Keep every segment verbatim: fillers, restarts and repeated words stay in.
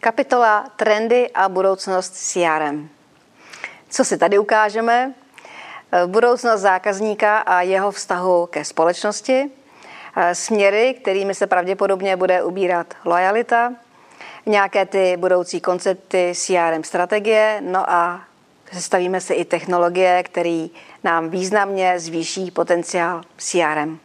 Kapitola Trendy a budoucnost C R M. Co si tady ukážeme? Budoucnost zákazníka a jeho vztahu ke společnosti, směry, kterými se pravděpodobně bude ubírat loajalita, nějaké ty budoucí koncepty C R M strategie, no a představíme si i technologie, které nám významně zvýší potenciál C R M.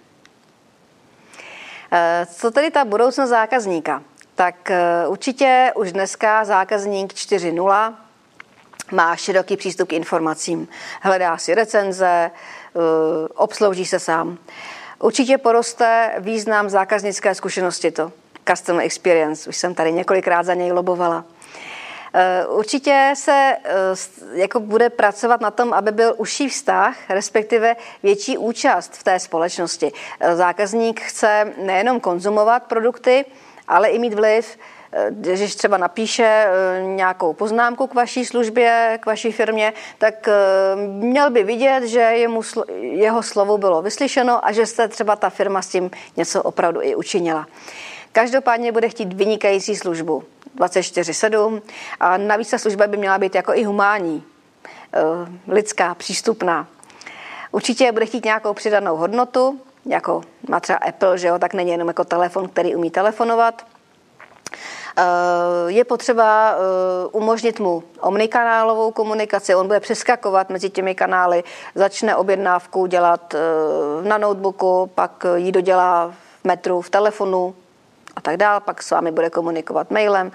Co tedy ta budoucnost zákazníka? Tak určitě už dneska zákazník čtyři tečka nula má široký přístup k informacím. Hledá si recenze, obslouží se sám. Určitě poroste význam zákaznické zkušenosti, to customer experience, už jsem tady několikrát za něj lobovala. Určitě se jako bude pracovat na tom, aby byl užší vztah, respektive větší účast v té společnosti. Zákazník chce nejenom konzumovat produkty, ale i mít vliv, když třeba napíše nějakou poznámku k vaší službě, k vaší firmě, tak měl by vidět, že jemu, jeho slovo bylo vyslyšeno a že jste třeba ta firma s tím něco opravdu i učinila. Každopádně bude chtít vynikající službu dvacet čtyři sedm a navíc ta služba by měla být jako i humánní, lidská, přístupná. Určitě bude chtít nějakou přidanou hodnotu, jako má třeba Apple, že jo, tak není jenom jako telefon, který umí telefonovat. Je potřeba umožnit mu omnikanálovou komunikaci, on bude přeskakovat mezi těmi kanály, začne objednávku dělat na notebooku, pak ji dodělá v metru, v telefonu a tak dál, pak s vámi bude komunikovat mailem.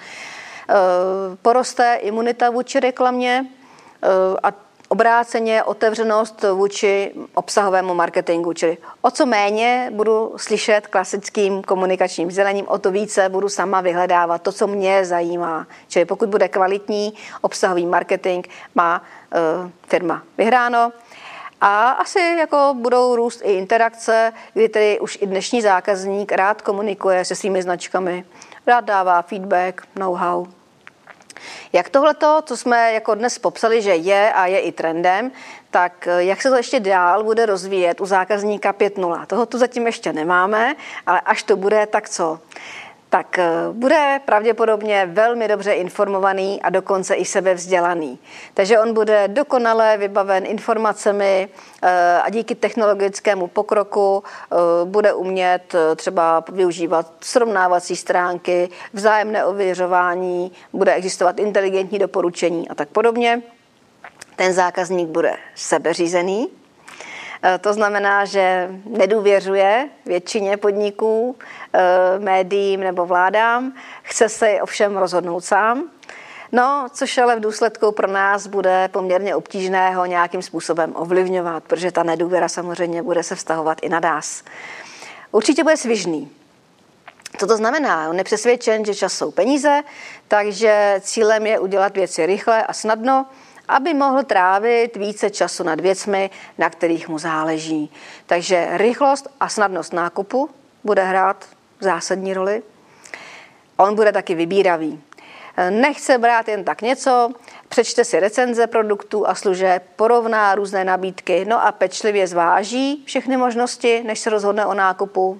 Poroste imunita vůči reklamě a obráceně otevřenost vůči obsahovému marketingu, čili o co méně budu slyšet klasickým komunikačním sdělením, o to více budu sama vyhledávat to, co mě zajímá. Čili pokud bude kvalitní obsahový marketing, má uh, firma vyhráno. A asi jako budou růst i interakce, kdy tedy už i dnešní zákazník rád komunikuje se svými značkami, rád dává feedback, know-how. Jak tohleto, co jsme jako dnes popsali, že je a je i trendem, tak jak se to ještě dál bude rozvíjet u zákazníka pět tečka nula. Toho tu zatím ještě nemáme, ale až to bude, tak co? Tak bude pravděpodobně velmi dobře informovaný a dokonce i sebevzdělaný. Takže on bude dokonale vybaven informacemi a díky technologickému pokroku bude umět třeba využívat srovnávací stránky, vzájemné ověřování, bude existovat inteligentní doporučení a tak podobně. Ten zákazník bude sebeřízený. To znamená, že nedůvěřuje většině podniků, médiím nebo vládám, chce se ovšem rozhodnout sám, no, což ale v důsledku pro nás bude poměrně obtížné ho nějakým způsobem ovlivňovat, protože ta nedůvěra samozřejmě bude se vztahovat i na nás. Určitě bude svižný. Co to znamená? On je přesvědčen, že čas jsou peníze, takže cílem je udělat věci rychle a snadno, aby mohl trávit více času nad věcmi, na kterých mu záleží. Takže rychlost a snadnost nákupu bude hrát zásadní roli. On bude taky vybíravý. Nechce brát jen tak něco, přečte si recenze produktů a služeb, porovná různé nabídky, no a pečlivě zváží všechny možnosti, než se rozhodne o nákupu.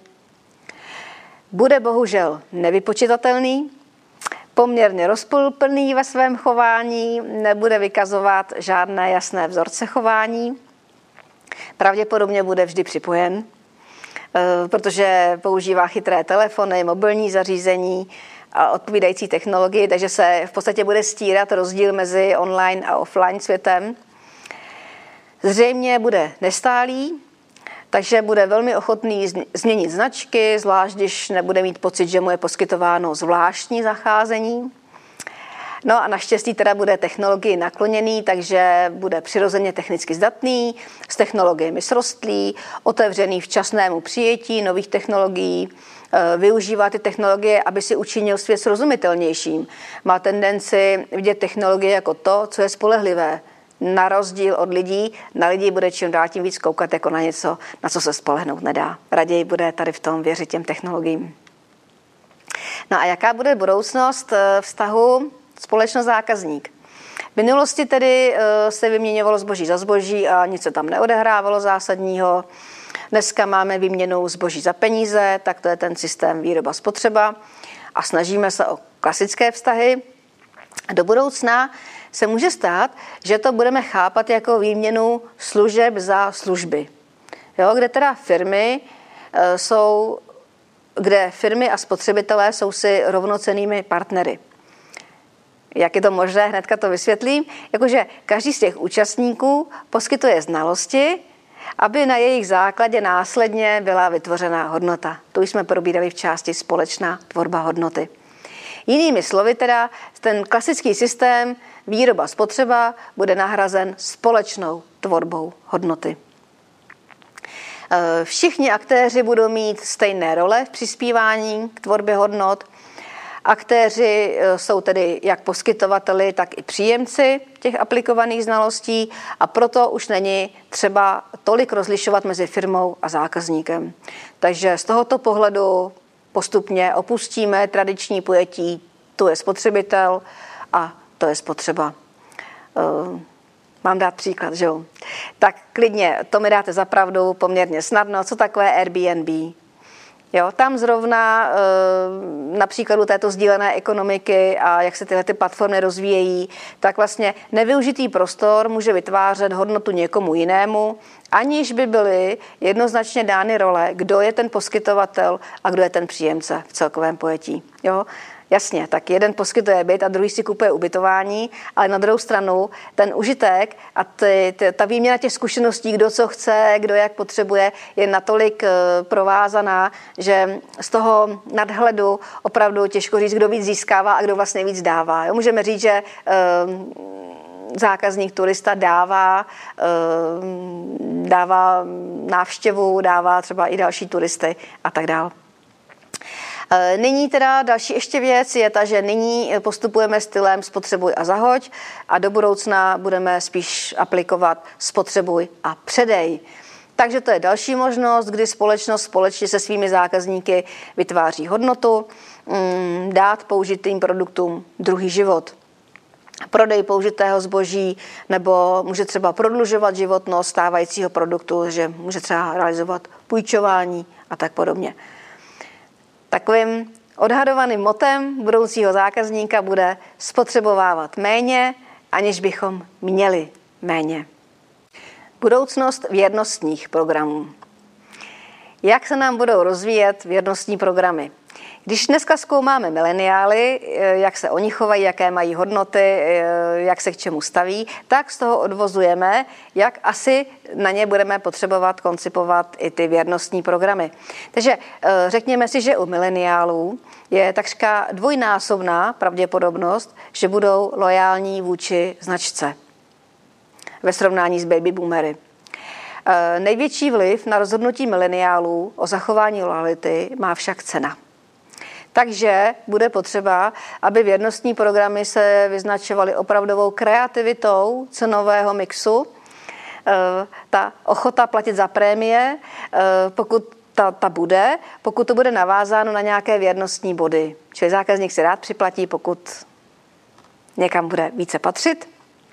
Bude bohužel nevypočitatelný, poměrně rozpolplný ve svém chování, nebude vykazovat žádné jasné vzorce chování. Pravděpodobně bude vždy připojen, protože používá chytré telefony, mobilní zařízení a odpovídající technologii, takže se v podstatě bude stírat rozdíl mezi online a offline světem. Zřejmě bude nestálý, takže bude velmi ochotný změnit značky, zvlášť když nebude mít pocit, že mu je poskytováno zvláštní zacházení. No a naštěstí teda bude technologii nakloněný, takže bude přirozeně technicky zdatný, s technologiemi srostlý, otevřený včasnému přijetí nových technologií, využívá ty technologie, aby si učinil svět srozumitelnějším. Má tendenci vidět technologie jako to, co je spolehlivé. Na rozdíl od lidí, na lidi bude čím dál tím víc koukat jako na něco, na co se spolehnout nedá. Raději bude tady v tom věřit těm technologiím. No a jaká bude budoucnost vztahu společnost-zákazník? V minulosti tedy se vyměňovalo zboží za zboží a nic se tam neodehrávalo zásadního. Dneska máme výměnu zboží za peníze, tak to je ten systém výroba spotřeba a snažíme se o klasické vztahy. Do budoucna se může stát, že to budeme chápat jako výměnu služeb za služby. Jo, kde teda firmy e, jsou, kde firmy a spotřebitelé jsou si rovnocennými partnery. Jak je to možné, hnedka to vysvětlím. Jakože každý z těch účastníků poskytuje znalosti, aby na jejich základě následně byla vytvořena hodnota. To už jsme probírali v části společná tvorba hodnoty. Jinými slovy teda, ten klasický systém výroba spotřeba bude nahrazen společnou tvorbou hodnoty. Všichni aktéři budou mít stejné role v přispívání k tvorbě hodnot. Aktéři jsou tedy jak poskytovateli, tak i příjemci těch aplikovaných znalostí a proto už není třeba tolik rozlišovat mezi firmou a zákazníkem. Takže z tohoto pohledu postupně opustíme tradiční pojetí, to je spotřebitel a to je spotřeba. Mám dát příklad, že jo? Tak klidně, to mi dáte za pravdu poměrně snadno. Co takové Airbnb? Jo, tam zrovna na příkladu této sdílené ekonomiky a jak se tyhle ty platformy rozvíjejí, tak vlastně nevyužitý prostor může vytvářet hodnotu někomu jinému, aniž by byly jednoznačně dány role, kdo je ten poskytovatel a kdo je ten příjemce v celkovém pojetí. Jo? Jasně, tak jeden poskytuje byt a druhý si kupuje ubytování, ale na druhou stranu ten užitek a ty, ty, ta výměna těch zkušeností, kdo co chce, kdo jak potřebuje, je natolik provázaná, že z toho nadhledu opravdu těžko říct, kdo víc získává a kdo vlastně víc dává. Jo, můžeme říct, že um, zákazník, turista dává, um, dává návštěvu, dává třeba i další turisty a tak dále. Nyní teda další ještě věc je ta, že nyní postupujeme stylem spotřebuj a zahoď a do budoucna budeme spíš aplikovat spotřebuj a předej. Takže to je další možnost, kdy společnost společně se svými zákazníky vytváří hodnotu, dát použitým produktům druhý život. Prodej použitého zboží nebo může třeba prodlužovat životnost stávajícího produktu, že může třeba realizovat půjčování a tak podobně. Takovým odhadovaným motem budoucího zákazníka bude spotřebovávat méně, aniž bychom měli méně. Budoucnost věrnostních programů. Jak se nám budou rozvíjet věrnostní programy? Když dneska zkoumáme mileniály, jak se oni chovají, jaké mají hodnoty, jak se k čemu staví, tak z toho odvozujeme, jak asi na ně budeme potřebovat koncipovat i ty věrnostní programy. Takže řekněme si, že u mileniálů je takřka dvojnásobná pravděpodobnost, že budou loajální vůči značce ve srovnání s baby boomery. Největší vliv na rozhodnutí mileniálů o zachování loajality má však cena. Takže bude potřeba, aby věrnostní programy se vyznačovaly opravdovou kreativitou cenového mixu. Ta ochota platit za prémie, pokud ta, ta bude, pokud to bude navázáno na nějaké věrnostní body. Čili zákazník si rád připlatí, pokud někam bude více patřit.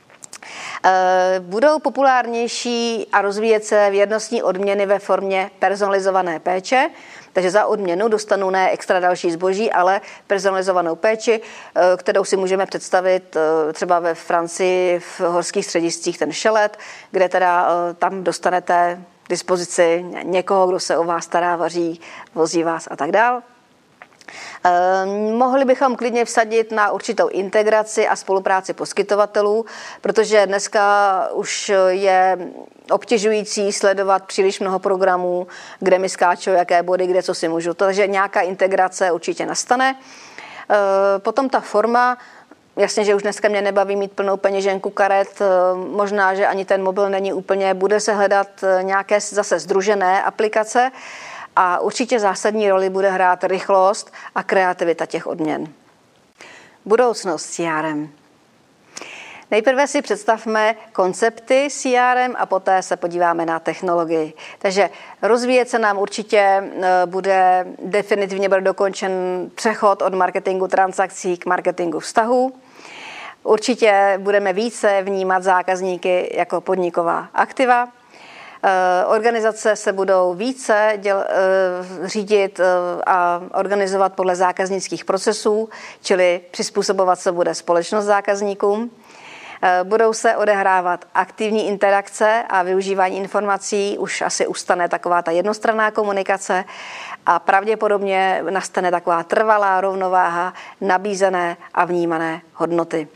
Budou populárnější a rozvíjet se věrnostní odměny ve formě personalizované péče, takže za odměnu dostanou ne extra další zboží, ale personalizovanou péči, kterou si můžeme představit třeba ve Francii v horských střediscích ten šelet, kde teda tam dostanete k dispozici někoho, kdo se o vás stará, vaří, vozí vás a tak dál. Eh, mohli bychom klidně vsadit na určitou integraci a spolupráci poskytovatelů, protože dneska už je obtěžující sledovat příliš mnoho programů, kde mi skáčou jaké body, kde co si můžu. Takže nějaká integrace určitě nastane. Eh, potom ta forma, jasně, že už dneska mě nebaví mít plnou peněženku karet, možná, že ani ten mobil není úplně, bude se hledat nějaké zase sdružené aplikace, a určitě zásadní roli bude hrát rychlost a kreativita těch odměn. Budoucnost C R M. Nejprve si představme koncepty C R M a poté se podíváme na technologii. Takže rozvíjet se nám určitě bude definitivně bude dokončen přechod od marketingu transakcí k marketingu vztahů. Určitě budeme více vnímat zákazníky jako podniková aktiva. Organizace se budou více děl, řídit a organizovat podle zákaznických procesů, čili přizpůsobovat se bude společnost zákazníkům. Budou se odehrávat aktivní interakce a využívání informací, už asi ustane taková ta jednostranná komunikace a pravděpodobně nastane taková trvalá rovnováha nabízené a vnímané hodnoty.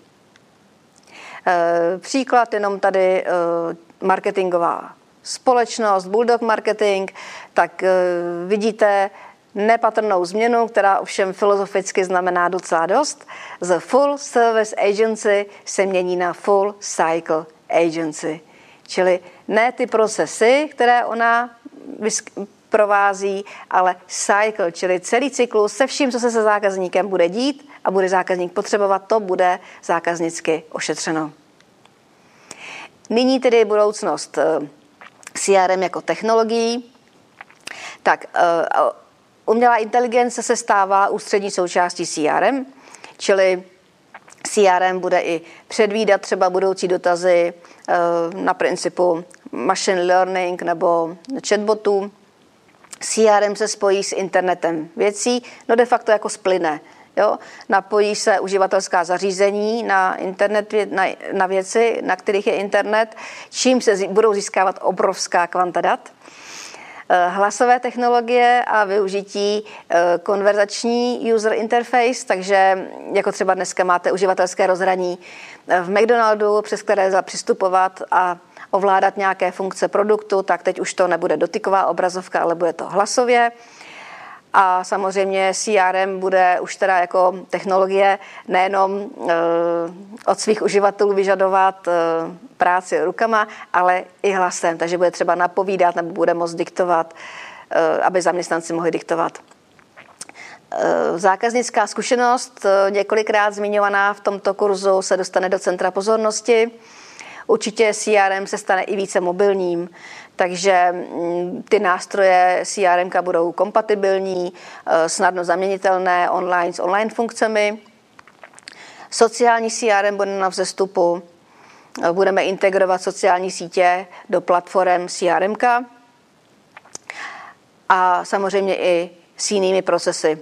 Příklad jenom tady marketingová společnost, Bulldog Marketing, tak vidíte nepatrnou změnu, která ovšem filozoficky znamená docela dost. Z Full Service Agency se mění na Full Cycle Agency. Čili ne ty procesy, které ona provází, ale cycle, čili celý cyklus se vším, co se se zákazníkem bude dít a bude zákazník potřebovat, to bude zákaznicky ošetřeno. Nyní tedy budoucnost C R M jako technologií. Tak umělá inteligence se stává ústřední součástí C R M, čili C R M bude i předvídat třeba budoucí dotazy na principu machine learning nebo chatbotů. C R M se spojí s internetem věcí, no de facto jako splyne. Jo? Napojí se uživatelská zařízení na, internet, na, na věci, na kterých je internet, čím se budou získávat obrovská kvanta dat. Hlasové technologie a využití konverzační user interface, takže jako třeba dneska máte uživatelské rozhraní v McDonaldu, přes které lze přistupovat a ovládat nějaké funkce produktu, tak teď už to nebude dotyková obrazovka, ale bude to hlasově. A samozřejmě C R M bude už teda jako technologie nejenom e, od svých uživatelů vyžadovat e, práci rukama, ale i hlasem. Takže bude třeba napovídat nebo bude moct diktovat, e, aby zaměstnanci mohli diktovat. E, zákaznická zkušenost, e, několikrát zmiňovaná v tomto kurzu, se dostane do centra pozornosti. Určitě C R M se stane i více mobilním, takže ty nástroje C R M budou kompatibilní, snadno zaměnitelné online s online funkcemi. Sociální C R M bude na vzestupu, budeme integrovat sociální sítě do platform C R M a samozřejmě i s jinými procesy.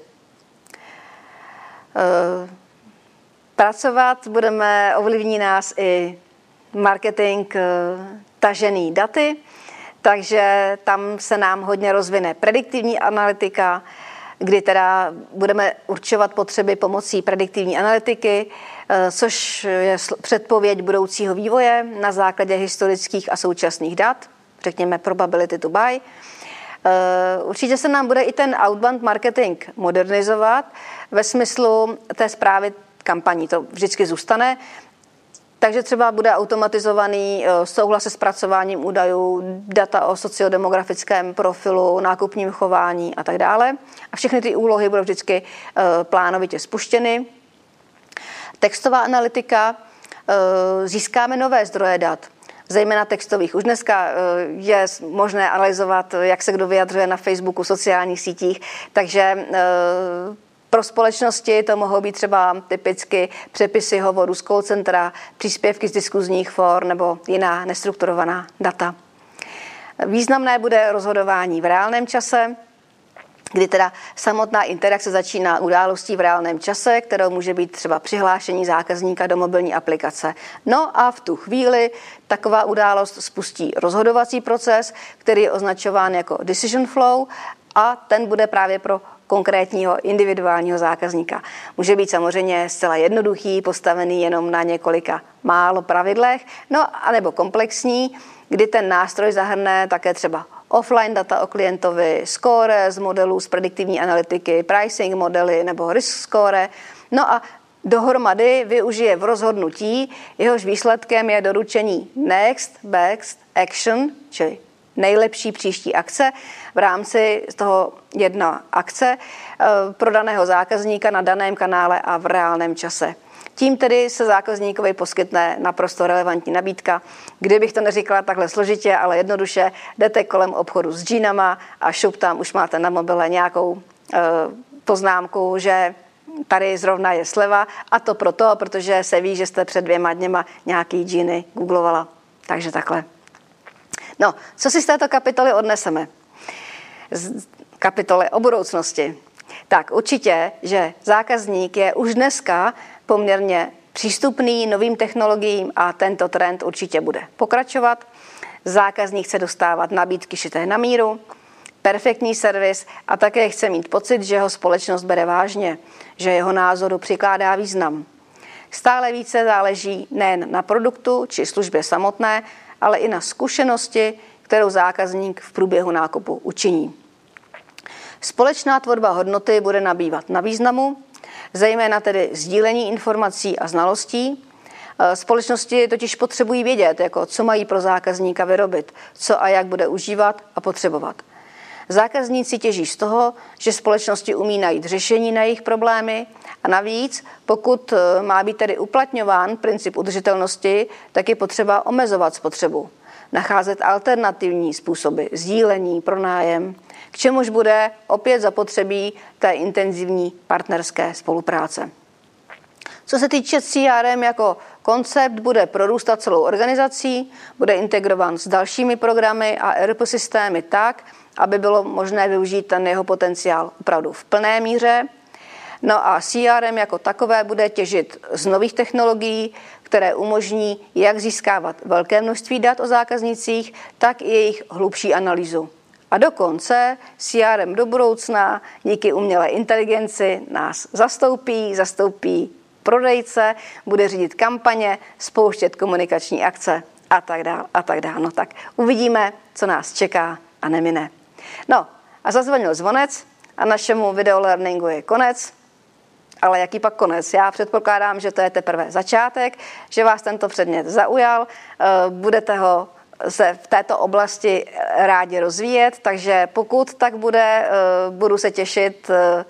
Pracovat budeme, ovlivní nás i marketing tažený daty, takže tam se nám hodně rozvine prediktivní analytika, kdy teda budeme určovat potřeby pomocí prediktivní analytiky, což je předpověď budoucího vývoje na základě historických a současných dat, řekněme probability to buy. Určitě se nám bude i ten outbound marketing modernizovat ve smyslu té správy kampaní, to vždycky zůstane. Takže třeba bude automatizovaný souhlas se zpracováním údajů, data o sociodemografickém profilu, nákupním chování a tak dále. A všechny ty úlohy budou vždycky plánovitě spuštěny. Textová analytika, získáme nové zdroje dat, zejména textových. Už dneska je možné analyzovat, jak se kdo vyjadřuje na Facebooku, sociálních sítích, takže pro společnosti to mohou být třeba typicky přepisy hovorů z call centra, příspěvky z diskuzních for nebo jiná nestrukturovaná data. Významné bude rozhodování v reálném čase, kdy teda samotná interakce začíná událostí v reálném čase, kterou může být třeba přihlášení zákazníka do mobilní aplikace. No a v tu chvíli taková událost spustí rozhodovací proces, který je označován jako decision flow a ten bude právě pro konkrétního individuálního zákazníka. Může být samozřejmě zcela jednoduchý, postavený jenom na několika málo pravidlech, no anebo komplexní, kdy ten nástroj zahrne také třeba offline data o klientovi, score z modelů z prediktivní analytiky, pricing modely nebo risk score. No a dohromady využije v rozhodnutí, jehož výsledkem je doručení next best action, čili nejlepší příští akce v rámci toho jedna akce pro daného zákazníka na daném kanále a v reálném čase. Tím tedy se zákazníkovi poskytne naprosto relevantní nabídka. Kdybych to neříkala takhle složitě, ale jednoduše, jdete kolem obchodu s džínama a šup, tam už máte na mobile nějakou e, poznámku, že tady zrovna je sleva, a to proto, protože se ví, že jste před dvěma dněma nějaký džíny googlovala. Takže takhle. No, co si z této kapitoly odneseme? Z kapitoly o budoucnosti. Tak určitě, že zákazník je už dneska poměrně přístupný novým technologiím a tento trend určitě bude pokračovat. Zákazník chce dostávat nabídky šité na míru, perfektní servis a také chce mít pocit, že ho společnost bere vážně, že jeho názoru přikládá význam. Stále více záleží nejen na produktu či službě samotné, ale i na zkušenosti, kterou zákazník v průběhu nákupu učiní. Společná tvorba hodnoty bude nabývat na významu, zejména tedy sdílení informací a znalostí. Společnosti totiž potřebují vědět, jako co mají pro zákazníka vyrobit, co a jak bude užívat a potřebovat. Zákazníci těží z toho, že společnosti umí najít řešení na jejich problémy a navíc, pokud má být tedy uplatňován princip udržitelnosti, tak je potřeba omezovat spotřebu, nacházet alternativní způsoby sdílení, pronájem, k čemuž bude opět zapotřebí té intenzivní partnerské spolupráce. Co se týče C R M jako koncept, bude prorůstat celou organizací, bude integrován s dalšími programy a E R P systémy tak, aby bylo možné využít ten jeho potenciál opravdu v plné míře. No a C R M jako takové bude těžit z nových technologií, které umožní jak získávat velké množství dat o zákaznicích, tak i jejich hlubší analýzu. A dokonce C R M do budoucna díky umělé inteligenci nás zastoupí, zastoupí prodejce, bude řídit kampaně, spouštět komunikační akce a tak dále a tak dále. No tak uvidíme, co nás čeká a nemine. No a zazvonil zvonec a našemu videolearningu je konec. Ale jaký pak konec? Já předpokládám, že to je teprve začátek, že vás tento předmět zaujal, budete ho se v této oblasti rádi rozvíjet, takže pokud tak bude, budu se těšit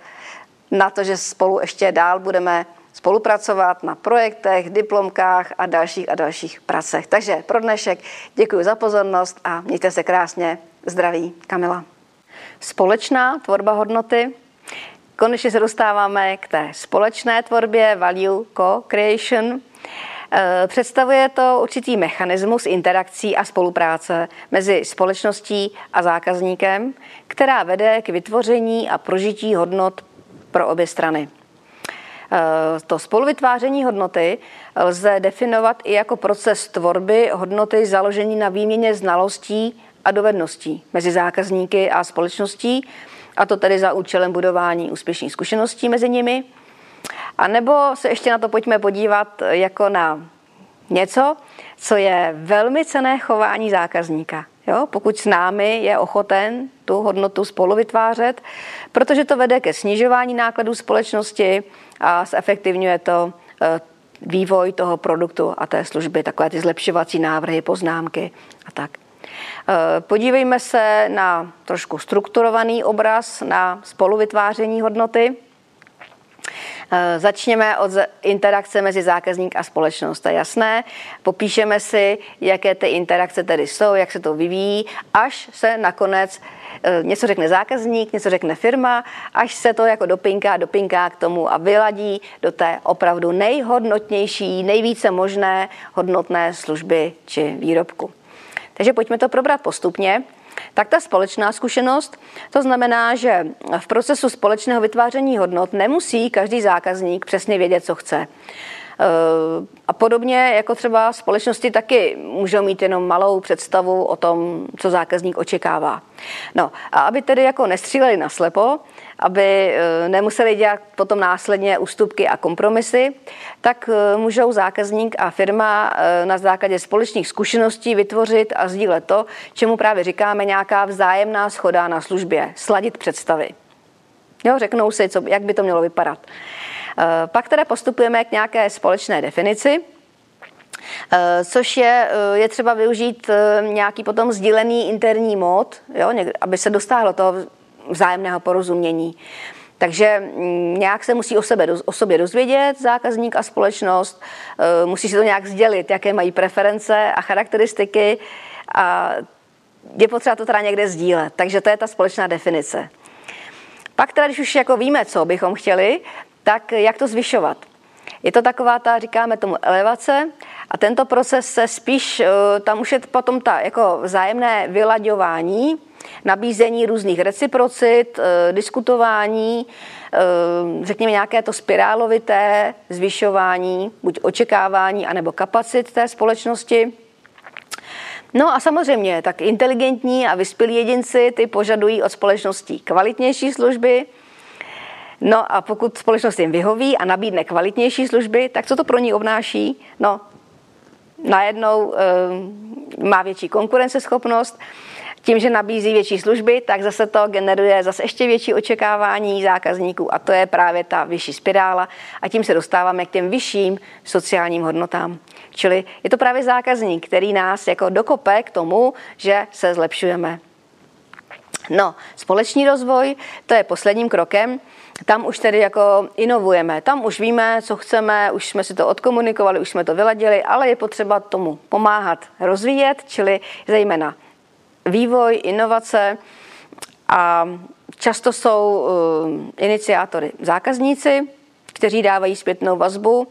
na to, že spolu ještě dál budeme spolupracovat na projektech, diplomkách a dalších a dalších pracech. Takže pro dnešek děkuji za pozornost a mějte se krásně. Zdraví, Kamila. Společná tvorba hodnoty. Konečně se dostáváme k té společné tvorbě value co-creation. Představuje to určitý mechanismus interakcí a spolupráce mezi společností a zákazníkem, která vede k vytvoření a prožití hodnot pro obě strany. To spoluvytváření hodnoty lze definovat i jako proces tvorby hodnoty založený na výměně znalostí a dovedností mezi zákazníky a společností, a to tedy za účelem budování úspěšných zkušeností mezi nimi. A nebo se ještě na to pojďme podívat jako na něco, co je velmi cenné chování zákazníka. Jo? Pokud s námi je ochoten tu hodnotu spolu vytvářet, protože to vede ke snižování nákladů společnosti a zefektivňuje to vývoj toho produktu a té služby, takové ty zlepšovací návrhy, poznámky a tak. Podívejme se na trošku strukturovaný obraz na spoluvytváření hodnoty. Začněme od interakce mezi zákazník a společnost, to je jasné. Popíšeme si, jaké ty interakce tedy jsou, jak se to vyvíjí, až se nakonec něco řekne zákazník, něco řekne firma, až se to jako dopinká, dopinká k tomu a vyladí do té opravdu nejhodnotnější, nejvíce možné hodnotné služby či výrobku. Takže pojďme to probrat postupně. Tak ta společná zkušenost, to znamená, že v procesu společného vytváření hodnot nemusí každý zákazník přesně vědět, co chce. A podobně jako třeba společnosti taky můžou mít jenom malou představu o tom, co zákazník očekává. No a aby tedy jako nestříleli naslepo, aby nemuseli dělat potom následně ústupky a kompromisy, tak můžou zákazník a firma na základě společných zkušeností vytvořit a sdílet to, čemu právě říkáme nějaká vzájemná shoda na službě, sladit představy. Jo, řeknou si, co, jak by to mělo vypadat. Pak teda postupujeme k nějaké společné definici, což je, je třeba využít nějaký potom sdílený interní mód, jo, aby se dostáhlo toho vzájemného porozumění. Takže nějak se musí o, sebe, o sobě dozvědět zákazník a společnost, musí si to nějak sdělit, jaké mají preference a charakteristiky a je potřeba to teda někde sdílet. Takže to je ta společná definice. Pak teda, když už jako víme, co bychom chtěli, tak jak to zvyšovat? Je to taková ta, říkáme tomu, elevace A tento proces se spíš, tam už je potom ta jako vzájemné vylaďování, nabízení různých reciprocit, diskutování, řekněme nějaké to spirálovité zvyšování, buď očekávání, anebo kapacit té společnosti. No a samozřejmě, tak inteligentní a vyspělí jedinci, ty požadují od společností kvalitnější služby. No a pokud společnost jim vyhoví a nabídne kvalitnější služby, tak co to pro ní obnáší? No, najednou e, má větší konkurenceschopnost, tím, že nabízí větší služby, tak zase to generuje zase ještě větší očekávání zákazníků a to je právě ta vyšší spirála a tím se dostáváme k těm vyšším sociálním hodnotám. Čili je to právě zákazník, který nás jako dokope k tomu, že se zlepšujeme. No, společný rozvoj, to je posledním krokem. Tam už tedy jako inovujeme, tam už víme, co chceme, už jsme si to odkomunikovali, už jsme to vyladili, ale je potřeba tomu pomáhat rozvíjet, čili zejména vývoj, inovace a často jsou uh, iniciátory zákazníci, kteří dávají zpětnou vazbu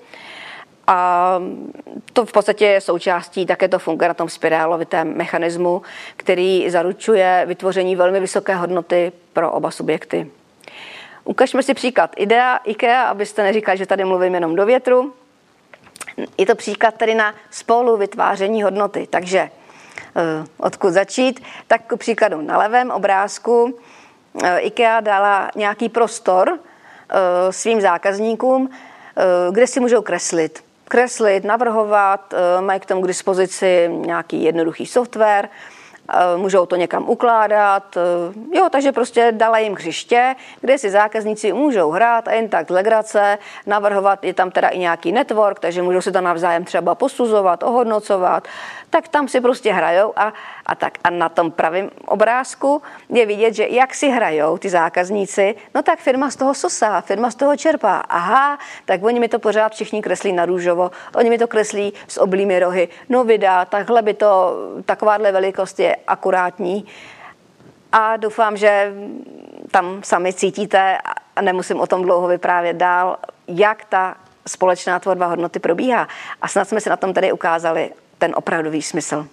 a to v podstatě je součástí, také to funguje na tom spirálovitém mechanismu, který zaručuje vytvoření velmi vysoké hodnoty pro oba subjekty. Ukažme si příklad IDEA, IKEA, abyste neříkali, že tady mluvím jenom do větru. Je to příklad tedy na spolu vytváření hodnoty, takže odkud začít, tak k příkladu na levém obrázku IKEA dala nějaký prostor svým zákazníkům, kde si můžou kreslit. Kreslit, navrhovat, mají k tomu k dispozici nějaký jednoduchý software, můžou to někam ukládat, jo, takže prostě dala jim hřiště, kde si zákazníci můžou hrát a jen tak z legrace, navrhovat, je tam teda i nějaký network, takže můžou se to navzájem třeba posuzovat, ohodnocovat, tak tam si prostě hrajou a, a tak. A na tom pravém obrázku je vidět, že jak si hrajou ty zákazníci, no tak firma z toho sosá, firma z toho čerpá. Aha, tak oni mi to pořád všichni kreslí na růžovo, oni mi to kreslí s oblými rohy, no vydá, takhle by to, takováhle velikost je akurátní a doufám, že tam sami cítíte a nemusím o tom dlouho vyprávět dál, jak ta společná tvorba hodnoty probíhá. A snad jsme si na tom tady ukázali ten opravdový smysl.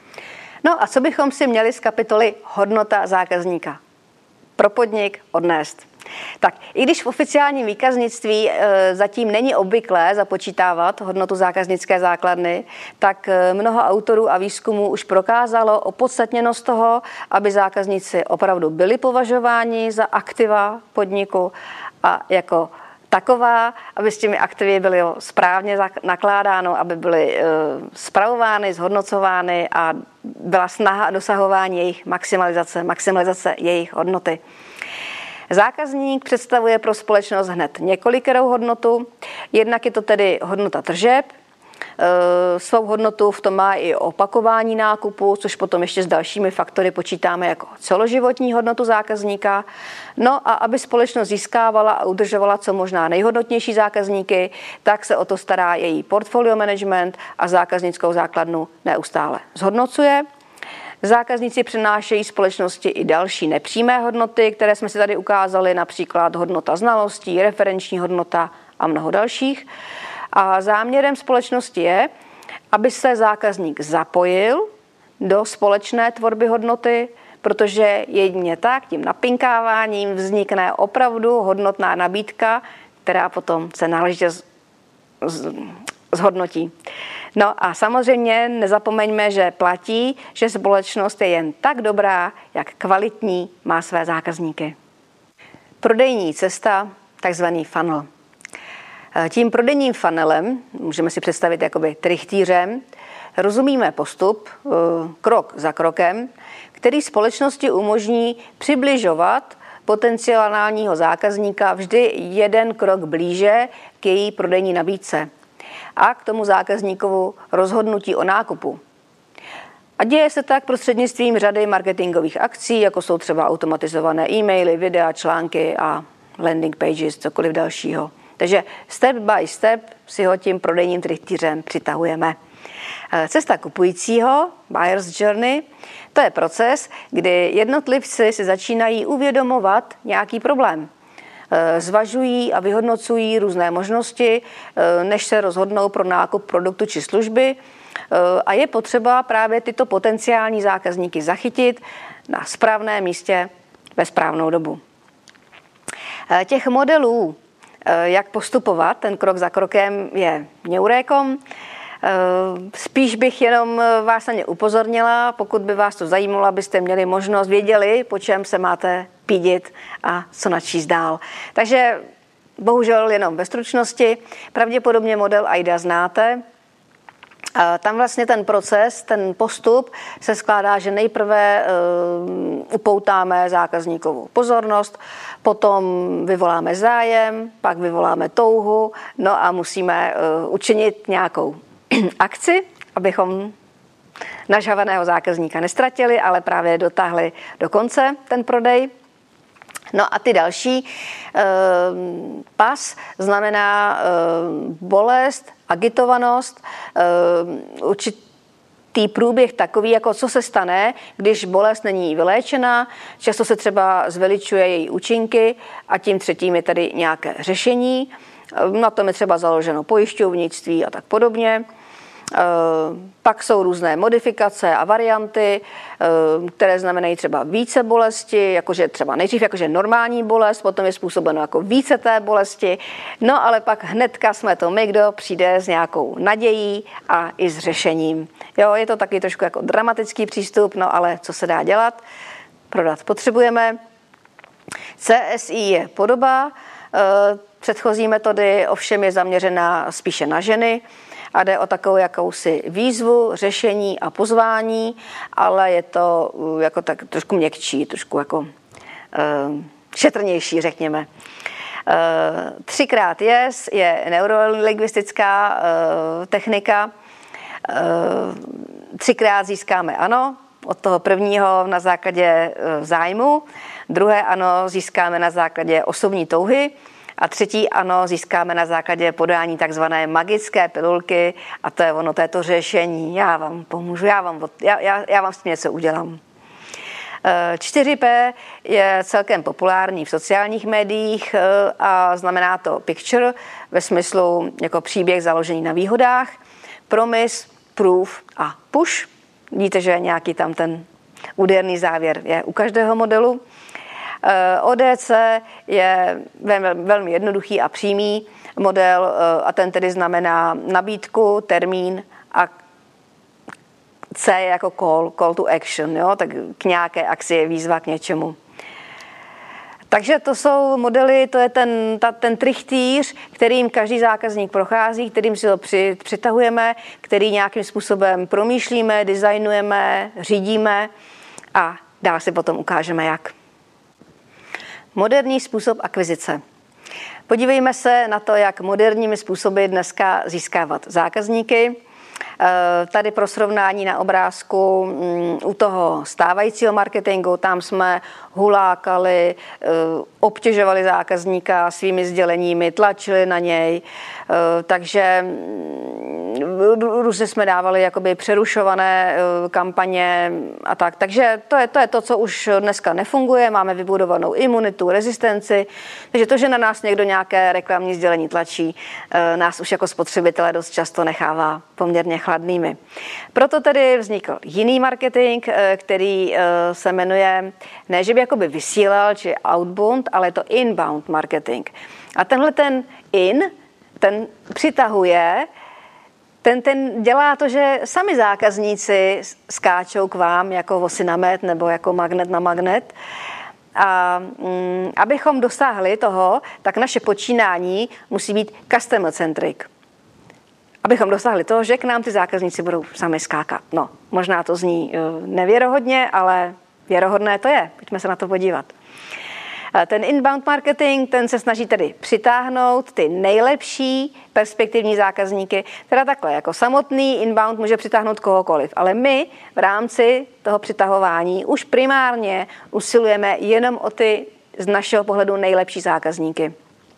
No a co bychom si měli z kapitoly hodnota zákazníka pro podnik odnést? Tak i když v oficiálním výkaznictví e, zatím není obvyklé započítávat hodnotu zákaznické základny, tak e, mnoho autorů a výzkumů už prokázalo opodstatněnost toho, aby zákazníci opravdu byli považováni za aktiva podniku a jako taková, aby s těmi aktivy byly správně nakládáno, aby byly e, spravovány, zhodnocovány a byla snaha a dosahování jejich maximalizace, maximalizace jejich hodnoty. Zákazník představuje pro společnost hned několikerou hodnotu. Jednak je to tedy hodnota tržeb. E, svou hodnotu v tom má i opakování nákupu, což potom ještě s dalšími faktory počítáme jako celoživotní hodnotu zákazníka. No a aby společnost získávala a udržovala co možná nejhodnotnější zákazníky, tak se o to stará její portfolio management a zákaznickou základnu neustále zhodnocuje. Zákazníci přinášejí společnosti i další nepřímé hodnoty, které jsme si tady ukázali, například hodnota znalostí, referenční hodnota a mnoho dalších. A záměrem společnosti je, aby se zákazník zapojil do společné tvorby hodnoty, protože jedině tak, tím napinkáváním vznikne opravdu hodnotná nabídka, která potom se náležitě z, z, zhodnotí. No a samozřejmě nezapomeňme, že platí, že společnost je jen tak dobrá, jak kvalitní má své zákazníky. Prodejní cesta, takzvaný funnel. Tím prodejním funnelem, můžeme si představit jakoby trichtýřem, rozumíme postup krok za krokem, který společnosti umožní přibližovat potenciálního zákazníka vždy jeden krok blíže k její prodejní nabídce a k tomu zákazníkovu rozhodnutí o nákupu. A děje se tak prostřednictvím řady marketingových akcí, jako jsou třeba automatizované e-maily, videa, články a landing pages, cokoliv dalšího. Takže step by step si ho tím prodejním trichtýřem přitahujeme. Cesta kupujícího, buyer's journey, to je proces, kdy jednotlivci si začínají uvědomovat nějaký problém. Zvažují a vyhodnocují různé možnosti, než se rozhodnou pro nákup produktu či služby. A je potřeba právě tyto potenciální zákazníky zachytit na správném místě ve správnou dobu. Těch modelů, jak postupovat, ten krok za krokem, je neurékom. Spíš bych jenom vás na ně upozornila, pokud by vás to zajímalo, abyste měli možnost, věděli, po čem se máte pídit a co načíst dál. Takže bohužel jenom ve stručnosti, pravděpodobně model A I D A znáte. Tam vlastně ten proces, ten postup se skládá, že nejprve uh, upoutáme zákazníkovou pozornost, potom vyvoláme zájem, pak vyvoláme touhu, no a musíme uh, učinit nějakou akci, abychom nažhavaného zákazníka nestratili, ale právě dotáhli do konce ten prodej. No a ty další, uh, pas znamená uh, bolest, agitovanost, uh, určitý průběh takový, jako co se stane, když bolest není vyléčená. Často se třeba zveličuje její účinky a tím třetím je tady nějaké řešení. Na tom je třeba založeno pojišťovnictví a tak podobně. Pak jsou různé modifikace a varianty, které znamenají třeba více bolesti, jakože třeba nejdřív jakože normální bolest, potom je způsobeno jako více té bolesti, no ale pak hnedka jsme to my, kdo přijde s nějakou nadějí a i s řešením. Jo, je to taky trošku jako dramatický přístup, no ale co se dá dělat? Prodat potřebujeme. C S I je podoba, předchozí metody ovšem je zaměřená spíše na ženy, a jde o takovou jakousi výzvu, řešení a pozvání, ale je to jako tak trošku měkčí, trošku jako uh, šetrnější, řekněme. Uh, třikrát yes je neurolingvistická uh, technika. Uh, třikrát získáme ano, od toho prvního na základě uh, zájmu, druhé ano získáme na základě osobní touhy, a třetí ano získáme na základě podání takzvané magické pilulky a to je ono, to je to řešení. Já vám pomůžu, já vám, já, já, já vám s tím něco udělám. čtyři P je celkem populární v sociálních médiích a znamená to picture ve smyslu jako příběh založený na výhodách, promise, proof a push. Vidíte, že nějaký tam ten úderný závěr je u každého modelu. O D C je velmi jednoduchý a přímý model a ten tedy znamená nabídku, termín a C je jako call, call to action, jo? Tak k nějaké akci je výzva k něčemu. Takže to jsou modely, to je ten, ta, ten trichtýř, kterým každý zákazník prochází, kterým si ho při, přitahujeme, který nějakým způsobem promýšlíme, designujeme, řídíme a dál si potom ukážeme jak. Moderní způsob akvizice. Podívejme se na to, jak moderními způsoby dneska získávat zákazníky. Tady pro srovnání na obrázku u toho stávajícího marketingu, tam jsme hulákali, obtěžovali zákazníka svými sděleními, tlačili na něj, takže různě jsme dávali jakoby přerušované kampaně a tak. Takže to je, to je to, co už dneska nefunguje, máme vybudovanou imunitu, rezistenci, takže to, že na nás někdo nějaké reklamní sdělení tlačí, nás už jako spotřebitele dost často nechává poměrně chladnými. Proto tedy vznikl jiný marketing, který se jmenuje, ne že by jakoby vysílal, či outbound, ale je to inbound marketing. A tenhle ten in, ten přitahuje, ten, ten dělá to, že sami zákazníci skáčou k vám jako vosy na med nebo jako magnet na magnet. A mm, abychom dosáhli toho, tak naše počínání musí být customer centric. Abychom dosáhli toho, že k nám ty zákazníci budou sami skákat. No, možná to zní nevěrohodně, ale věrohodné to je. Pojďme se na to podívat. Ten inbound marketing, ten se snaží tedy přitáhnout ty nejlepší perspektivní zákazníky. Teda takhle, jako samotný inbound může přitáhnout kohokoliv, ale my v rámci toho přitahování už primárně usilujeme jenom o ty z našeho pohledu nejlepší zákazníky.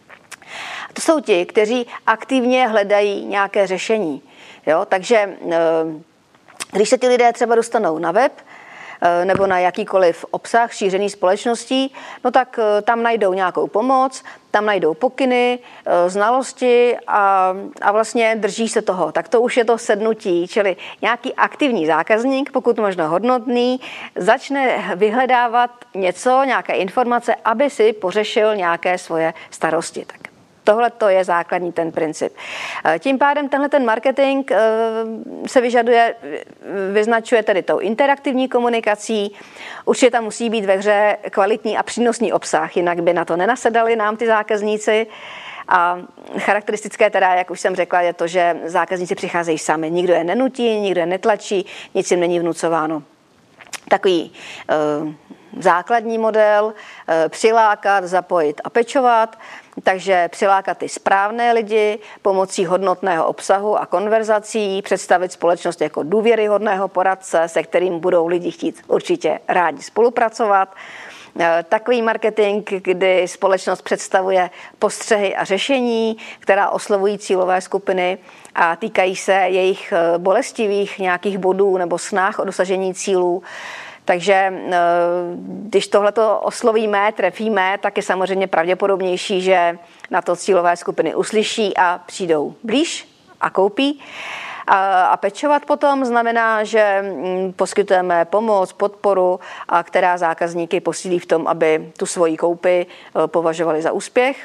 To jsou ti, kteří aktivně hledají nějaké řešení. Jo? Takže když se ti lidé třeba dostanou na web, nebo na jakýkoliv obsah šířený společností, no tak tam najdou nějakou pomoc, tam najdou pokyny, znalosti a, a vlastně drží se toho. Tak to už je to sednutí, čili nějaký aktivní zákazník, pokud možno hodnotný, začne vyhledávat něco, nějaké informace, aby si pořešil nějaké svoje starosti. Tak tohle to je základní ten princip. Tím pádem tenhle ten marketing se vyžaduje, vyznačuje tedy tou interaktivní komunikací. Určitě tam musí být ve hře kvalitní a přínosný obsah, jinak by na to nenasedali nám ty zákazníci. A charakteristické teda, jak už jsem řekla, je to, že zákazníci přicházejí sami. Nikdo je nenutí, nikdo je netlačí, nic jim není vnucováno. Takový základní model, přilákat, zapojit a pečovat, takže přilákat ty správné lidi pomocí hodnotného obsahu a konverzací, představit společnost jako důvěryhodného poradce, se kterým budou lidi chtít určitě rádi spolupracovat. Takový marketing, kdy společnost představuje postřehy a řešení, která oslovují cílové skupiny a týkají se jejich bolestivých nějakých bodů nebo snah o dosažení cílů. Takže když tohleto oslovíme, trefíme, tak je samozřejmě pravděpodobnější, že na to cílové skupiny uslyší a přijdou blíž a koupí. A pečovat potom znamená, že poskytujeme pomoc, podporu, a která zákazníky posílí v tom, aby tu svoji koupi považovali za úspěch.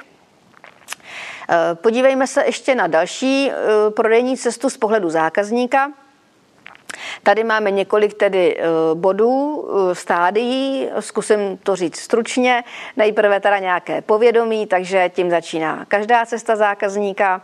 Podívejme se ještě na další prodejní cestu z pohledu zákazníka. Tady máme několik tedy bodů, stádií, zkusím to říct stručně. Nejprve teda nějaké povědomí, takže tím začíná každá cesta zákazníka.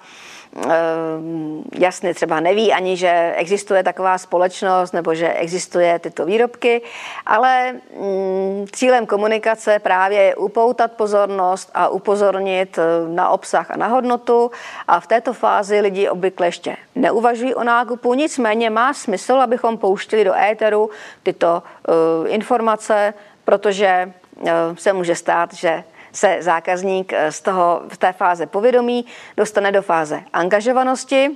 Jasně třeba neví ani, že existuje taková společnost nebo že existuje tyto výrobky, ale cílem komunikace právě je upoutat pozornost a upozornit na obsah a na hodnotu a v této fázi lidi obvykle ještě neuvažují o nákupu, nicméně má smysl, abychom pouštili do éteru tyto informace, protože se může stát, že se zákazník z toho, v té fáze povědomí dostane do fáze angažovanosti.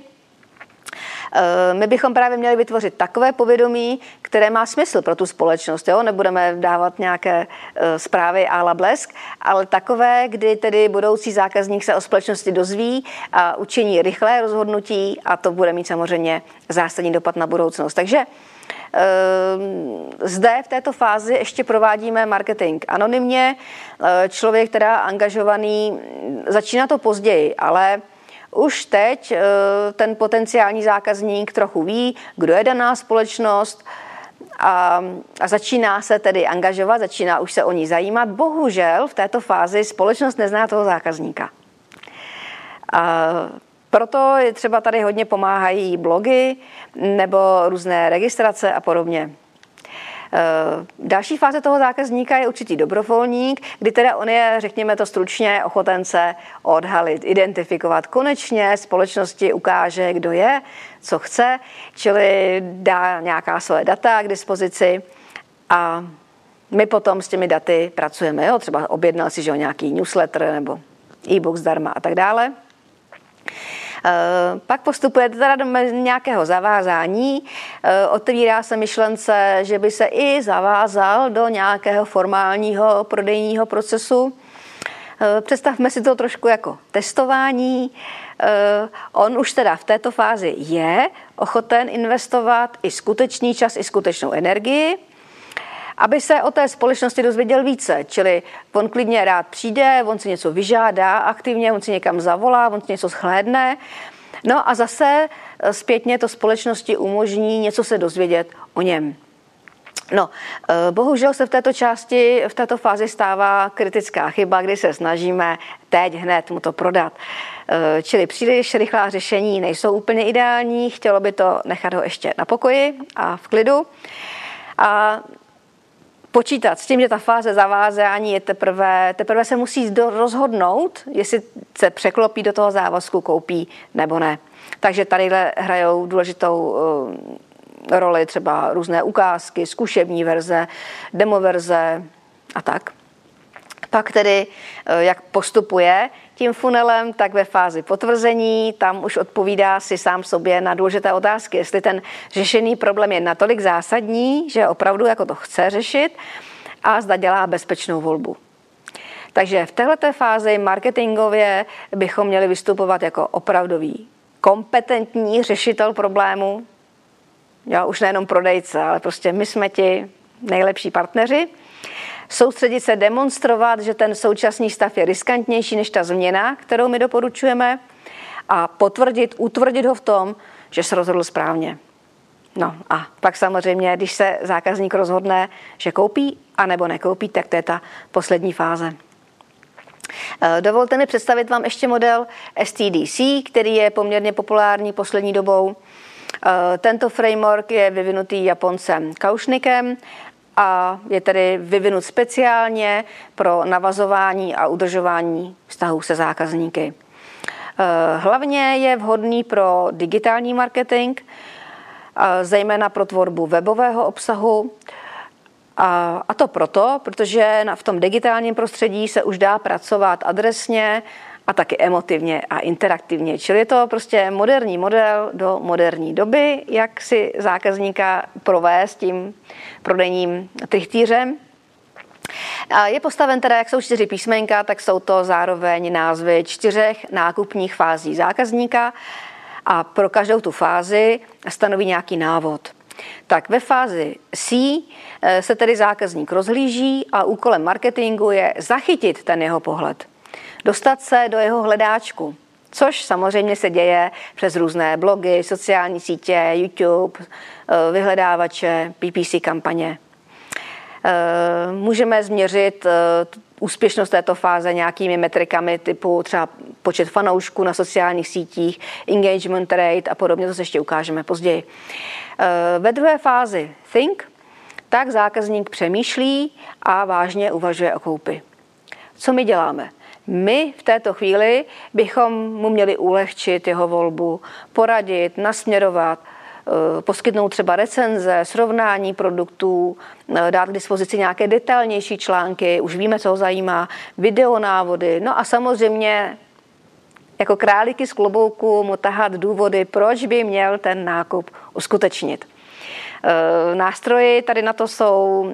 My bychom právě měli vytvořit takové povědomí, které má smysl pro tu společnost. Jo? Nebudeme dávat nějaké zprávy à la blesk, ale takové, kdy tedy budoucí zákazník se o společnosti dozví a učiní rychlé rozhodnutí a to bude mít samozřejmě zásadní dopad na budoucnost. Takže zde v této fázi ještě provádíme marketing anonymně. Člověk, teda angažovaný, začíná to později, ale už teď ten potenciální zákazník trochu ví, kdo je daná společnost a, a začíná se tedy angažovat, začíná už se o ní zajímat. Bohužel v této fázi společnost nezná toho zákazníka. A proto je třeba tady hodně pomáhají blogy nebo různé registrace a podobně. Další fáze toho zákazníka je určitý dobrovolník, kdy teda on je, řekněme to stručně, ochoten se odhalit, identifikovat. Konečně společnosti ukáže, kdo je, co chce, čili dá nějaká svoje data k dispozici a my potom s těmi daty pracujeme. Jo? Třeba objednal si že jo, nějaký newsletter nebo e-book zdarma a tak dále. Pak postupujete teda do nějakého zavázání, otevírá se myšlence, že by se i zavázal do nějakého formálního prodejního procesu. Představme si to trošku jako testování. On už teda v této fázi je ochoten investovat i skutečný čas, i skutečnou energii, aby se o té společnosti dozvěděl více, čili on klidně rád přijde, on si něco vyžádá aktivně, on si někam zavolá, on si něco shlédne. No a zase zpětně to společnosti umožní něco se dozvědět o něm. No, bohužel se v této části, v této fázi stává kritická chyba, kdy se snažíme teď hned mu to prodat. Čili příliš rychlá řešení nejsou úplně ideální, chtělo by to nechat ho ještě na pokoji a v klidu. A počítat s tím, že ta fáze zavázání je teprve, teprve se musí rozhodnout, jestli se překlopí do toho závazku, koupí nebo ne. Takže tady hrajou důležitou roli třeba různé ukázky, zkušební verze, demo verze a tak. Pak tedy, jak postupuje tím funnelem, tak ve fázi potvrzení, tam už odpovídá si sám sobě na důležité otázky, jestli ten řešený problém je natolik zásadní, že opravdu jako to chce řešit a zda dělá bezpečnou volbu. Takže v této fázi marketingově bychom měli vystupovat jako opravdový kompetentní řešitel problému. Jo, už nejenom prodejce, ale prostě my jsme ti nejlepší partneři. Soustředit se, demonstrovat, že ten současný stav je riskantnější než ta změna, kterou my doporučujeme, a potvrdit, utvrdit ho v tom, že se rozhodl správně. No a pak samozřejmě, když se zákazník rozhodne, že koupí anebo nekoupí, tak to je ta poslední fáze. Dovolte mi představit vám ještě model S T D C, který je poměrně populární poslední dobou. Tento framework je vyvinutý Japoncem Kaušnikem a je tedy vyvinut speciálně pro navazování a udržování vztahů se zákazníky. Hlavně je vhodný pro digitální marketing, zejména pro tvorbu webového obsahu. A to proto, protože v tom digitálním prostředí se už dá pracovat adresně a taky emotivně a interaktivně. Čili je to prostě moderní model do moderní doby, jak si zákazníka provést tím prodejním trichtýřem. A je postaven teda, jak jsou čtyři písmenka, tak jsou to zároveň názvy čtyřech nákupních fází zákazníka a pro každou tu fázi stanoví nějaký návod. Tak ve fázi C se tedy zákazník rozhlíží a úkolem marketingu je zachytit ten jeho pohled. Dostat se do jeho hledáčku, což samozřejmě se děje přes různé blogy, sociální sítě, YouTube, vyhledávače, P P C kampaně. Můžeme změřit úspěšnost této fáze nějakými metrikami typu třeba počet fanoušků na sociálních sítích, engagement rate a podobně, to se ještě ukážeme později. Ve druhé fázi think, tak zákazník přemýšlí a vážně uvažuje o koupi. Co my děláme? My v této chvíli bychom mu měli ulehčit jeho volbu, poradit, nasměrovat, poskytnout třeba recenze, srovnání produktů, dát k dispozici nějaké detailnější články, už víme, co ho zajímá, videonávody, no a samozřejmě jako králíky z klobouku mu tahat důvody, proč by měl ten nákup uskutečnit. Nástroji tady na to jsou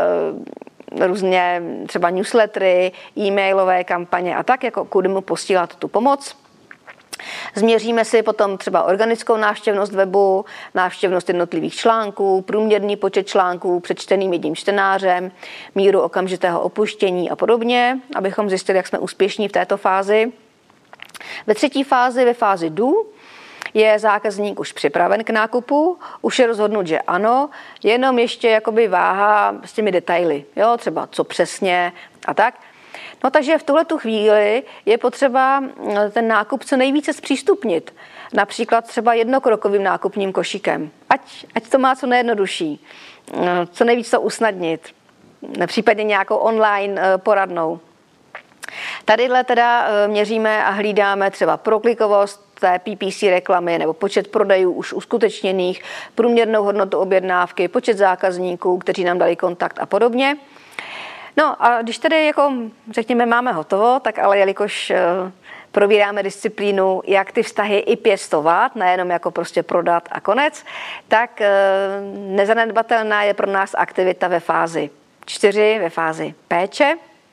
různě třeba newslettery, e-mailové kampaně a tak, jako kudy mu posílat tu pomoc. Změříme si potom třeba organickou návštěvnost webu, návštěvnost jednotlivých článků, průměrný počet článků přečteným jedním čtenářem, míru okamžitého opuštění a podobně, abychom zjistili, jak jsme úspěšní v této fázi. Ve třetí fázi, ve fázi do, je zákazník už připraven k nákupu, už je rozhodnut, že ano, jenom ještě jakoby váha s těmi detaily, jo, třeba co přesně a tak. No takže v tuhletu chvíli je potřeba ten nákup co nejvíce zpřístupnit. Například třeba jednokrokovým nákupním košíkem. Ať, ať to má co nejjednodušší, co nejvíc to usnadnit. Případně nějakou online poradnou. Tadyhle teda měříme a hlídáme třeba proklikovost té P P C reklamy nebo počet prodejů už uskutečněných, průměrnou hodnotu objednávky, počet zákazníků, kteří nám dali kontakt a podobně. No a když tedy jako řekněme máme hotovo, tak ale jelikož probíráme disciplínu, jak ty vztahy i pěstovat, nejenom jako prostě prodat a konec, tak nezanedbatelná je pro nás aktivita ve fázi čtyři, ve fázi péče.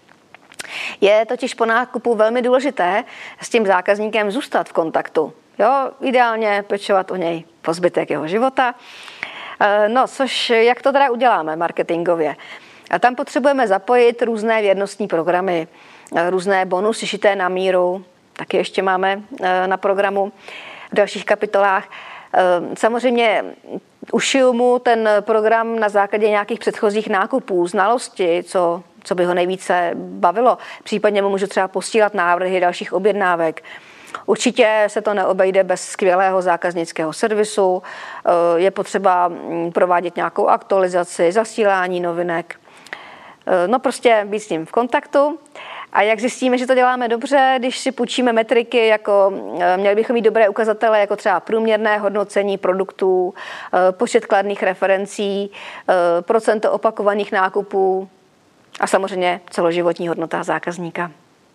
Je totiž po nákupu velmi důležité s tím zákazníkem zůstat v kontaktu. Jo, ideálně pečovat o něj po zbytek jeho života. No, což jak to teda uděláme marketingově? A tam potřebujeme zapojit různé věrnostní programy, různé bonusy šité na míru, taky ještě máme na programu v dalších kapitolách. Samozřejmě ušiju mu ten program na základě nějakých předchozích nákupů, znalosti, co, co by ho nejvíce bavilo. Případně mu můžu třeba posílat návrhy dalších objednávek. Určitě se to neobejde bez skvělého zákaznického servisu. Je potřeba provádět nějakou aktualizaci, zasílání novinek. No prostě být s ním v kontaktu. A jak zjistíme, že to děláme dobře, když si půjčíme metriky, jako měli bychom mít dobré ukazatele, jako třeba průměrné hodnocení produktů, počet kladných referencí, procento opakovaných nákupů, A samozřejmě celoživotní hodnota zákazníka.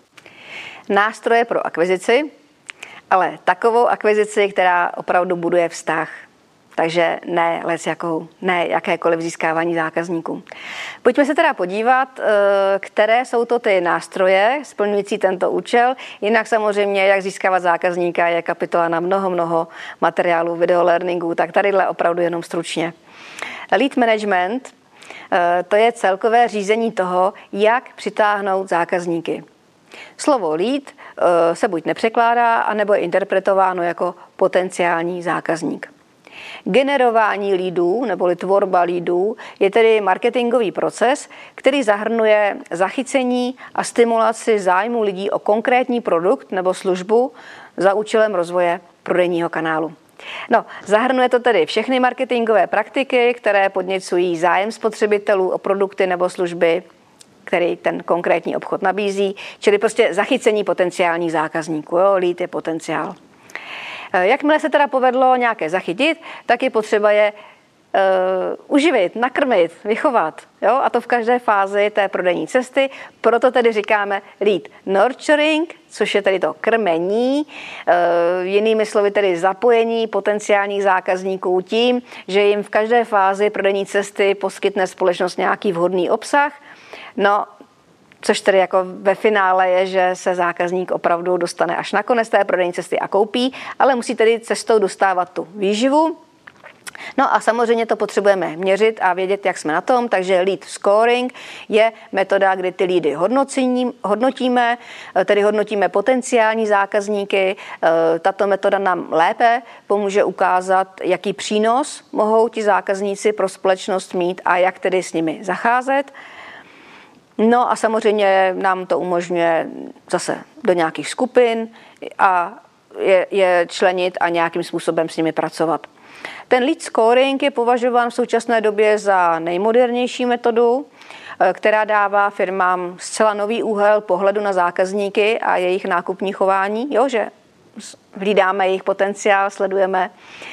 Nástroje pro akvizici, ale takovou akvizici, která opravdu buduje vztah. Takže ne lec jakou, ne jakékoliv získávání zákazníků. Pojďme se teda podívat, které jsou to ty nástroje splňující tento účel. Jinak samozřejmě, jak získávat zákazníka, je kapitola na mnoho, mnoho materiálů, videolearningů, tak tadyhle opravdu jenom stručně. Lead management, to je celkové řízení toho, jak přitáhnout zákazníky. Slovo lead se buď nepřekládá, anebo je interpretováno jako potenciální zákazník. Generování leadů, neboli tvorba leadů, je tedy marketingový proces, který zahrnuje zachycení a stimulaci zájmu lidí o konkrétní produkt nebo službu za účelem rozvoje prodejního kanálu. No, zahrnuje to tedy všechny marketingové praktiky, které podněcují zájem spotřebitelů o produkty nebo služby, který ten konkrétní obchod nabízí, čili prostě zachycení potenciálních zákazníků. Jo? Lead je potenciál. Jakmile se teda povedlo nějaké zachytit, tak je potřeba je uh, uživit, nakrmit, vychovat. Jo? A to v každé fázi té prodejní cesty. Proto tedy říkáme lead nurturing, což je tedy to krmení, uh, jinými slovy tedy zapojení potenciálních zákazníků tím, že jim v každé fázi prodejní cesty poskytne společnost nějaký vhodný obsah. No, což tedy jako ve finále je, že se zákazník opravdu dostane až na konec té prodejní cesty a koupí, ale musí tedy cestou dostávat tu výživu. No a samozřejmě to potřebujeme měřit a vědět, jak jsme na tom, takže lead scoring je metoda, kdy ty leady hodnotíme, tedy hodnotíme potenciální zákazníky. Tato metoda nám lépe pomůže ukázat, jaký přínos mohou ti zákazníci pro společnost mít a jak tedy s nimi zacházet. No a samozřejmě nám to umožňuje zase do nějakých skupin a je, je členit a nějakým způsobem s nimi pracovat. Ten lead scoring je považován v současné době za nejmodernější metodu, která dává firmám zcela nový úhel pohledu na zákazníky a jejich nákupní chování, jo, že hlídáme jejich potenciál, sledujeme.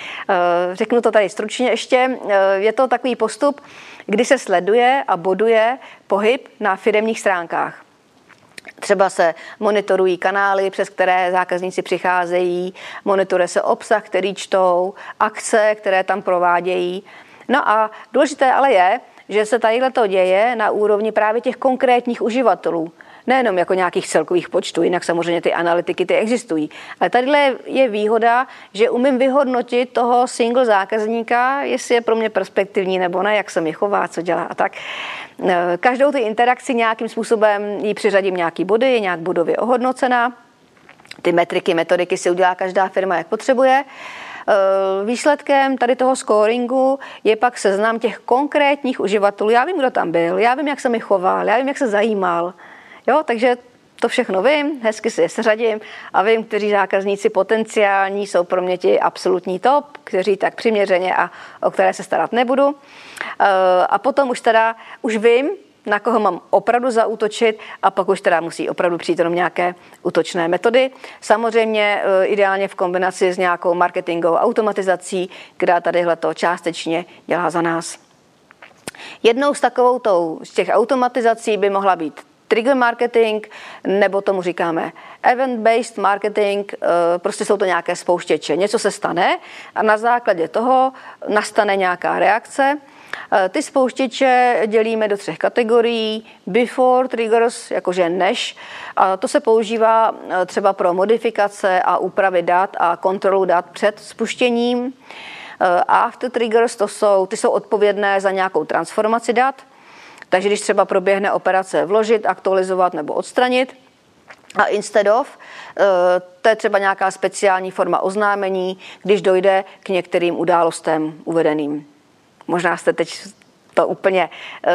Řeknu to tady stručně ještě. Je to takový postup, kdy se sleduje a boduje pohyb na firemních stránkách. Třeba se monitorují kanály, přes které zákazníci přicházejí, monitoruje se obsah, který čtou, akce, které tam provádějí. No a důležité ale je, že se tadyhle to děje na úrovni právě těch konkrétních uživatelů. Nejenom jako nějakých celkových počtů, jinak samozřejmě ty analytiky ty existují. Ale tadyhle je výhoda, že umím vyhodnotit toho single zákazníka, jestli je pro mě perspektivní nebo ne, jak se mi chová, co dělá a tak. Každou ty interakci nějakým způsobem jí přiřadím nějaký body, je nějak bodově ohodnocená. Ty metriky, metodiky si udělá každá firma, jak potřebuje. Výsledkem tady toho scoringu je pak seznam těch konkrétních uživatelů. Já vím, kdo tam byl, já vím, jak se mi choval, já vím, jak se zajímal. Jo, takže to všechno vím, hezky si je seřadím a vím, kteří zákazníci potenciální jsou pro mě ti absolutní top, kteří tak přiměřeně a o které se starat nebudu. A potom už teda už vím, na koho mám opravdu zaútočit a pak už teda musí opravdu přijít jenom nějaké útočné metody. Samozřejmě ideálně v kombinaci s nějakou marketingovou automatizací, která tadyhle to částečně dělá za nás. Jednou z takovou tou, z těch automatizací by mohla být trigger marketing, nebo tomu říkáme event-based marketing, prostě jsou to nějaké spouštěče. Něco se stane a na základě toho nastane nějaká reakce. Ty spouštěče dělíme do třech kategorií. Before triggers, jakože než. A to se používá třeba pro modifikace a úpravy dat a kontrolu dat před spuštěním. After triggers, to jsou, ty jsou odpovědné za nějakou transformaci dat. Takže když třeba proběhne operace vložit, aktualizovat nebo odstranit, a instead of, to je třeba nějaká speciální forma oznámení, když dojde k některým událostem uvedeným. Možná jste teď to úplně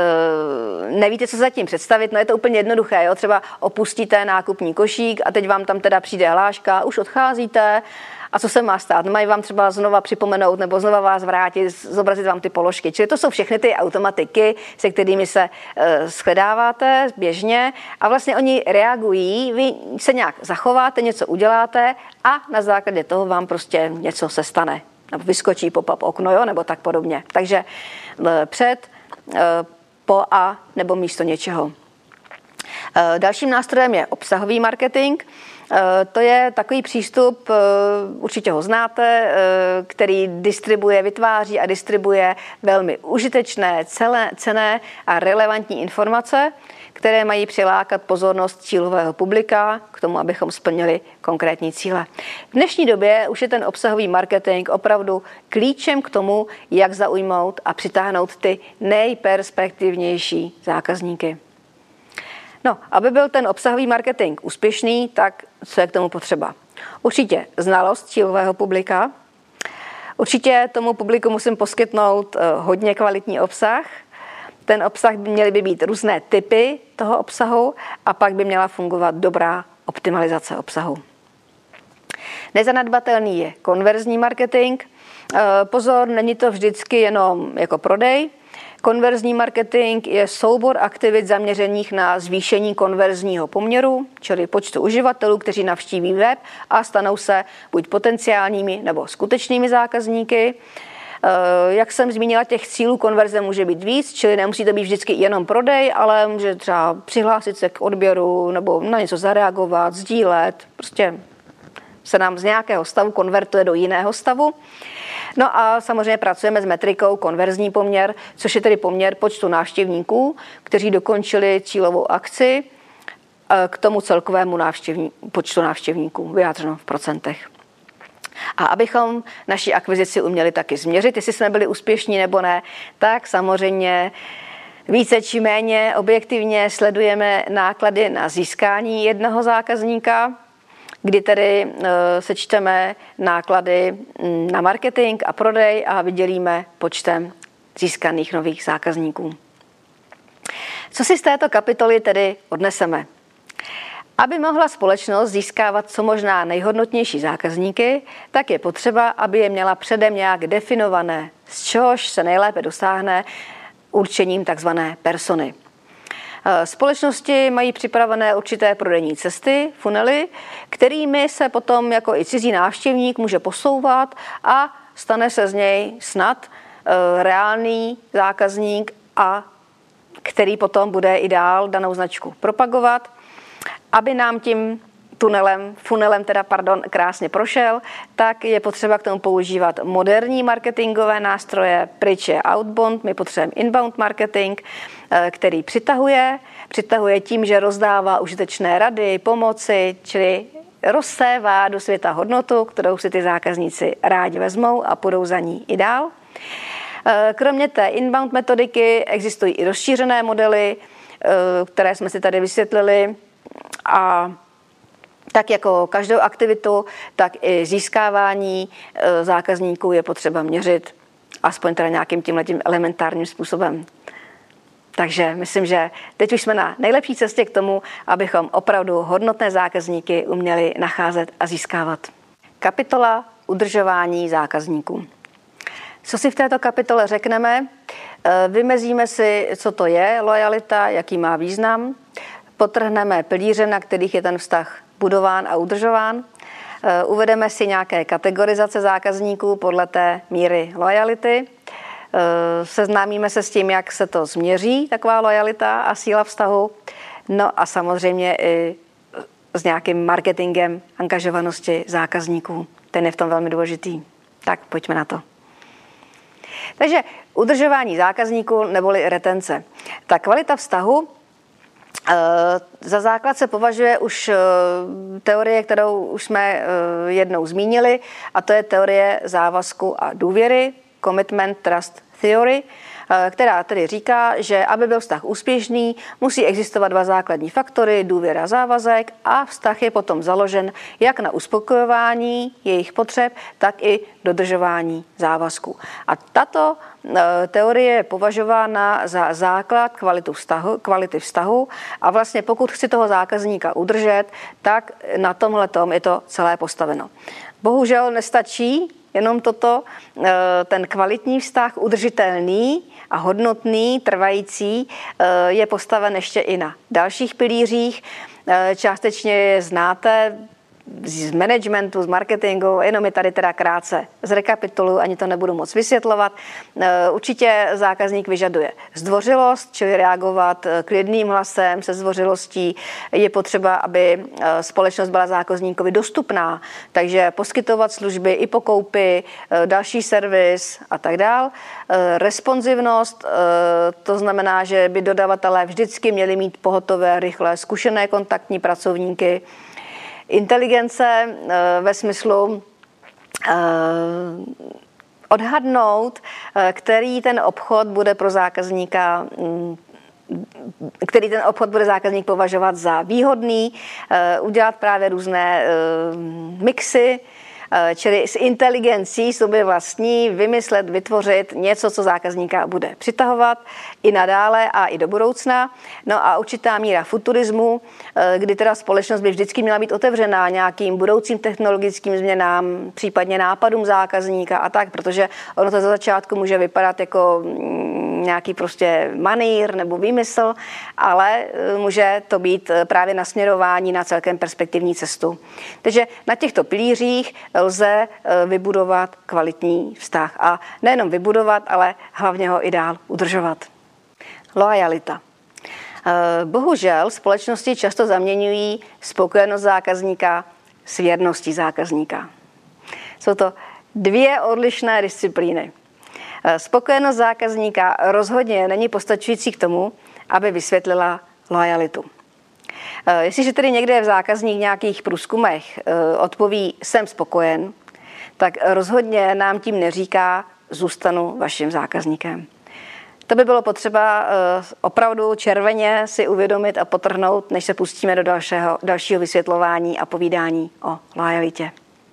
nevíte, co se zatím představit, no je to úplně jednoduché, jo? Třeba opustíte nákupní košík a teď vám tam teda přijde hláška, už odcházíte a co se má stát? Mají vám třeba znova připomenout nebo znova vás vrátit, zobrazit vám ty položky. Čili to jsou všechny ty automatiky, se kterými se shledáváte běžně a vlastně oni reagují, vy se nějak zachováte, něco uděláte a na základě toho vám prostě něco se stane. Nebo vyskočí pop-up okno, jo, nebo tak podobně. Takže před, po a nebo místo něčeho. Dalším nástrojem je obsahový marketing. To je takový přístup, určitě ho znáte, který distribuje, vytváří a distribuje velmi užitečné, celé, cenné a relevantní informace, které mají přilákat pozornost cílového publika k tomu, abychom splnili konkrétní cíle. V dnešní době už je ten obsahový marketing opravdu klíčem k tomu, jak zaujmout a přitáhnout ty nejperspektivnější zákazníky. No, aby byl ten obsahový marketing úspěšný, tak co je k tomu potřeba? Určitě znalost cílového publika. Určitě tomu publiku musím poskytnout hodně kvalitní obsah. Ten obsah by měly by být různé typy toho obsahu a pak by měla fungovat dobrá optimalizace obsahu. Nezanedbatelný je konverzní marketing. Pozor, není to vždycky jenom jako prodej. Konverzní marketing je soubor aktivit zaměřených na zvýšení konverzního poměru, čili počtu uživatelů, kteří navštíví web a stanou se buď potenciálními nebo skutečnými zákazníky. Jak jsem zmínila, těch cílů konverze může být víc, čili nemusí to být vždycky jenom prodej, ale může třeba přihlásit se k odběru nebo na něco zareagovat, sdílet, prostě se nám z nějakého stavu konvertuje do jiného stavu. No a samozřejmě pracujeme s metrikou konverzní poměr, což je tedy poměr počtu návštěvníků, kteří dokončili cílovou akci k tomu celkovému návštěvní, počtu návštěvníků, vyjádřeno v procentech. A abychom naši akvizici uměli taky změřit, jestli jsme byli úspěšní nebo ne, tak samozřejmě více či méně objektivně sledujeme náklady na získání jednoho zákazníka, kdy tedy sečteme náklady na marketing a prodej a vydělíme počtem získaných nových zákazníků. Co si z této kapitoly tedy odneseme? Aby mohla společnost získávat co možná nejhodnotnější zákazníky, tak je potřeba, aby je měla předem nějak definované, z čehož se nejlépe dosáhne určením takzvané persony. Společnosti mají připravené určité prodejní cesty, funely, kterými se potom jako i cizí návštěvník může posouvat a stane se z něj snad reálný zákazník, a který potom bude i dál danou značku propagovat. Aby nám tím tunelem, funelem teda, pardon, krásně prošel, tak je potřeba k tomu používat moderní marketingové nástroje, pryč je outbound, my potřebujeme inbound marketing, který přitahuje, přitahuje tím, že rozdává užitečné rady, pomoci, čili rozsévá do světa hodnotu, kterou si ty zákazníci rádi vezmou a půjdou za ní i dál. Kromě té inbound metodiky existují i rozšířené modely, které jsme si tady vysvětlili, a tak jako každou aktivitu, tak i získávání zákazníků je potřeba měřit aspoň teda nějakým tímhletím elementárním způsobem. Takže myslím, že teď už jsme na nejlepší cestě k tomu, abychom opravdu hodnotné zákazníky uměli nacházet a získávat. Kapitola udržování zákazníků. Co si v této kapitole řekneme? Vymezíme si, co to je loajalita, jaký má význam. Podtrhneme pilíře, na kterých je ten vztah budován a udržován. Uvedeme si nějaké kategorizace zákazníků podle té míry loajality. Seznámíme se s tím, jak se to změří, taková loajalita a síla vztahu. No a samozřejmě i s nějakým marketingem angažovanosti zákazníků. Ten je v tom velmi důležitý. Tak pojďme na to. Takže udržování zákazníků neboli retence. Ta kvalita vztahu za základ se považuje už teorie, kterou už jsme jednou zmínili, a to je teorie závazku a důvěry, Commitment Trust Theory, která tedy říká, že aby byl vztah úspěšný, musí existovat dva základní faktory, důvěra a závazek, a vztah je potom založen jak na uspokojování jejich potřeb, tak i dodržování závazků. A tato teorie je považována za základ kvalitu vztahu, kvality vztahu a vlastně pokud chci toho zákazníka udržet, tak na tomhletom je to celé postaveno. Bohužel nestačí jenom toto, ten kvalitní vztah, udržitelný a hodnotný, trvající, je postaven ještě i na dalších pilířích. Částečně je znáte, z managementu, z marketingu, jenom je tady teda krátce zrekapituluju, ani to nebudu moc vysvětlovat. Určitě zákazník vyžaduje zdvořilost, čili reagovat klidným hlasem, se zdvořilostí. Je potřeba, aby společnost byla zákazníkovi dostupná, takže poskytovat služby i po koupi, další servis a tak dál. Responsivnost, to znamená, že by dodavatelé vždycky měli mít pohotové, rychlé, zkušené kontaktní pracovníky. Inteligence ve smyslu odhadnout, který ten obchod bude pro zákazníka, který ten obchod bude zákazník považovat za výhodný, udělat právě různé mixy, čili s inteligencí sobě vlastní vymyslet, vytvořit něco, co zákazníka bude přitahovat i nadále a i do budoucna. No a určitá míra futurismu, kdy teda společnost by vždycky měla být otevřená nějakým budoucím technologickým změnám, případně nápadům zákazníka a tak, protože ono to za začátku může vypadat jako nějaký prostě manýr nebo výmysl, ale může to být právě nasměrování na celkem perspektivní cestu. Takže na těchto pilířích lze vybudovat kvalitní vztah. A nejenom vybudovat, ale hlavně ho i dál udržovat. Loajalita. Bohužel společnosti často zaměňují spokojenost zákazníka s věrností zákazníka. Jsou to dvě odlišné disciplíny. Spokojenost zákazníka rozhodně není postačující k tomu, aby vysvětlila loajalitu. Jestliže tedy někde v zákazník nějakých průzkumech odpoví jsem spokojen, tak rozhodně nám tím neříká zůstanu vaším zákazníkem. To by bylo potřeba opravdu červeně si uvědomit a podtrhnout, než se pustíme do dalšího, dalšího vysvětlování a povídání o loajalitě.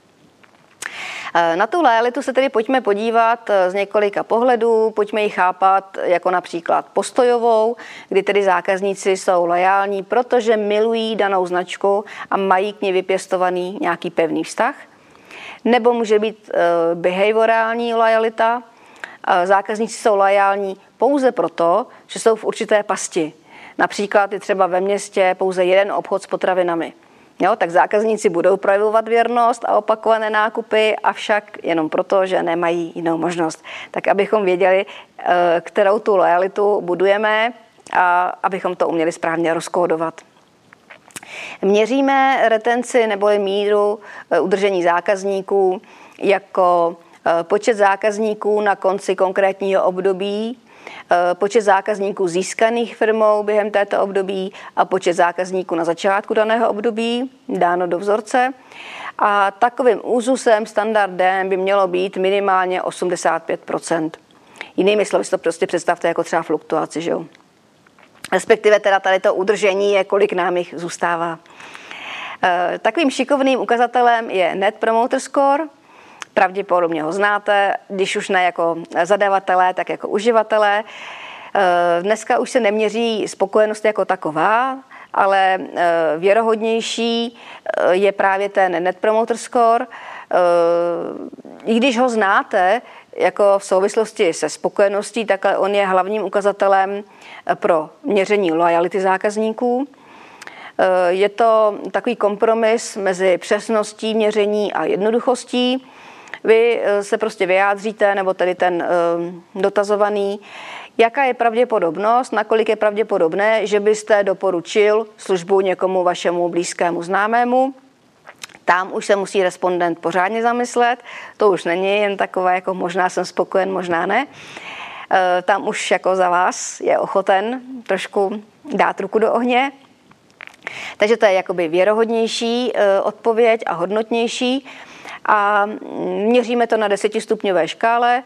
Na tu loajalitu se tedy pojďme podívat z několika pohledů, pojďme ji chápat jako například postojovou, kdy tedy zákazníci jsou loajální, protože milují danou značku a mají k ní vypěstovaný nějaký pevný vztah. Nebo může být behaviorální loajalita. Zákazníci jsou loajální pouze proto, že jsou v určité pasti. Například je třeba ve městě pouze jeden obchod s potravinami. Jo, tak zákazníci budou projevovat věrnost a opakované nákupy, avšak jenom proto, že nemají jinou možnost. Tak abychom věděli, kterou tu lojalitu budujeme a abychom to uměli správně rozkódovat. Měříme retenci neboli míru udržení zákazníků jako počet zákazníků na konci konkrétního období, počet zákazníků získaných firmou během této období a počet zákazníků na začátku daného období, dáno do vzorce. A takovým úzusem, standardem by mělo být minimálně osmdesát pět procent. Jinými slovy si to prostě představte jako třeba fluktuaci, že jo? Respektive teda tady to udržení je, kolik nám jich zůstává. Takovým šikovným ukazatelem je Net Promoter Score. Pravděpodobně ho znáte, když už ne jako zadavatelé, tak jako uživatelé. Dneska už se neměří spokojenost jako taková, ale věrohodnější je právě ten Net Promoter Score. I když ho znáte jako v souvislosti se spokojeností, tak on je hlavním ukazatelem pro měření loajality zákazníků. Je to takový kompromis mezi přesností měření a jednoduchostí. Vy se prostě vyjádříte, nebo tedy ten dotazovaný, jaká je pravděpodobnost, nakolik je pravděpodobné, že byste doporučil službu někomu vašemu blízkému známému. Tam už se musí respondent pořádně zamyslet, to už není jen takové, jako možná jsem spokojen, možná ne. Tam už jako za vás je ochoten trošku dát ruku do ohně. Takže to je jakoby věrohodnější odpověď a hodnotnější. A měříme to na desetistupňové škále.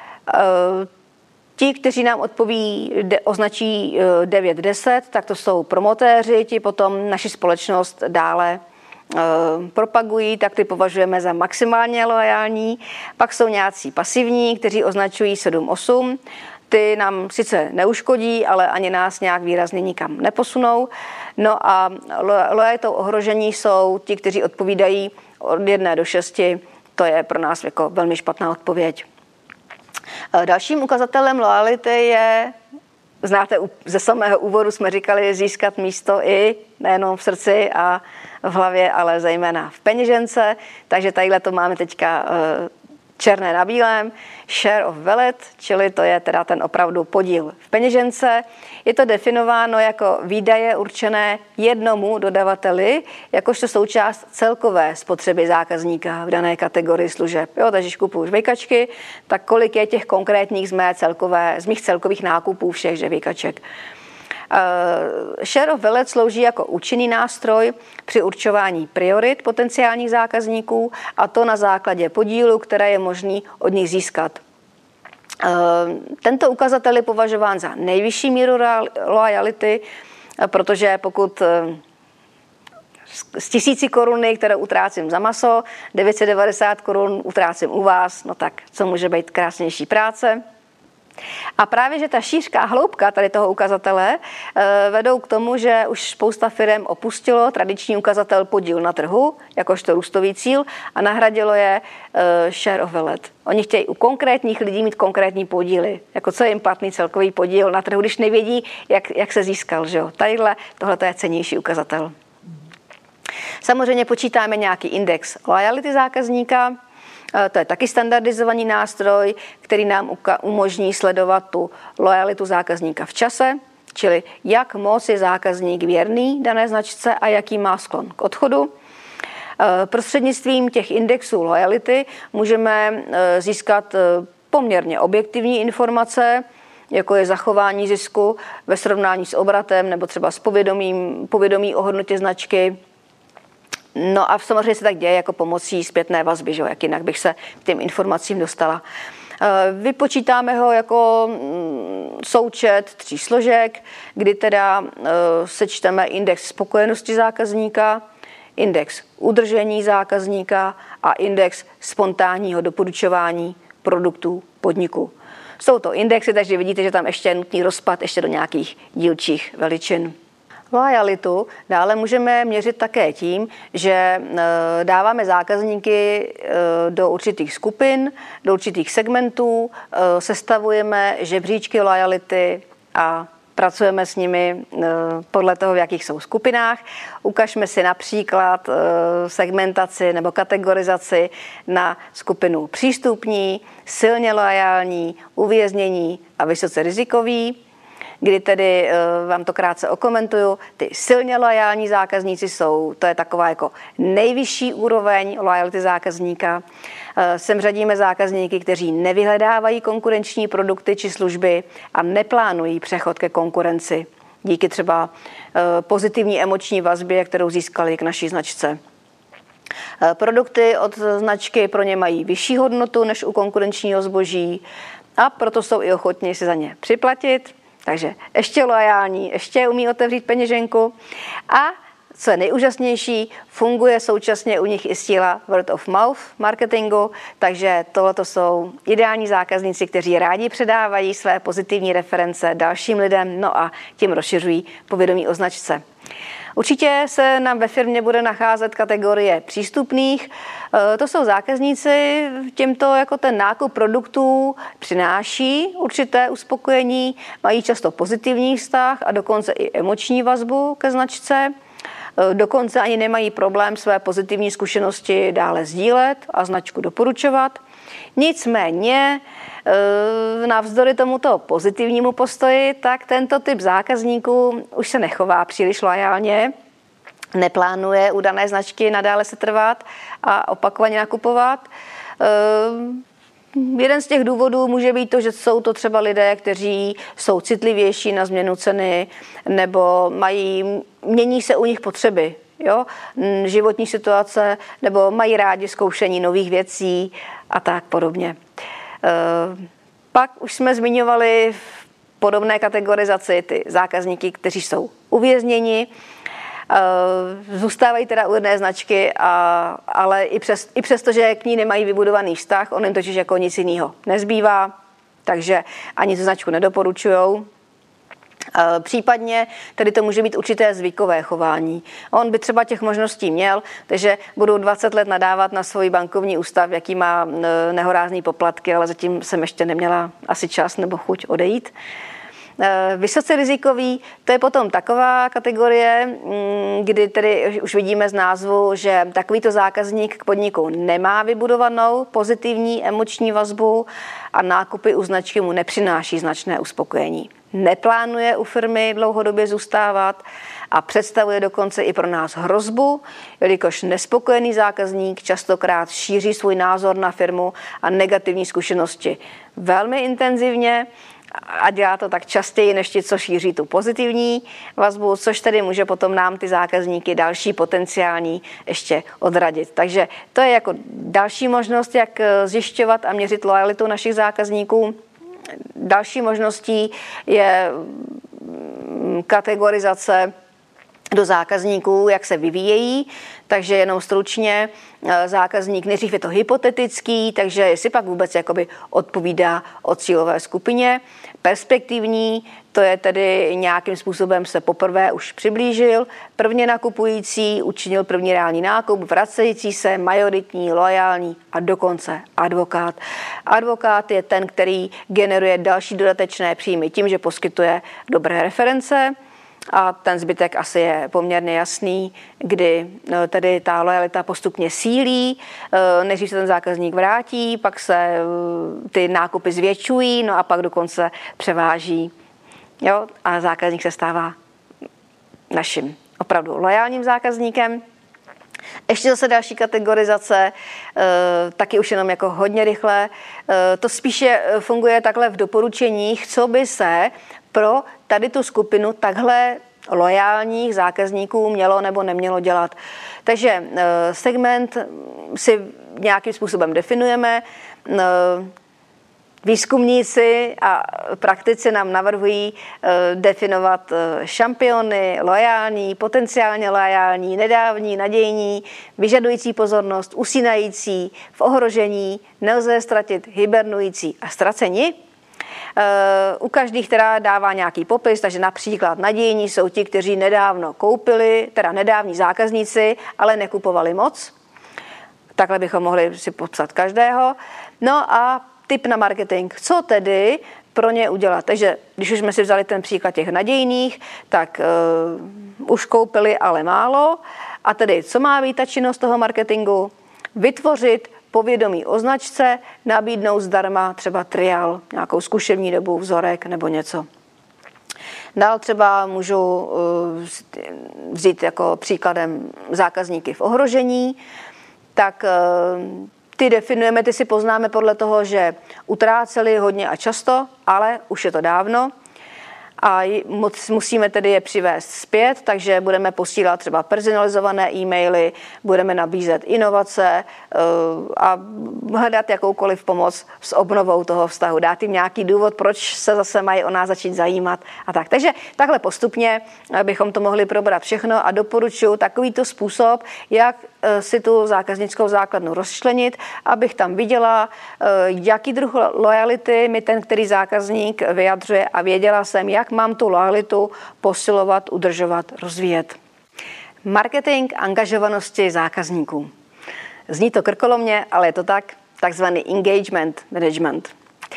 Ti, kteří nám odpoví, označí devět deset, tak to jsou promotéři, ti potom naši společnost dále propagují, tak ty považujeme za maximálně loajální. Pak jsou nějací pasivní, kteří označují sedm osm. Ty nám sice neuškodí, ale ani nás nějak výrazně nikam neposunou. No a lojalitou ohrožení jsou ti, kteří odpovídají od jedné do šesti. To je pro nás jako velmi špatná odpověď. Dalším ukazatelem loajality je znáte, ze samého úvodu jsme říkali získat místo i nejenom v srdci a v hlavě, ale zejména v peněžence. Takže tadyhle to máme teďka černé na bílém. Share of wallet, čili to je teda ten opravdu podíl v peněžence. Je to definováno jako výdaje určené jednomu dodavateli, jakožto součást celkové spotřeby zákazníka v dané kategorii služeb. Jo, takže když kupuju žvejkačky, tak kolik je těch konkrétních z, mé celkové, z mých celkových nákupů všech žvejkaček. Uh, Share of wallet slouží jako účinný nástroj při určování priorit potenciálních zákazníků, a to na základě podílu, které je možný od nich získat. Uh, tento ukazatel je považován za nejvyšší míru loajality, protože pokud z tisíci koruny, které utrácím za maso, devět set devadesát korun utrácím u vás, no tak co může být krásnější práce. A právě, že ta šířka a hloubka tady toho ukazatele vedou k tomu, že už spousta firem opustilo tradiční ukazatel podíl na trhu, jakožto růstový cíl, a nahradilo je share of wallet. Oni chtějí u konkrétních lidí mít konkrétní podíly, jako co je jim platný celkový podíl na trhu, když nevědí, jak, jak se získal. Že jo? Tadyhle tohle je cennější ukazatel. Samozřejmě počítáme nějaký index loajality zákazníka. To je taky standardizovaný nástroj, který nám umožní sledovat tu lojalitu zákazníka v čase, čili jak moc je zákazník věrný dané značce a jaký má sklon k odchodu. Prostřednictvím těch indexů lojality můžeme získat poměrně objektivní informace, jako je zachování zisku ve srovnání s obratem nebo třeba s povědomím, povědomí o hodnotě značky. No a samozřejmě se tak děje jako pomocí zpětné vazby, že? Jak jinak bych se k těm informacím dostala. Vypočítáme ho jako součet tří složek, kdy teda sečteme index spokojenosti zákazníka, index udržení zákazníka a index spontánního doporučování produktů podniku. Jsou to indexy, takže vidíte, že tam ještě je nutný rozpad ještě do nějakých dílčích veličin. Loajalitu dále můžeme měřit také tím, že dáváme zákazníky do určitých skupin, do určitých segmentů, sestavujeme žebříčky loajality a pracujeme s nimi podle toho, v jakých jsou skupinách. Ukažme si například segmentaci nebo kategorizaci na skupinu přístupní, silně loajální, uvěznění a vysoce rizikový, kdy tedy vám to krátce okomentuju. Ty silně loajální zákazníci jsou, to je taková jako nejvyšší úroveň loajality zákazníka. Sem řadíme zákazníky, kteří nevyhledávají konkurenční produkty či služby a neplánují přechod ke konkurenci díky třeba pozitivní emoční vazbě, kterou získali k naší značce. Produkty od značky pro ně mají vyšší hodnotu než u konkurenčního zboží a proto jsou i ochotní si za ně připlatit. Takže ještě loajální, ještě umí otevřít peněženku a co je nejúžasnější, funguje současně u nich i síla word of mouth marketingu, takže tohleto jsou ideální zákazníci, kteří rádi předávají své pozitivní reference dalším lidem, no a tím rozšiřují povědomí o značce. Určitě se nám ve firmě bude nacházet kategorie přístupných. To jsou zákazníci, těmto jako ten nákup produktů přináší určité uspokojení, mají často pozitivní vztah a dokonce i emoční vazbu ke značce. Dokonce ani nemají problém své pozitivní zkušenosti dále sdílet a značku doporučovat. Nicméně navzdory tomuto pozitivnímu postoji, tak tento typ zákazníků už se nechová příliš loajálně, neplánuje u dané značky nadále se trvat a opakovaně nakupovat. Jeden z těch důvodů může být to, že jsou to třeba lidé, kteří jsou citlivější na změnu ceny nebo mají, mění se u nich potřeby, jo? Životní situace, nebo mají rádi zkoušení nových věcí a tak podobně. Pak už jsme zmiňovali v podobné kategorizaci ty zákazníky, kteří jsou uvězněni, zůstávají teda u jedné značky, a, ale i, přes, i přesto, že k ní nemají vybudovaný vztah, on jim totiž jako nic jiného nezbývá, takže ani tu značku nedoporučujou. Případně tedy to může být určité zvykové chování. On by třeba těch možností měl, takže budu dvacet let nadávat na svůj bankovní ústav, jaký má nehorázný poplatky, ale zatím jsem ještě neměla asi čas nebo chuť odejít. Vysoce rizikový, to je potom taková kategorie, kdy tedy už vidíme z názvu, že takovýto zákazník k podniku nemá vybudovanou pozitivní emoční vazbu a nákupy u značky mu nepřináší značné uspokojení. Neplánuje u firmy dlouhodobě zůstávat a představuje dokonce i pro nás hrozbu, jelikož nespokojený zákazník častokrát šíří svůj názor na firmu a negativní zkušenosti velmi intenzivně a dělá to tak častěji než ti, co šíří tu pozitivní vazbu, což tedy může potom nám ty zákazníky další potenciální ještě odradit. Takže to je jako další možnost, jak zjišťovat a měřit lojalitu našich zákazníků. Další možností je kategorizace do zákazníků, jak se vyvíjejí, takže jenom stručně zákazník nejdřív je to hypotetický, takže jestli pak vůbec jakoby odpovídá o cílové skupině. Perspektivní, to je tedy nějakým způsobem se poprvé už přiblížil, prvně nakupující učinil první reálný nákup, vracející se, majoritní, loajální a dokonce advokát. Advokát je ten, který generuje další dodatečné příjmy tím, že poskytuje dobré reference, a ten zbytek asi je poměrně jasný, kdy tedy ta lojalita postupně sílí, než se ten zákazník vrátí, pak se ty nákupy zvětšují, no a pak dokonce převáží. Jo? A zákazník se stává naším opravdu lojálním zákazníkem. Ještě zase další kategorizace, taky už jenom jako hodně rychle. To spíše funguje takhle v doporučeních, co by se pro tady tu skupinu takhle lojálních zákazníků mělo nebo nemělo dělat. Takže segment si nějakým způsobem definujeme. Výzkumníci a praktici nám navrhují definovat šampiony, lojální, potenciálně lojální, nedávní, nadějní, vyžadující pozornost, usínající, v ohrožení, nelze ztratit, hibernující a ztraceni. U každých teda dává nějaký popis, takže například nadějní jsou ti, kteří nedávno koupili, teda nedávní zákazníci, ale nekupovali moc. Takhle bychom mohli si popsat každého. No a tip na marketing. Co tedy pro ně udělat? Takže když už jsme si vzali ten příklad těch nadějných, tak uh, už koupili, ale málo. A tedy, co má být ta činnost toho marketingu? Vytvořit povědomí o značce, nabídnout zdarma třeba trial, nějakou zkušební dobu, vzorek nebo něco. Dál třeba můžu vzít jako příkladem zákazníky v ohrožení, tak ty definujeme, ty si poznáme podle toho, že utráceli hodně a často, ale už je to dávno. A musíme tedy je přivést zpět, takže budeme posílat třeba personalizované e-maily, budeme nabízet inovace a hledat jakoukoliv pomoc s obnovou toho vztahu, dát jim nějaký důvod, proč se zase mají o nás začít zajímat a tak. Takže takhle postupně bychom to mohli probrat všechno a doporučuji takovýto způsob, jak si tu zákaznickou základnu rozčlenit, abych tam viděla, jaký druh lojality mi ten, který zákazník vyjadřuje a věděla jsem, jak mám tu lojalitu posilovat, udržovat, rozvíjet. Marketing angažovanosti zákazníků. Zní to krkolomně, ale je to tak, takzvaný engagement management.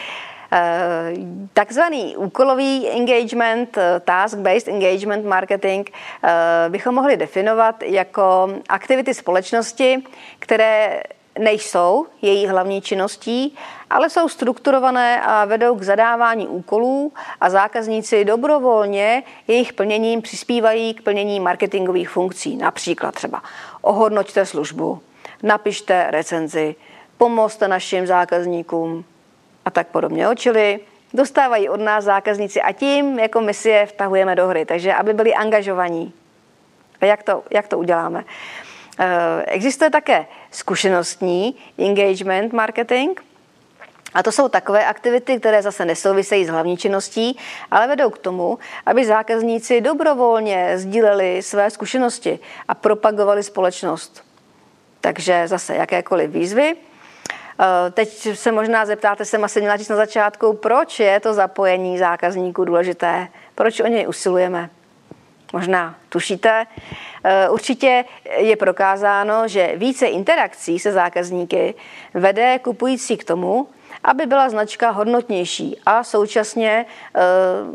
Takzvaný úkolový engagement, task-based engagement marketing bychom mohli definovat jako aktivity společnosti, které nejsou její hlavní činností, ale jsou strukturované a vedou k zadávání úkolů a zákazníci dobrovolně jejich plněním přispívají k plnění marketingových funkcí. Například třeba ohodnoťte službu, napište recenzi, pomozte našim zákazníkům a tak podobně. Čili dostávají od nás zákazníci a tím jako my si je vtahujeme do hry, takže aby byli angažovaní. A jak to, jak to uděláme? Existuje také zkušenostní engagement marketing a to jsou takové aktivity, které zase nesouvisejí s hlavní činností, ale vedou k tomu, aby zákazníci dobrovolně sdíleli své zkušenosti a propagovali společnost. Takže zase jakékoliv výzvy. Teď se možná zeptáte, jsem asi měla říct na začátku, proč je to zapojení zákazníků důležité, proč o něj usilujeme. Možná tušíte. Určitě je prokázáno, že více interakcí se zákazníky vede kupující k tomu, aby byla značka hodnotnější a současně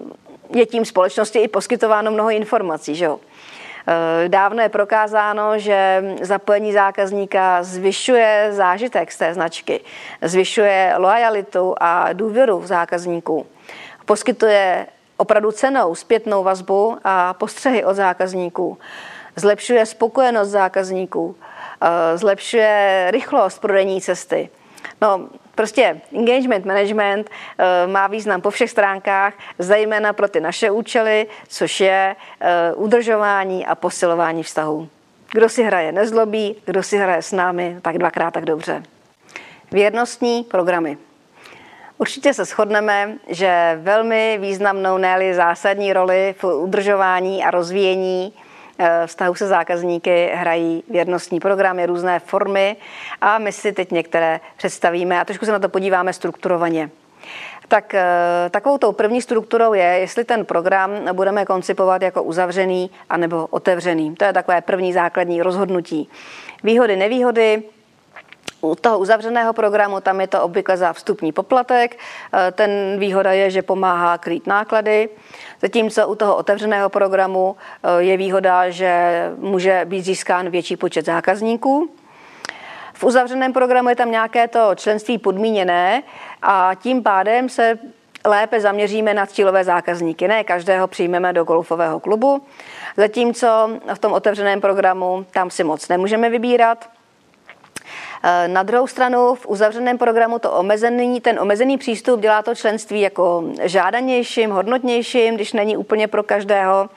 je tím společnosti i poskytováno mnoho informací, že jo. Dávno je prokázáno, že zapojení zákazníka zvyšuje zážitek z té značky, zvyšuje loajalitu a důvěru zákazníků, poskytuje opravdu cennou zpětnou vazbu a postřehy od zákazníků, zlepšuje spokojenost zákazníků, zlepšuje rychlost prodejní cesty. No, prostě engagement management uh, má význam po všech stránkách, zejména pro ty naše účely, což je uh, udržování a posilování vztahů. Kdo si hraje nezlobí, kdo si hraje s námi, tak dvakrát tak dobře. Věrnostní programy. Určitě se shodneme, že velmi významnou, ne-li zásadní roli v udržování a rozvíjení vztahu se zákazníky hrají věrnostní programy, různé formy a my si teď některé představíme a trošku se na to podíváme strukturovaně. Tak takovou tou první strukturou je, jestli ten program budeme koncipovat jako uzavřený anebo otevřený. To je takové první základní rozhodnutí. Výhody, nevýhody. U toho uzavřeného programu tam je to obvykle za vstupní poplatek. Ten výhoda je, že pomáhá krýt náklady. Zatímco u toho otevřeného programu je výhoda, že může být získán větší počet zákazníků. V uzavřeném programu je tam nějaké to členství podmíněné a tím pádem se lépe zaměříme na cílové zákazníky. Ne každého přijmeme do golfového klubu, zatímco v tom otevřeném programu tam si moc nemůžeme vybírat. Na druhou stranu v uzavřeném programu to omezený, ten omezený přístup dělá to členství jako žádanějším, hodnotnějším, když není úplně pro každého.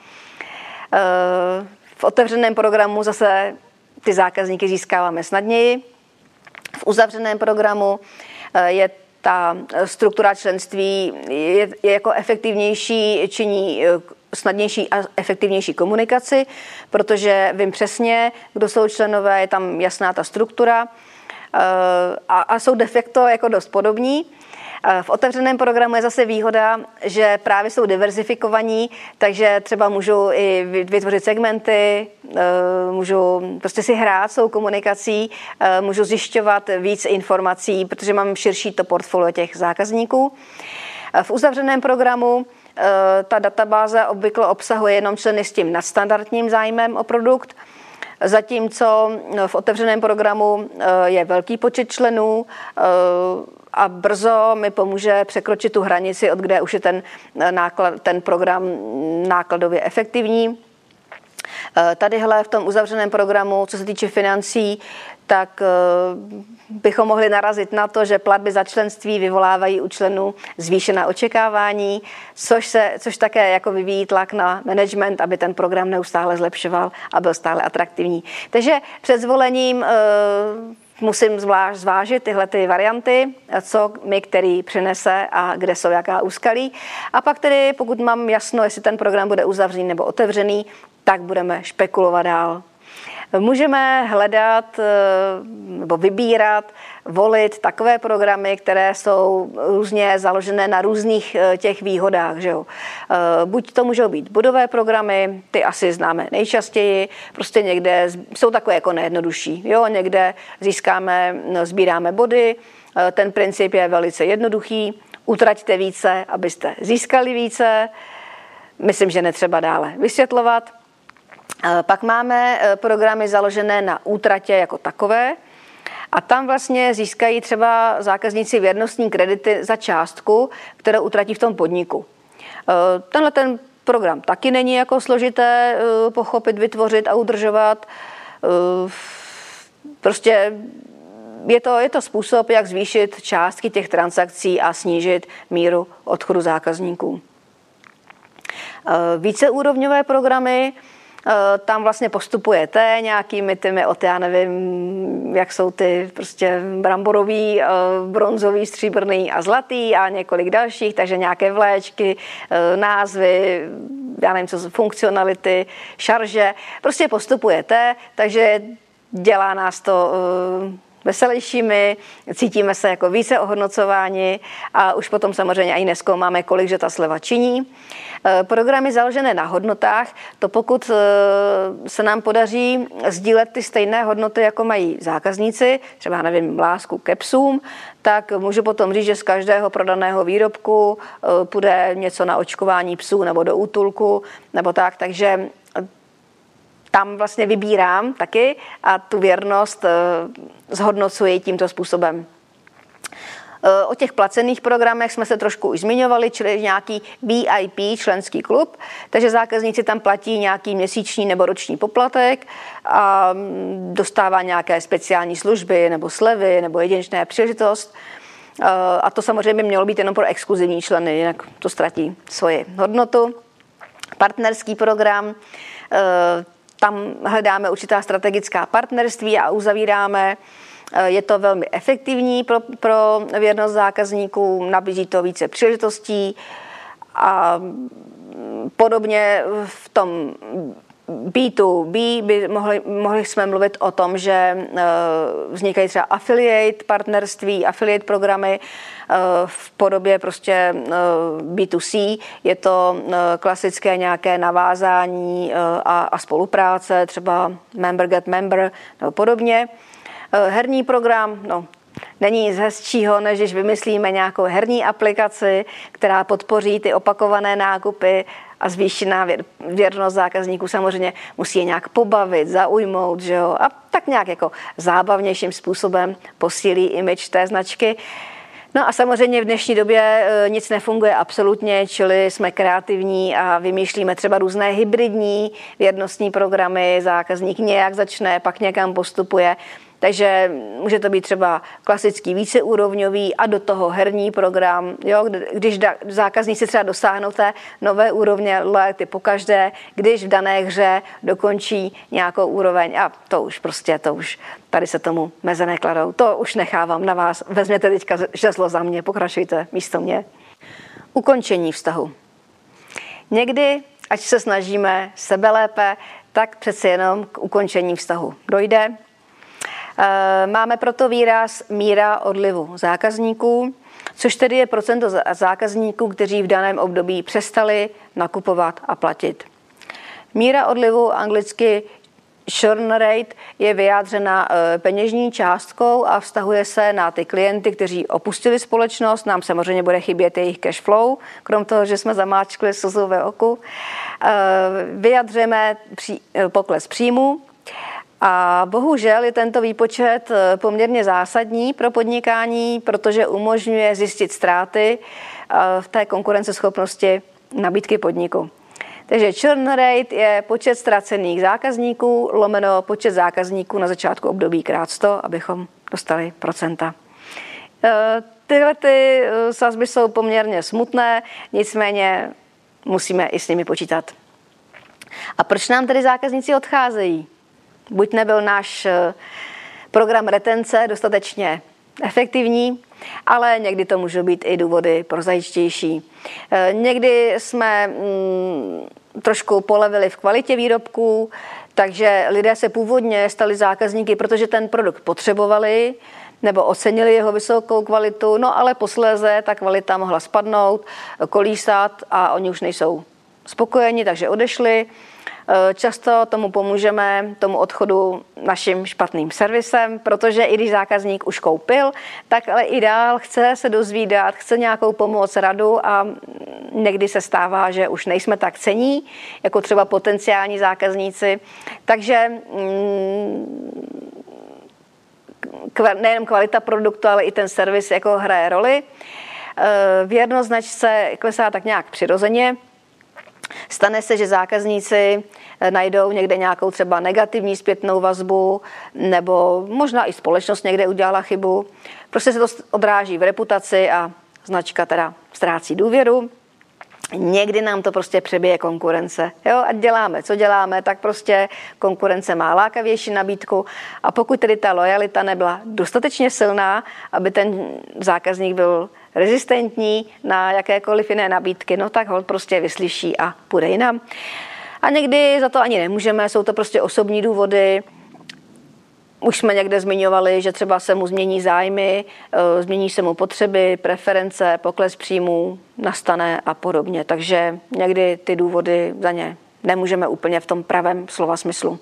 V otevřeném programu zase ty zákazníky získáváme snadněji. V uzavřeném programu je ta struktura členství je, je jako efektivnější, činí snadnější a efektivnější komunikaci, protože vím přesně, kdo jsou členové, je tam jasná ta struktura a, a jsou de facto jako dost podobní. V otevřeném programu je zase výhoda, že právě jsou diverzifikovaní, takže třeba můžu i vytvořit segmenty, můžu prostě si hrát s tou komunikací, můžu zjišťovat víc informací, protože mám širší to portfolio těch zákazníků. V uzavřeném programu ta databáze obvykle obsahuje jenom členy s tím nadstandardním zájmem o produkt, zatímco v otevřeném programu je velký počet členů a brzo mi pomůže překročit tu hranici, od kde už je ten, náklad, ten program nákladově efektivní. Tadyhle v tom uzavřeném programu, co se týče financí, tak bychom mohli narazit na to, že platby za členství vyvolávají u členů zvýšená očekávání, což, se, což také jako vyvíjí tlak na management, aby ten program neustále zlepšoval a byl stále atraktivní. Takže před zvolením musím zvlášť zvážit tyhle ty varianty, co mi který přinese a kde jsou jaká úskalí. A pak tedy, pokud mám jasno, jestli ten program bude uzavřený nebo otevřený, tak budeme špekulovat dál. Můžeme hledat nebo vybírat, volit takové programy, které jsou různě založené na různých těch výhodách. Že jo? Buď to můžou být bodové programy, ty asi známe nejčastěji, prostě někde jsou takové jako nejjednodušší. Jo? Někde získáme, sbíráme body, ten princip je velice jednoduchý, utraťte více, abyste získali více, myslím, že netřeba dále vysvětlovat. Pak máme programy založené na útratě jako takové a tam vlastně získají třeba zákazníci věrnostní kredity za částku, kterou utratí v tom podniku. Tenhle ten program taky není jako složité pochopit, vytvořit a udržovat. Prostě je to, je to způsob, jak zvýšit částky těch transakcí a snížit míru odchodu zákazníků. Víceúrovňové programy, tam vlastně postupujete nějakými těmi, od já nevím, jak jsou ty prostě bramborový, bronzový, stříbrný a zlatý a několik dalších, takže nějaké vléčky, názvy, já nevím, co jsou funkcionality, šarže, prostě postupujete, takže dělá nás to veselějšími, cítíme se jako více ohodnocováni a už potom samozřejmě ani nezkoumáme, kolik že ta sleva činí. Programy založené na hodnotách, to pokud se nám podaří sdílet ty stejné hodnoty, jako mají zákazníci, třeba nevím, lásku ke psům, tak můžu potom říct, že z každého prodaného výrobku půjde něco na očkování psů nebo do útulku nebo tak, takže tam vlastně vybírám taky a tu věrnost zhodnocuji tímto způsobem. O těch placených programech jsme se trošku už zmiňovali, čili nějaký V I P členský klub, takže zákazníci tam platí nějaký měsíční nebo roční poplatek a dostává nějaké speciální služby nebo slevy nebo jedinečné příležitost. A to samozřejmě by mělo být jenom pro exkluzivní členy, jinak to ztratí svoji hodnotu. Partnerský program, tam hledáme určitá strategická partnerství a uzavíráme. Je to velmi efektivní pro, pro věrnost zákazníků, nabízí to více příležitostí a podobně v tom B dva B by mohli, mohli jsme mluvit o tom, že vznikají třeba affiliate partnerství, affiliate programy v podobě prostě B dva C. Je to klasické nějaké navázání a, a spolupráce, třeba member get member nebo podobně. Herní program, no, není nic hezčího, než když vymyslíme nějakou herní aplikaci, která podpoří ty opakované nákupy a zvýšená věrnost zákazníků samozřejmě musí je nějak pobavit, zaujmout, že jo? A tak nějak jako zábavnějším způsobem posílí image té značky. No a samozřejmě v dnešní době nic nefunguje absolutně, čili jsme kreativní a vymýšlíme třeba různé hybridní věrnostní programy, zákazník nějak začne, pak někam postupuje. Takže může to být třeba klasický víceúrovňový a do toho herní program, jo, když zákazníci třeba dosáhnou té nové úrovně loyalty pokaždé, když v dané hře dokončí nějakou úroveň a to už prostě, to už tady se tomu meze nekladou. To už nechávám na vás. Vezměte teďka žezlo za mě, pokračujte místo mě. Ukončení vztahu. Někdy, ať se snažíme sebelépe, tak přece jenom k ukončení vztahu dojde. Máme proto výraz míra odlivu zákazníků, což tedy je procento zákazníků, kteří v daném období přestali nakupovat a platit. Míra odlivu, anglicky churn rate, je vyjádřena peněžní částkou a vztahuje se na ty klienty, kteří opustili společnost. Nám samozřejmě bude chybět jejich cash flow, krom toho, že jsme zamáčkli slzu ve oku. Vyjadřujeme pokles příjmu. A bohužel je tento výpočet poměrně zásadní pro podnikání, protože umožňuje zjistit ztráty v té konkurenceschopnosti nabídky podniku. Takže churn rate je počet ztracených zákazníků lomeno počet zákazníků na začátku období krát sto, abychom dostali procenta. Tyhle ty sazby jsou poměrně smutné, nicméně musíme i s nimi počítat. A proč nám tedy zákazníci odcházejí? Buď nebyl náš program retence dostatečně efektivní, ale někdy to můžou být i důvody prozaičtější. Někdy jsme mm, trošku polevili v kvalitě výrobků, takže lidé se původně stali zákazníky, protože ten produkt potřebovali nebo ocenili jeho vysokou kvalitu, no ale posléze ta kvalita mohla spadnout, kolísat a oni už nejsou spokojeni, takže odešli. Často tomu pomůžeme, tomu odchodu naším špatným servisem, protože i když zákazník už koupil, tak ale i dál chce se dozvídat, chce nějakou pomoc, radu a někdy se stává, že už nejsme tak cení, jako třeba potenciální zákazníci. Takže nejen kvalita produktu, ale i ten servis jako hraje roli. Věrnost značce klesá tak nějak přirozeně. Stane se, že zákazníci najdou někde nějakou třeba negativní zpětnou vazbu nebo možná i společnost někde udělala chybu. Prostě se to odráží v reputaci a značka teda ztrácí důvěru. Někdy nám to prostě přebije konkurence. Jo? A děláme, co děláme, tak prostě konkurence má lákavější nabídku a pokud tedy ta lojalita nebyla dostatečně silná, aby ten zákazník byl rezistentní na jakékoliv jiné nabídky, no tak holt prostě vyslyší a půjde jinam. A někdy za to ani nemůžeme, jsou to prostě osobní důvody. Už jsme někde zmiňovali, že třeba se mu změní zájmy, změní se mu potřeby, preference, pokles příjmů nastane a podobně. Takže někdy ty důvody za ně nemůžeme úplně v tom pravém slova smyslu.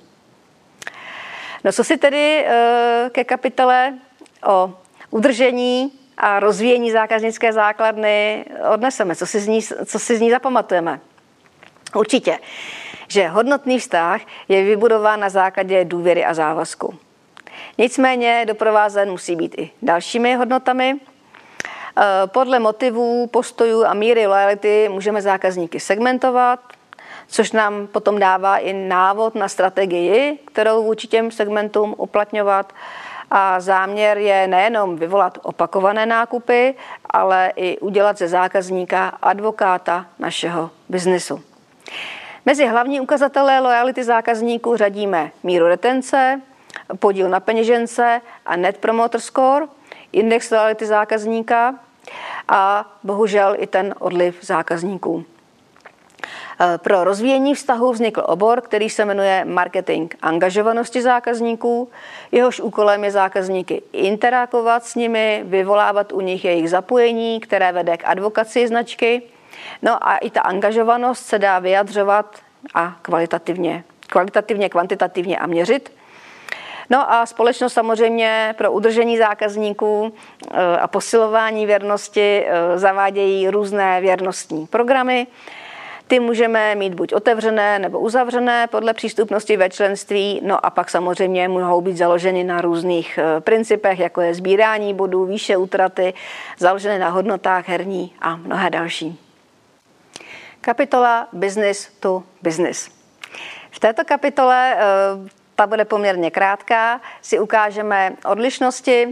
No co si tedy ke kapitole o udržení a rozvíjení zákaznické základny odneseme? Co si z ní, co si z ní zapamatujeme? Určitě, že hodnotný vztah je vybudován na základě důvěry a závazku. Nicméně doprovázen musí být i dalšími hodnotami. Podle motivů, postojů a míry lojality můžeme zákazníky segmentovat, což nám potom dává i návod na strategii, kterou vůči těm segmentům uplatňovat. A záměr je nejenom vyvolat opakované nákupy, ale i udělat ze zákazníka advokáta našeho biznesu. Mezi hlavní ukazatele lojality zákazníků řadíme míru retence, podíl na peněžence a Net Promoter Score, index lojality zákazníka a bohužel i ten odliv zákazníků. Pro rozvíjení vztahu vznikl obor, který se jmenuje marketing angažovanosti zákazníků. Jehož úkolem je zákazníky interagovat s nimi, vyvolávat u nich jejich zapojení, které vede k advokaci značky. No a i ta angažovanost se dá vyjadřovat a kvalitativně, kvalitativně, kvantitativně a měřit. No a společnost samozřejmě pro udržení zákazníků a posilování věrnosti zavádějí různé věrnostní programy. Ty můžeme mít buď otevřené nebo uzavřené podle přístupnosti ve členství, no a pak samozřejmě mohou být založeny na různých principech, jako je sbírání bodů, výše útraty, založené na hodnotách herní a mnohé další. Kapitola Business to Business. V této kapitole, ta bude poměrně krátká, si ukážeme odlišnosti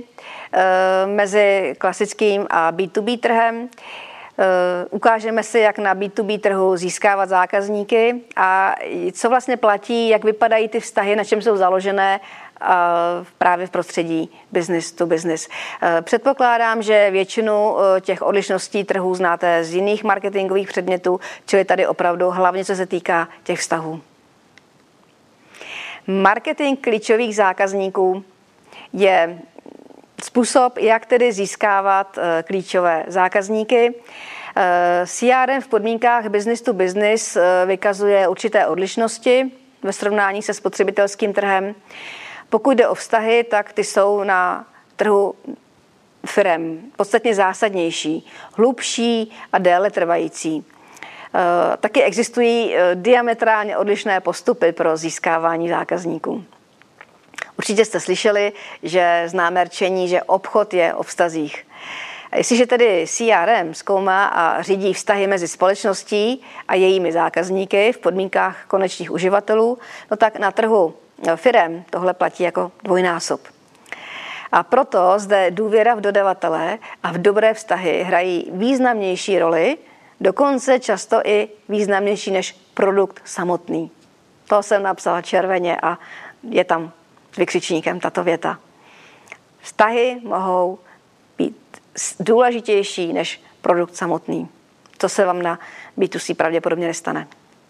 mezi klasickým a bé dvě bé trhem. Ukážeme si, jak na bé dvě bé trhu získávat zákazníky a co vlastně platí, jak vypadají ty vztahy, na čem jsou založené právě v prostředí business to business. Předpokládám, že většinu těch odlišností trhů znáte z jiných marketingových předmětů, čili tady opravdu hlavně co se týká těch vztahů. Marketing klíčových zákazníků je způsob, jak tedy získávat klíčové zákazníky. C R M v podmínkách business to business vykazuje určité odlišnosti ve srovnání se spotřebitelským trhem. Pokud jde o vztahy, tak ty jsou na trhu firem podstatně zásadnější, hlubší a déle trvající. Taky existují diametrálně odlišné postupy pro získávání zákazníků. Určitě jste slyšeli, že známe rčení, že obchod je o vztazích. A jestliže tedy C R M zkoumá a řídí vztahy mezi společností a jejími zákazníky v podmínkách konečných uživatelů, no tak na trhu firem tohle platí jako dvojnásob. A proto zde důvěra v dodavatele a v dobré vztahy hrají významnější roli, dokonce často i významnější než produkt samotný. To jsem napsala červeně a je tam vykřičníkem tato věta. Vztahy mohou být důležitější než produkt samotný. To se vám na bé dvě C pravděpodobně nestane.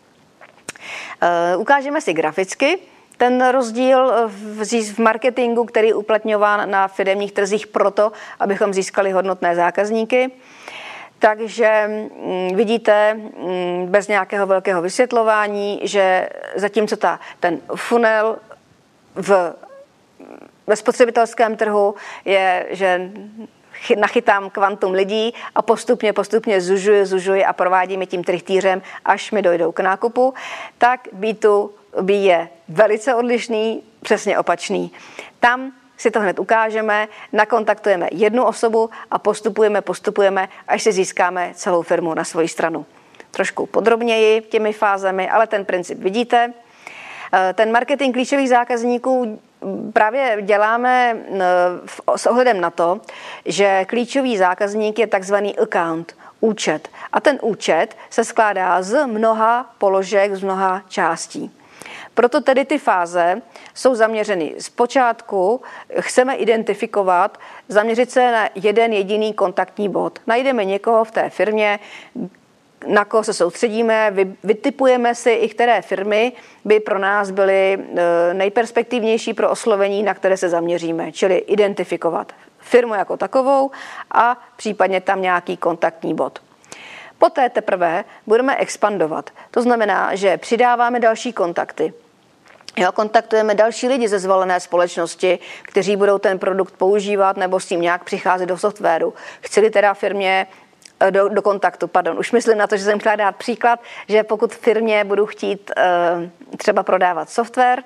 Ukážeme si graficky ten rozdíl v marketingu, který je uplatňován na firemních trzích proto, abychom získali hodnotné zákazníky. Takže vidíte bez nějakého velkého vysvětlování, že zatímco ta, ten funnel v, ve spotřebitelském trhu je, že nachytám kvantum lidí a postupně, postupně zužuji, zužuji a provádím je tím trichtýřem, až mi dojdou k nákupu, tak bé dvě bé je velice odlišný, přesně opačný. Tam si to hned ukážeme, nakontaktujeme jednu osobu a postupujeme, postupujeme, až si získáme celou firmu na svoji stranu. Trošku podrobněji těmi fázemi, ale ten princip vidíte. Ten marketing klíčových zákazníků právě děláme s ohledem na to, že klíčový zákazník je takzvaný account, účet. A ten účet se skládá z mnoha položek, z mnoha částí. Proto tedy ty fáze jsou zaměřeny zpočátku, chceme identifikovat, zaměřit se na jeden jediný kontaktní bod. Najdeme někoho v té firmě, na koho se soustředíme, vytipujeme si i které firmy by pro nás byly nejperspektivnější pro oslovení, na které se zaměříme, čili identifikovat firmu jako takovou a případně tam nějaký kontaktní bod. Poté teprve budeme expandovat. To znamená, že přidáváme další kontakty. Jo, kontaktujeme další lidi ze zvolené společnosti, kteří budou ten produkt používat nebo s tím nějak přicházet do softwaru. Chci-li teda firmě do, do kontaktu, pardon, už myslím na to, že jsem chtěla dát příklad, že pokud firmě budu chtít uh, třeba prodávat software,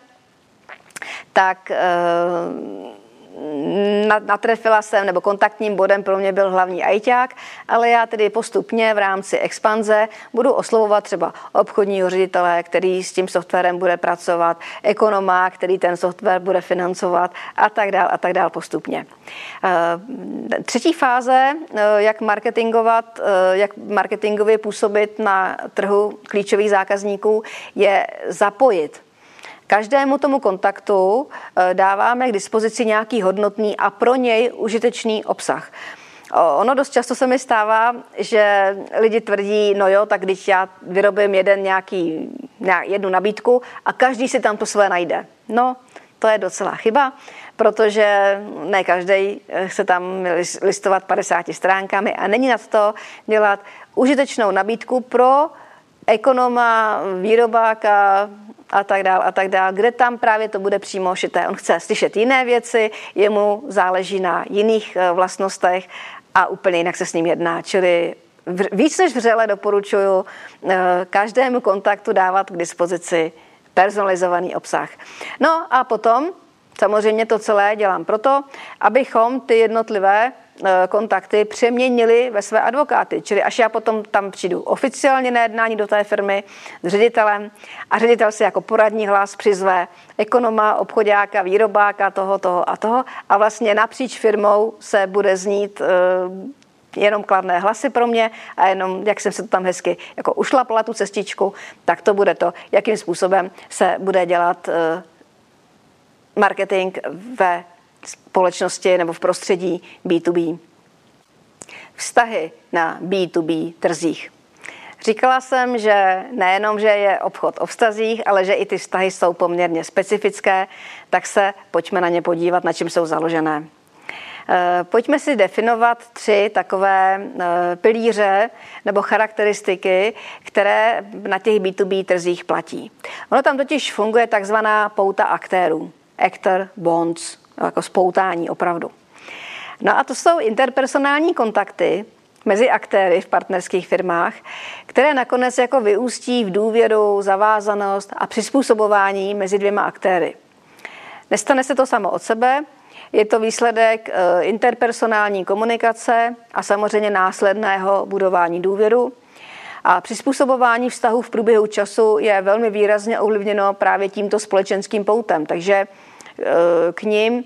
tak uh, natrefila jsem, nebo kontaktním bodem pro mě byl hlavní ajťák, ale já tedy postupně v rámci expanze budu oslovovat třeba obchodního ředitele, který s tím softwarem bude pracovat, ekonoma, který ten software bude financovat a tak dál a tak dál postupně. Třetí fáze, jak marketingovat, jak marketingově působit na trhu klíčových zákazníků, je zapojit. Každému tomu kontaktu dáváme k dispozici nějaký hodnotný a pro něj užitečný obsah. Ono dost často se mi stává, že lidi tvrdí, no jo, tak když já vyrobím jeden nějaký, jednu nabídku a každý si tam to své najde. No, to je docela chyba, protože ne každý chce tam listovat padesáti stránkami a není nad to dělat užitečnou nabídku pro ekonoma, výrobáka, a tak dál, a tak dál, kde tam právě to bude přímo šité. On chce slyšet jiné věci, jemu záleží na jiných vlastnostech a úplně jinak se s ním jedná. Čili víc než vřele doporučuji každému kontaktu dávat k dispozici personalizovaný obsah. No a potom samozřejmě to celé dělám proto, abychom ty jednotlivé kontakty přeměnili ve své advokáty. Čili až já potom tam přijdu oficiálně na jednání do té firmy s ředitelem a ředitel si jako poradní hlas přizve ekonoma, obchodáka, výrobáka, toho, toho a toho a vlastně napříč firmou se bude znít jenom kladné hlasy pro mě a jenom, jak jsem se to tam hezky jako ušlapala tu cestičku, tak to bude to, jakým způsobem se bude dělat marketing ve společnosti nebo v prostředí bé dvě bé. Vztahy na bé dvě bé trzích. Říkala jsem, že nejenom, že je obchod o vztazích, ale že i ty vztahy jsou poměrně specifické, tak se pojďme na ně podívat, na čem jsou založené. Pojďme si definovat tři takové pilíře nebo charakteristiky, které na těch bé dvě bé trzích platí. Ono tam totiž funguje takzvaná pouta aktérů. Actor bonds, jako spoutání opravdu. No a to jsou interpersonální kontakty mezi aktéry v partnerských firmách, které nakonec jako vyústí v důvěru, zavázanost a přizpůsobování mezi dvěma aktéry. Nestane se to samo od sebe, je to výsledek interpersonální komunikace a samozřejmě následného budování důvěru. A přizpůsobování vztahů v průběhu času je velmi výrazně ovlivněno právě tímto společenským poutem. Takže k ním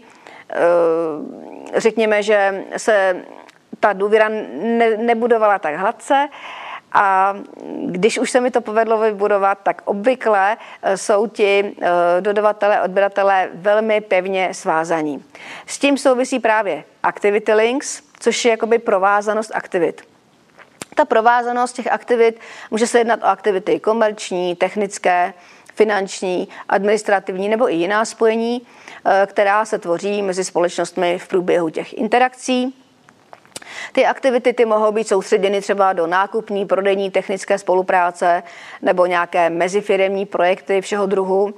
řekněme, že se ta důvěra ne, nebudovala tak hladce a když už se mi to povedlo vybudovat, tak obvykle jsou ti dodavatelé, odběratelé velmi pevně svázaní. S tím souvisí právě activity links, což je jakoby provázanost aktivit. Ta provázanost těch aktivit může se jednat o aktivity komerční, technické, finanční, administrativní nebo i jiná spojení, která se tvoří mezi společnostmi v průběhu těch interakcí. Ty aktivity ty mohou být soustředěny třeba do nákupní, prodejní, technické spolupráce nebo nějaké mezifiremní projekty všeho druhu.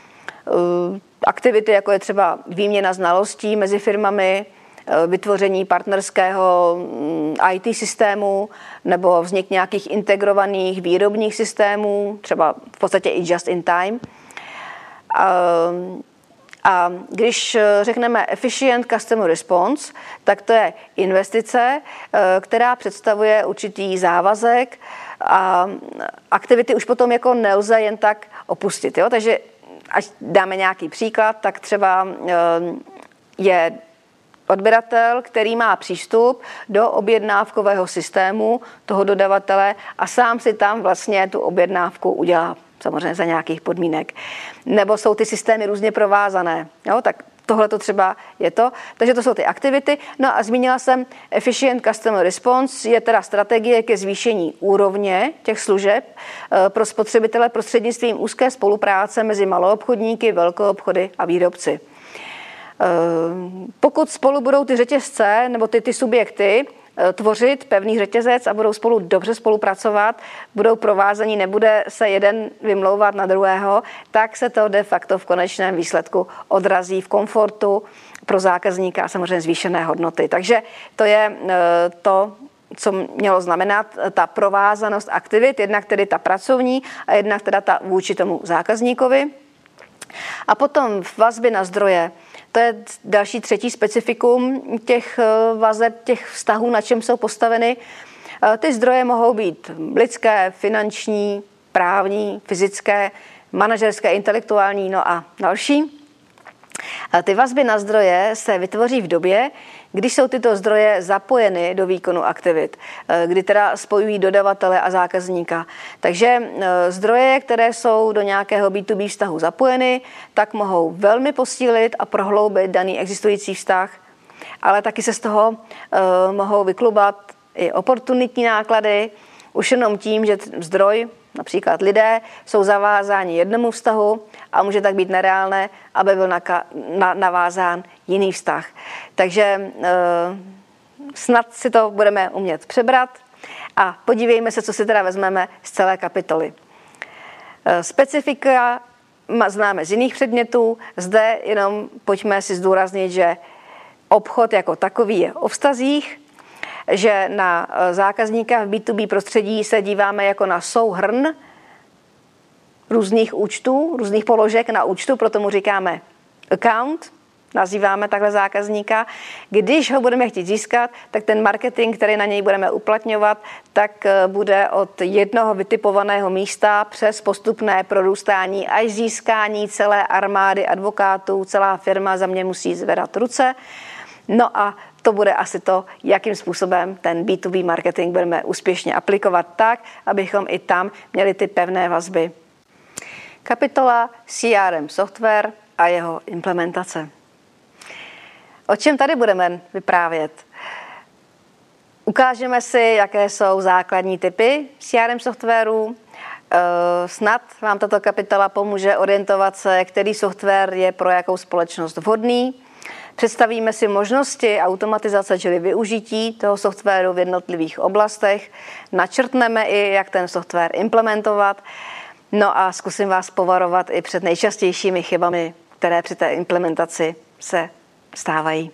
Aktivity, jako je třeba výměna znalostí mezi firmami, vytvoření partnerského í té systému nebo vznik nějakých integrovaných výrobních systémů, třeba v podstatě i just in time. A když řekneme efficient customer response, tak to je investice, která představuje určitý závazek a aktivity už potom jako nelze jen tak opustit. Jo? Takže až dáme nějaký příklad, tak třeba je odběratel, který má přístup do objednávkového systému toho dodavatele a sám si tam vlastně tu objednávku udělá, samozřejmě za nějakých podmínek. Nebo jsou ty systémy různě provázané. Jo? Tak tohle to třeba je to. Takže to jsou ty aktivity. No a zmínila jsem Efficient Customer Response, je teda strategie ke zvýšení úrovně těch služeb pro spotřebitele prostřednictvím úzké spolupráce mezi maloobchodníky, velkoobchody a výrobci. Pokud spolu budou ty řetězce nebo ty, ty subjekty tvořit pevný řetězec a budou spolu dobře spolupracovat, budou provázaní, nebude se jeden vymlouvat na druhého, tak se to de facto v konečném výsledku odrazí v komfortu pro zákazníka a samozřejmě zvýšené hodnoty. Takže to je to, co mělo znamenat ta provázanost aktivit, jednak tedy ta pracovní a jednak teda ta vůči tomu zákazníkovi. A potom v vazbě na zdroje. To je další třetí specifikum těch vazeb, těch vztahů, na čem jsou postaveny. Ty zdroje mohou být lidské, finanční, právní, fyzické, manažerské, intelektuální, no a další. Ty vazby na zdroje se vytvoří v době, když jsou tyto zdroje zapojeny do výkonu aktivit, kdy teda spojují dodavatele a zákazníka. Takže zdroje, které jsou do nějakého bé dvě bé vztahu zapojeny, tak mohou velmi posílit a prohloubit daný existující vztah, ale taky se z toho uh, mohou vyklubat i oportunitní náklady, už jenom tím, že zdroj, například lidé, jsou zavázáni jednomu vztahu a může tak být nereálné, aby byl naka- na- navázán jiný vztah. Takže e, snad si to budeme umět přebrat a podívejme se, co si teda vezmeme z celé kapitoly. E, specifika známe z jiných předmětů, zde jenom pojďme si zdůraznit, že obchod jako takový je o vztazích, že na zákazníka v bé dvě bé prostředí se díváme jako na souhrn různých účtů, různých položek na účtu, proto mu říkáme account, nazýváme takhle zákazníka. Když ho budeme chtít získat, tak ten marketing, který na něj budeme uplatňovat, tak bude od jednoho vytipovaného místa přes postupné prorůstání až získání celé armády advokátů, celá firma za mě musí zvedat ruce. No a to bude asi to, jakým způsobem ten bé dvě bé marketing budeme úspěšně aplikovat tak, abychom i tam měli ty pevné vazby. Kapitola C R M software a jeho implementace. O čem tady budeme vyprávět? Ukážeme si, jaké jsou základní typy C R M softwarů. Snad vám tato kapitola pomůže orientovat se, který software je pro jakou společnost vhodný. Představíme si možnosti automatizace, čili využití toho softwaru v jednotlivých oblastech. Načrtneme i, jak ten software implementovat. No a zkusím vás povarovat i před nejčastějšími chybami, které při té implementaci se stávají.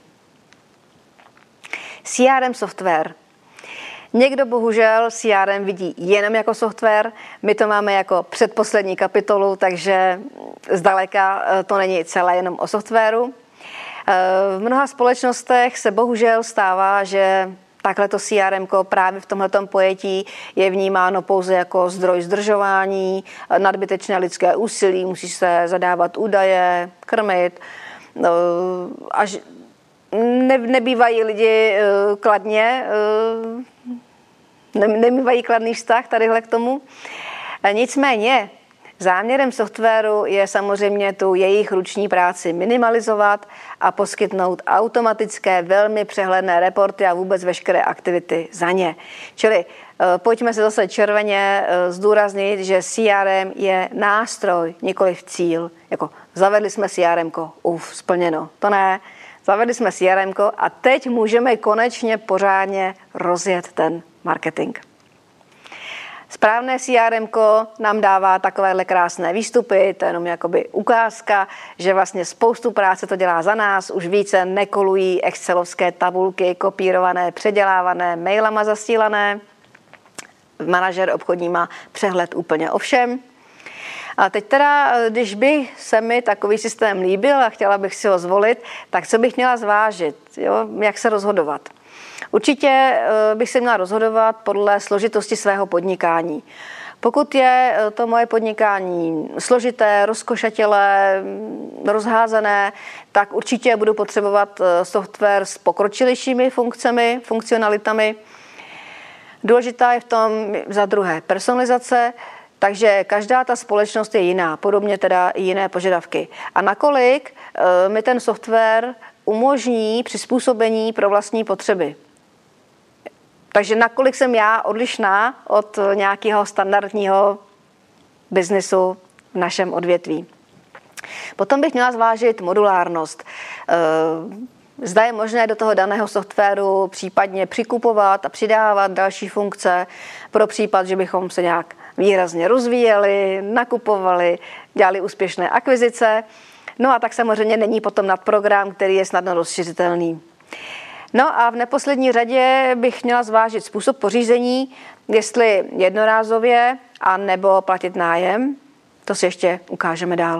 C R M software. Někdo bohužel C R M vidí jenom jako software, my to máme jako předposlední kapitolu, takže zdaleka to není celé jenom o softwaru. V mnoha společnostech se bohužel stává, že takhle to C R M právě v tomhletom pojetí je vnímáno pouze jako zdroj zdržování, nadbytečné lidské úsilí, musí se zadávat údaje, krmit. Až ne, nebývají lidi kladně, ne, nemývají kladný vztah tadyhle k tomu. Nicméně záměrem softwaru je samozřejmě tu jejich ruční práci minimalizovat a poskytnout automatické, velmi přehledné reporty a vůbec veškeré aktivity za ně. Čili pojďme se zase červeně zdůraznit, že C R M je nástroj, nikoliv cíl. Jako zavedli jsme C R M ko, uf, splněno. To ne. Zavedli jsme C R M ko a teď můžeme konečně pořádně rozjet ten marketing. Správné C R M ko nám dává takovéhle krásné výstupy, to je jenom jakoby ukázka, že vlastně spoustu práce to dělá za nás, už více nekolují excelovské tabulky, kopírované, předělávané, mailama zasílané. Manažer obchodní má přehled úplně o všem. A teď teda, když by se mi takový systém líbil a chtěla bych si ho zvolit, tak co bych měla zvážit, jo? Jak se rozhodovat? Určitě bych se měla rozhodovat podle složitosti svého podnikání. Pokud je to moje podnikání složité, rozkošatělé, rozházené, tak určitě budu potřebovat software s pokročilejšími funkcemi, funkcionalitami. Důležitá je v tom za druhé personalizace. Takže každá ta společnost je jiná, podobně teda i jiné požadavky. A nakolik mi ten software umožní přizpůsobení pro vlastní potřeby. Takže nakolik jsem já odlišná od nějakého standardního biznesu v našem odvětví. Potom bych měla zvážit modulárnost. Zda je možné do toho daného softwaru případně přikupovat a přidávat další funkce pro případ, že bychom se nějak výrazně rozvíjeli, nakupovali, dělali úspěšné akvizice. No a tak samozřejmě není potom nadprogram, který je snadno rozšiřitelný. No a v neposlední řadě bych měla zvážit způsob pořízení, jestli jednorázově a nebo platit nájem. To si ještě ukážeme dál.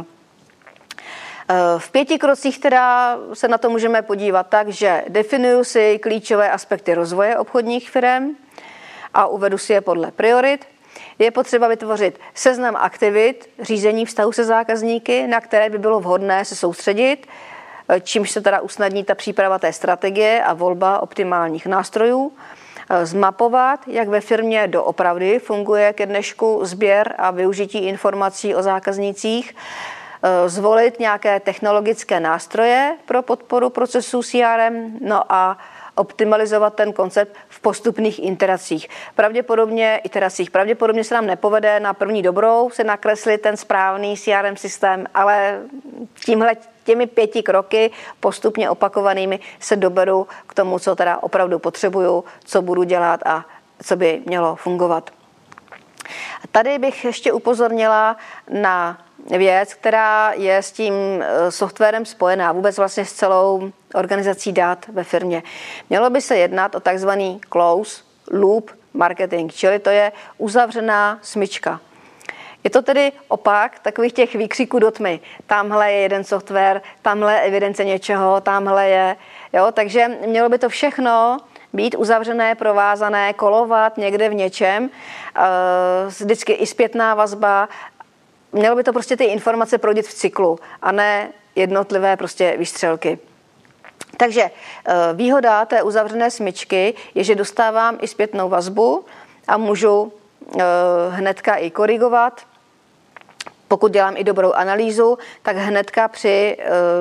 V pěti krocích teda se na to můžeme podívat tak, že definuju si klíčové aspekty rozvoje obchodních firem a uvedu si je podle priorit. Je potřeba vytvořit seznam aktivit, řízení vztahu se zákazníky, na které by bylo vhodné se soustředit, čímž se teda usnadní ta příprava té strategie a volba optimálních nástrojů. Zmapovat, jak ve firmě doopravdy funguje ke dnešku sběr a využití informací o zákaznících, zvolit nějaké technologické nástroje pro podporu procesů C R M, no a optimalizovat ten koncept v postupných iteracích. Pravděpodobně, iteracích. Pravděpodobně se nám nepovede na první dobrou se nakreslit ten správný C R M systém, ale tímhle těmi pěti kroky postupně opakovanými se doberu k tomu, co teda opravdu potřebuju, co budu dělat a co by mělo fungovat. Tady bych ještě upozornila na věc, která je s tím softwarem spojená, vůbec vlastně s celou organizací dat ve firmě. Mělo by se jednat o takzvaný close loop marketing, čili to je uzavřená smyčka. Je to tedy opak takových těch výkřiků do tmy. Tamhle je jeden software, tamhle je evidence něčeho, tamhle je, jo, takže mělo by to všechno být uzavřené, provázané, kolovat někde v něčem, vždycky i zpětná vazba. Mělo by to prostě ty informace proudit v cyklu a ne jednotlivé prostě výstřelky. Takže výhoda té uzavřené smyčky je, že dostávám i zpětnou vazbu a můžu hnedka i korigovat. Pokud dělám i dobrou analýzu, tak hnedka při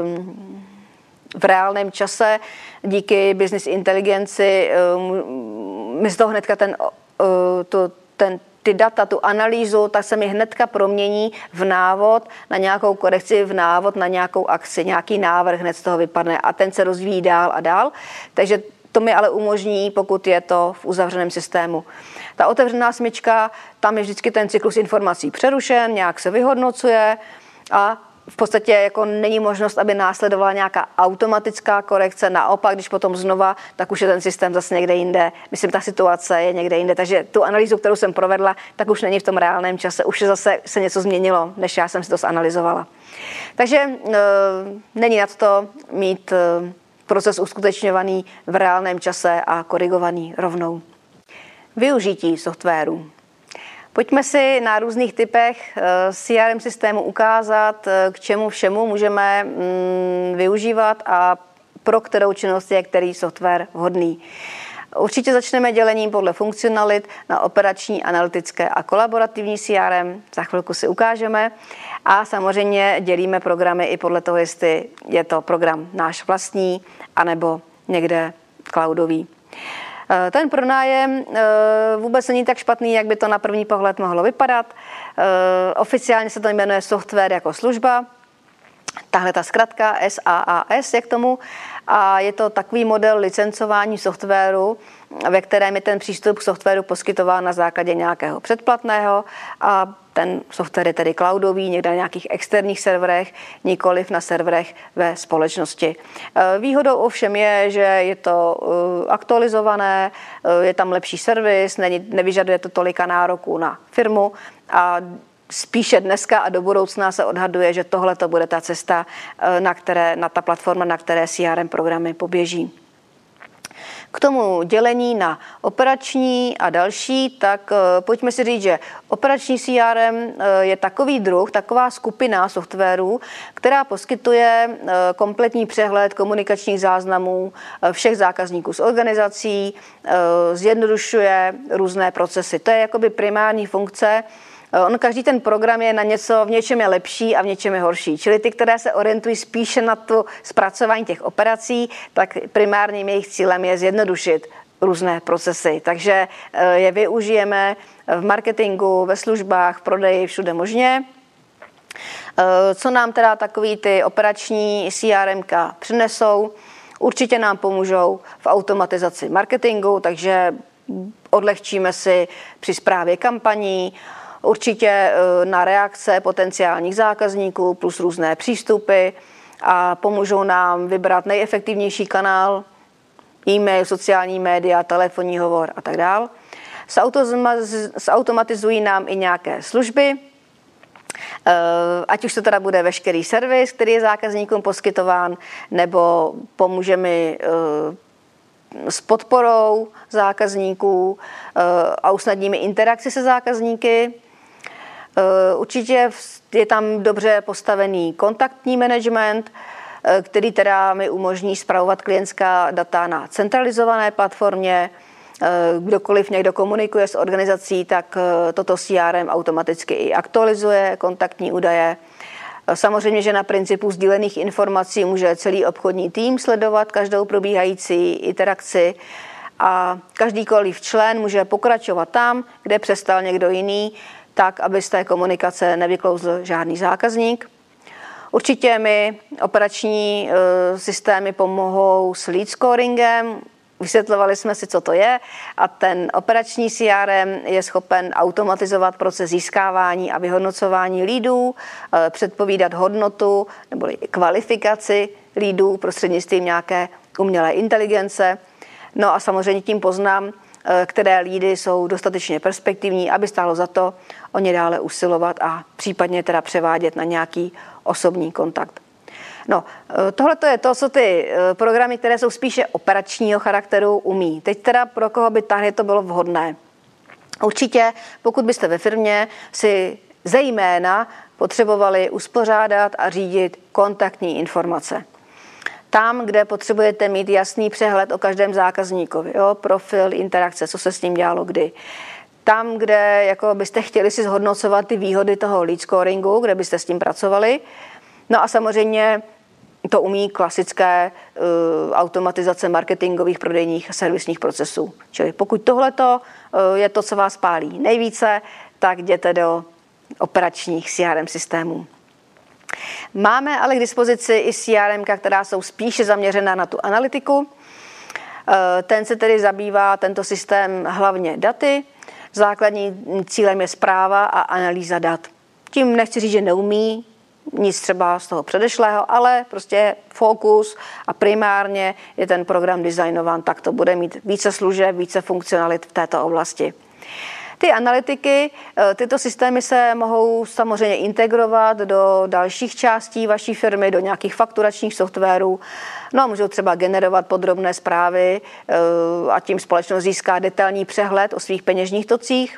v reálném čase díky business inteligenci mi z toho hnedka ten, to, ten ty data, tu analýzu, tak se mi hnedka promění v návod na nějakou korekci, v návod na nějakou akci, nějaký návrh hned z toho vypadne a ten se rozvíjí dál a dál. Takže to mi ale umožní, pokud je to v uzavřeném systému. Ta otevřená smyčka, tam je vždycky ten cyklus informací přerušen, nějak se vyhodnocuje a v podstatě jako není možnost, aby následovala nějaká automatická korekce. Naopak, když potom znova, tak už je ten systém zase někde jinde. Myslím, ta situace je někde jinde. Takže tu analýzu, kterou jsem provedla, tak už není v tom reálném čase. Už je zase se něco změnilo, než já jsem si to zanalyzovala. Takže e, není nad to mít e, proces uskutečňovaný v reálném čase a korigovaný rovnou. Využití softwaru. Pojďme si na různých typech C R M systému ukázat, k čemu všemu můžeme využívat a pro kterou činnost je který software vhodný. Určitě začneme dělením podle funkcionalit na operační, analytické a kolaborativní C R M. Za chvilku si ukážeme. A samozřejmě dělíme programy i podle toho, jestli je to program náš vlastní, anebo někde cloudový. Ten pronájem vůbec není tak špatný, jak by to na první pohled mohlo vypadat. Oficiálně se to jmenuje software jako služba. Tahle ta zkratka S A A S je k tomu a je to takový model licencování softwaru, ve kterém je ten přístup k softwaru poskytován na základě nějakého předplatného a ten software je tedy cloudový, někde na nějakých externích serverech, nikoliv na serverech ve společnosti. Výhodou ovšem je, že je to aktualizované, je tam lepší servis, nevyžaduje to tolika nároků na firmu a spíše dneska a do budoucna se odhaduje, že tohle to bude ta cesta, na, které, na ta platforma, na které C R M programy poběží. K tomu dělení na operační a další, tak pojďme si říct, že operační C R M je takový druh, taková skupina softwarů, která poskytuje kompletní přehled komunikačních záznamů všech zákazníků z organizací, zjednodušuje různé procesy. To je jakoby primární funkce On každý ten program je na něco, v něčem je lepší a v něčem je horší. Čili ty, které se orientují spíše na to zpracování těch operací, tak primárním jejich cílem je zjednodušit různé procesy. Takže je využijeme v marketingu, ve službách, v prodeji, všude možně. Co nám teda takový ty operační C R M ka přinesou? Určitě nám pomůžou v automatizaci marketingu, takže odlehčíme si při správě kampaní, určitě na reakce potenciálních zákazníků plus různé přístupy a pomůžou nám vybrat nejefektivnější kanál, e-mail, sociální média, telefonní hovor a tak dál. Zautomatizují nám i nějaké služby, ať už to teda bude veškerý servis, který je zákazníkům poskytován, nebo pomůže mi s podporou zákazníků a usnadníme interakci se zákazníky. Určitě je tam dobře postavený kontaktní management, který teda mi umožní spravovat klientská data na centralizované platformě. Kdokoliv někdo komunikuje s organizací, tak toto C R M automaticky i aktualizuje kontaktní údaje. Samozřejmě, že na principu sdílených informací může celý obchodní tým sledovat každou probíhající interakci a každýkoliv člen může pokračovat tam, kde přestal někdo jiný, tak, aby z té komunikace nevyklouzl žádný zákazník. Určitě mi operační systémy pomohou s lead scoringem. Vysvětlovali jsme si, co to je, a ten operační C R M je schopen automatizovat proces získávání a vyhodnocování leadů, předpovídat hodnotu nebo kvalifikaci leadů prostřednictvím nějaké umělé inteligence. No a samozřejmě tím poznám, které leady jsou dostatečně perspektivní, aby stálo za to o ně dále usilovat a případně teda převádět na nějaký osobní kontakt. No, tohle to je to, co ty programy, které jsou spíše operačního charakteru, umí. Teď teda pro koho by tady to bylo vhodné. Určitě, pokud byste ve firmě si zejména potřebovali uspořádat a řídit kontaktní informace. Tam, kde potřebujete mít jasný přehled o každém zákazníkovi, jo, profil, interakce, co se s ním dělalo, kdy. Tam, kde jako byste chtěli si zhodnocovat ty výhody toho lead scoringu, kde byste s tím pracovali. No a samozřejmě to umí klasické uh, automatizace marketingových, prodejních a servisních procesů. Čili pokud tohleto uh, je to, co vás pálí nejvíce, tak jděte do operačních C R M systémů. Máme ale k dispozici i C R M ka, která jsou spíše zaměřená na tu analytiku. Uh, ten se tedy zabývá, tento systém, hlavně daty. Základním cílem je správa a analýza dat. Tím nechci říct, že neumí nic třeba z toho předešlého, ale prostě fokus a primárně je ten program designován, tak to bude mít více služeb, více funkcionalit v této oblasti. Ty analytiky, tyto systémy se mohou samozřejmě integrovat do dalších částí vaší firmy, do nějakých fakturačních softwarů. No a můžou třeba generovat podrobné zprávy a tím společnost získá detailní přehled o svých peněžních tocích.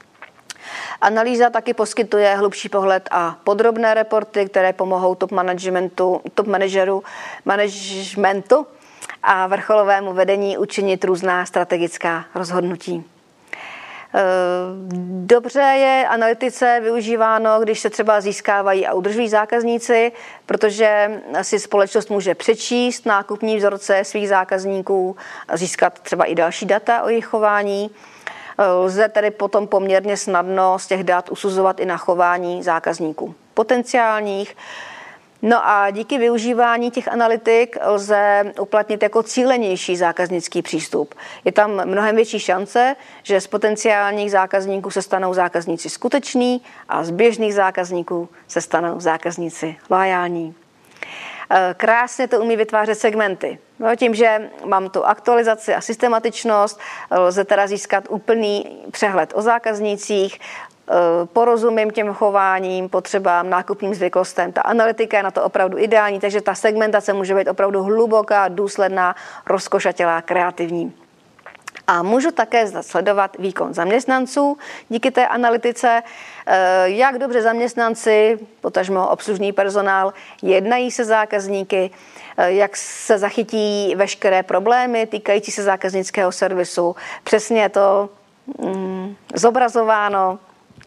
Analýza taky poskytuje hlubší pohled a podrobné reporty, které pomohou top managementu, top manažeru, managementu a vrcholovému vedení učinit různá strategická rozhodnutí. Dobře je analytice využíváno, když se třeba získávají a udržují zákazníci, protože si společnost může přečíst nákupní vzorce svých zákazníků, získat třeba i další data o jejich chování. Lze tedy potom poměrně snadno z těch dat usuzovat i na chování zákazníků potenciálních. No a díky využívání těch analytik lze uplatnit jako cílenější zákaznický přístup. Je tam mnohem větší šance, že z potenciálních zákazníků se stanou zákazníci skuteční a z běžných zákazníků se stanou zákazníci loajální. Krásně to umí vytvářet segmenty. No, tím, že mám tu aktualizaci a systematičnost, lze teda získat úplný přehled o zákaznících, porozumím těm chováním, potřebám, nákupním zvyklostem. Ta analytika je na to opravdu ideální, takže ta segmentace může být opravdu hluboká, důsledná, rozkošatělá, kreativní. A můžu také sledovat výkon zaměstnanců díky té analytice, jak dobře zaměstnanci, potažmo obslužný personál, jednají se zákazníky, jak se zachytí veškeré problémy týkající se zákaznického servisu. Přesně je to mm, zobrazováno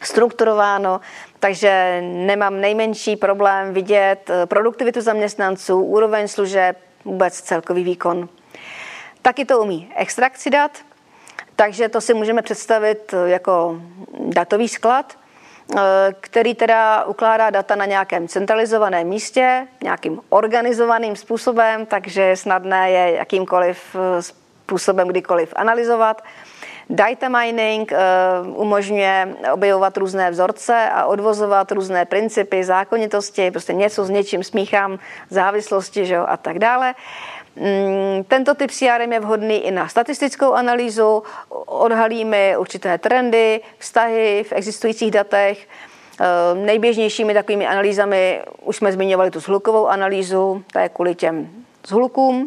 strukturováno, takže nemám nejmenší problém vidět produktivitu zaměstnanců, úroveň služeb, vůbec celkový výkon. Taky to umí extrakci dat, takže to si můžeme představit jako datový sklad, který teda ukládá data na nějakém centralizovaném místě, nějakým organizovaným způsobem, takže je snadné je jakýmkoliv způsobem kdykoliv analyzovat. Data mining umožňuje objevovat různé vzorce a odvozovat různé principy, zákonitosti, prostě něco s něčím smíchám, závislosti, že jo, a tak dále. Tento typ C R M je vhodný i na statistickou analýzu, odhalíme určité trendy, vztahy v existujících datech. Nejběžnějšími takovými analýzami už jsme zmiňovali tu shlukovou analýzu, to je kvůli těm shlukům.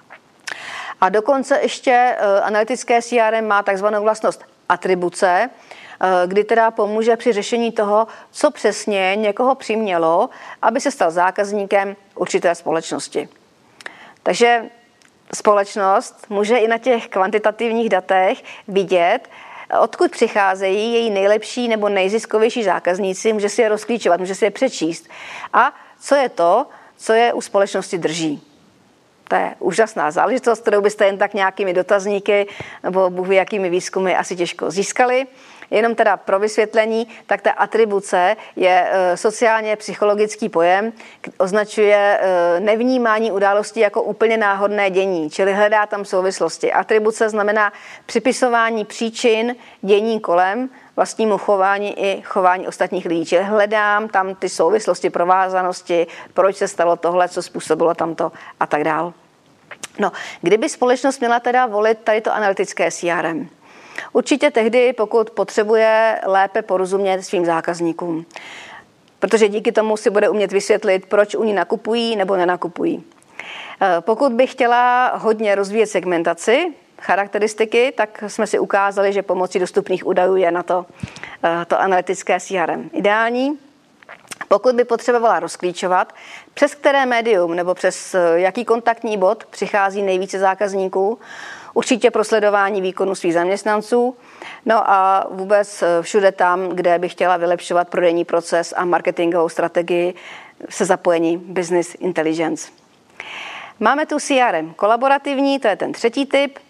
A dokonce ještě analytické C R M má takzvanou vlastnost atribuce, kdy teda pomůže při řešení toho, co přesně někoho přimělo, aby se stal zákazníkem určité společnosti. Takže společnost může i na těch kvantitativních datech vidět, odkud přicházejí její nejlepší nebo nejziskovější zákazníci, může si je rozklíčovat, může si je přečíst. A co je to, co je u společnosti drží. To je úžasná záležitost, kterou byste jen tak nějakými dotazníky nebo bůh ví jakými výzkumy asi těžko získali. Jenom teda pro vysvětlení, tak ta atribuce je sociálně psychologický pojem, označuje nevnímání událostí jako úplně náhodné dění, čili hledá tam souvislosti. Atribuce znamená připisování příčin dění kolem vlastnímu chování i chování ostatních lidí. Čili hledám tam ty souvislosti, provázanosti, proč se stalo tohle, co způsobilo tamto a tak dál. No, kdyby společnost měla teda volit tady to analytické C R M? Určitě tehdy, pokud potřebuje lépe porozumět svým zákazníkům. Protože díky tomu si bude umět vysvětlit, proč u ní nakupují nebo nenakupují. Pokud bych chtěla hodně rozvíjet segmentaci, charakteristiky, tak jsme si ukázali, že pomocí dostupných údajů je na to, to analytické C R M ideální. Pokud by potřebovala rozklíčovat, přes které médium nebo přes jaký kontaktní bod přichází nejvíce zákazníků, určitě pro sledování výkonu svých zaměstnanců, no a vůbec všude tam, kde bych chtěla vylepšovat prodejní proces a marketingovou strategii se zapojení business intelligence. Máme tu C R M kolaborativní, to je ten třetí typ.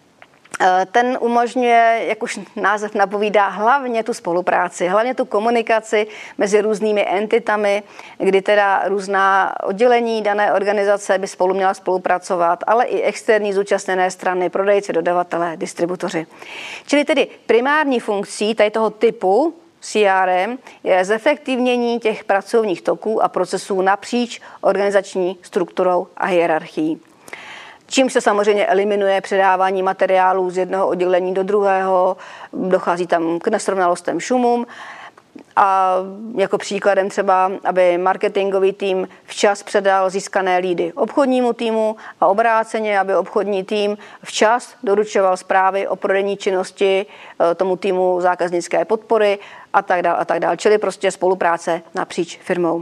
Ten umožňuje, jak už název napovídá, hlavně tu spolupráci, hlavně tu komunikaci mezi různými entitami, kdy teda různá oddělení dané organizace by spolu měla spolupracovat, ale i externí zúčastněné strany, prodejci, dodavatelé, distributoři. Čili tedy primární funkcí tady toho typu C R M je zefektivnění těch pracovních toků a procesů napříč organizační strukturou a hierarchií. Čím se samozřejmě eliminuje předávání materiálů z jednoho oddělení do druhého, dochází tam k nesrovnalostem, šumům. A jako příkladem třeba, aby marketingový tým včas předal získané lídy obchodnímu týmu a obráceně, aby obchodní tým včas doručoval zprávy o prodejní činnosti tomu týmu zákaznické podpory a tak dále a tak dále. Čili prostě spolupráce napříč firmou.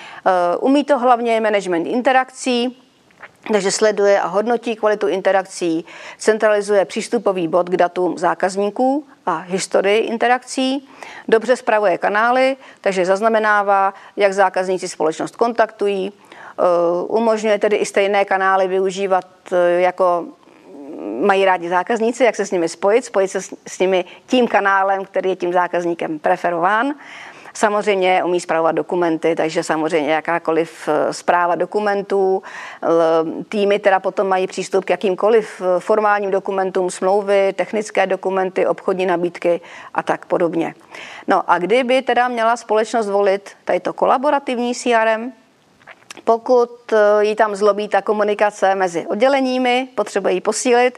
Umí to hlavně management interakcí, takže sleduje a hodnotí kvalitu interakcí, centralizuje přístupový bod k datům zákazníků a historii interakcí, dobře spravuje kanály, takže zaznamenává, jak zákazníci společnost kontaktují, umožňuje tedy i stejné kanály využívat, jako mají rádi zákazníci, jak se s nimi spojit, spojit se s nimi tím kanálem, který je tím zákazníkem preferován. Samozřejmě umí spravovat dokumenty, takže samozřejmě jakákoliv správa dokumentů. Týmy teda potom mají přístup k jakýmkoliv formálním dokumentům, smlouvy, technické dokumenty, obchodní nabídky a tak podobně. No a kdyby teda měla společnost volit tady to kolaborativní C R M, pokud jí tam zlobí ta komunikace mezi odděleními, potřebuje ji posílit,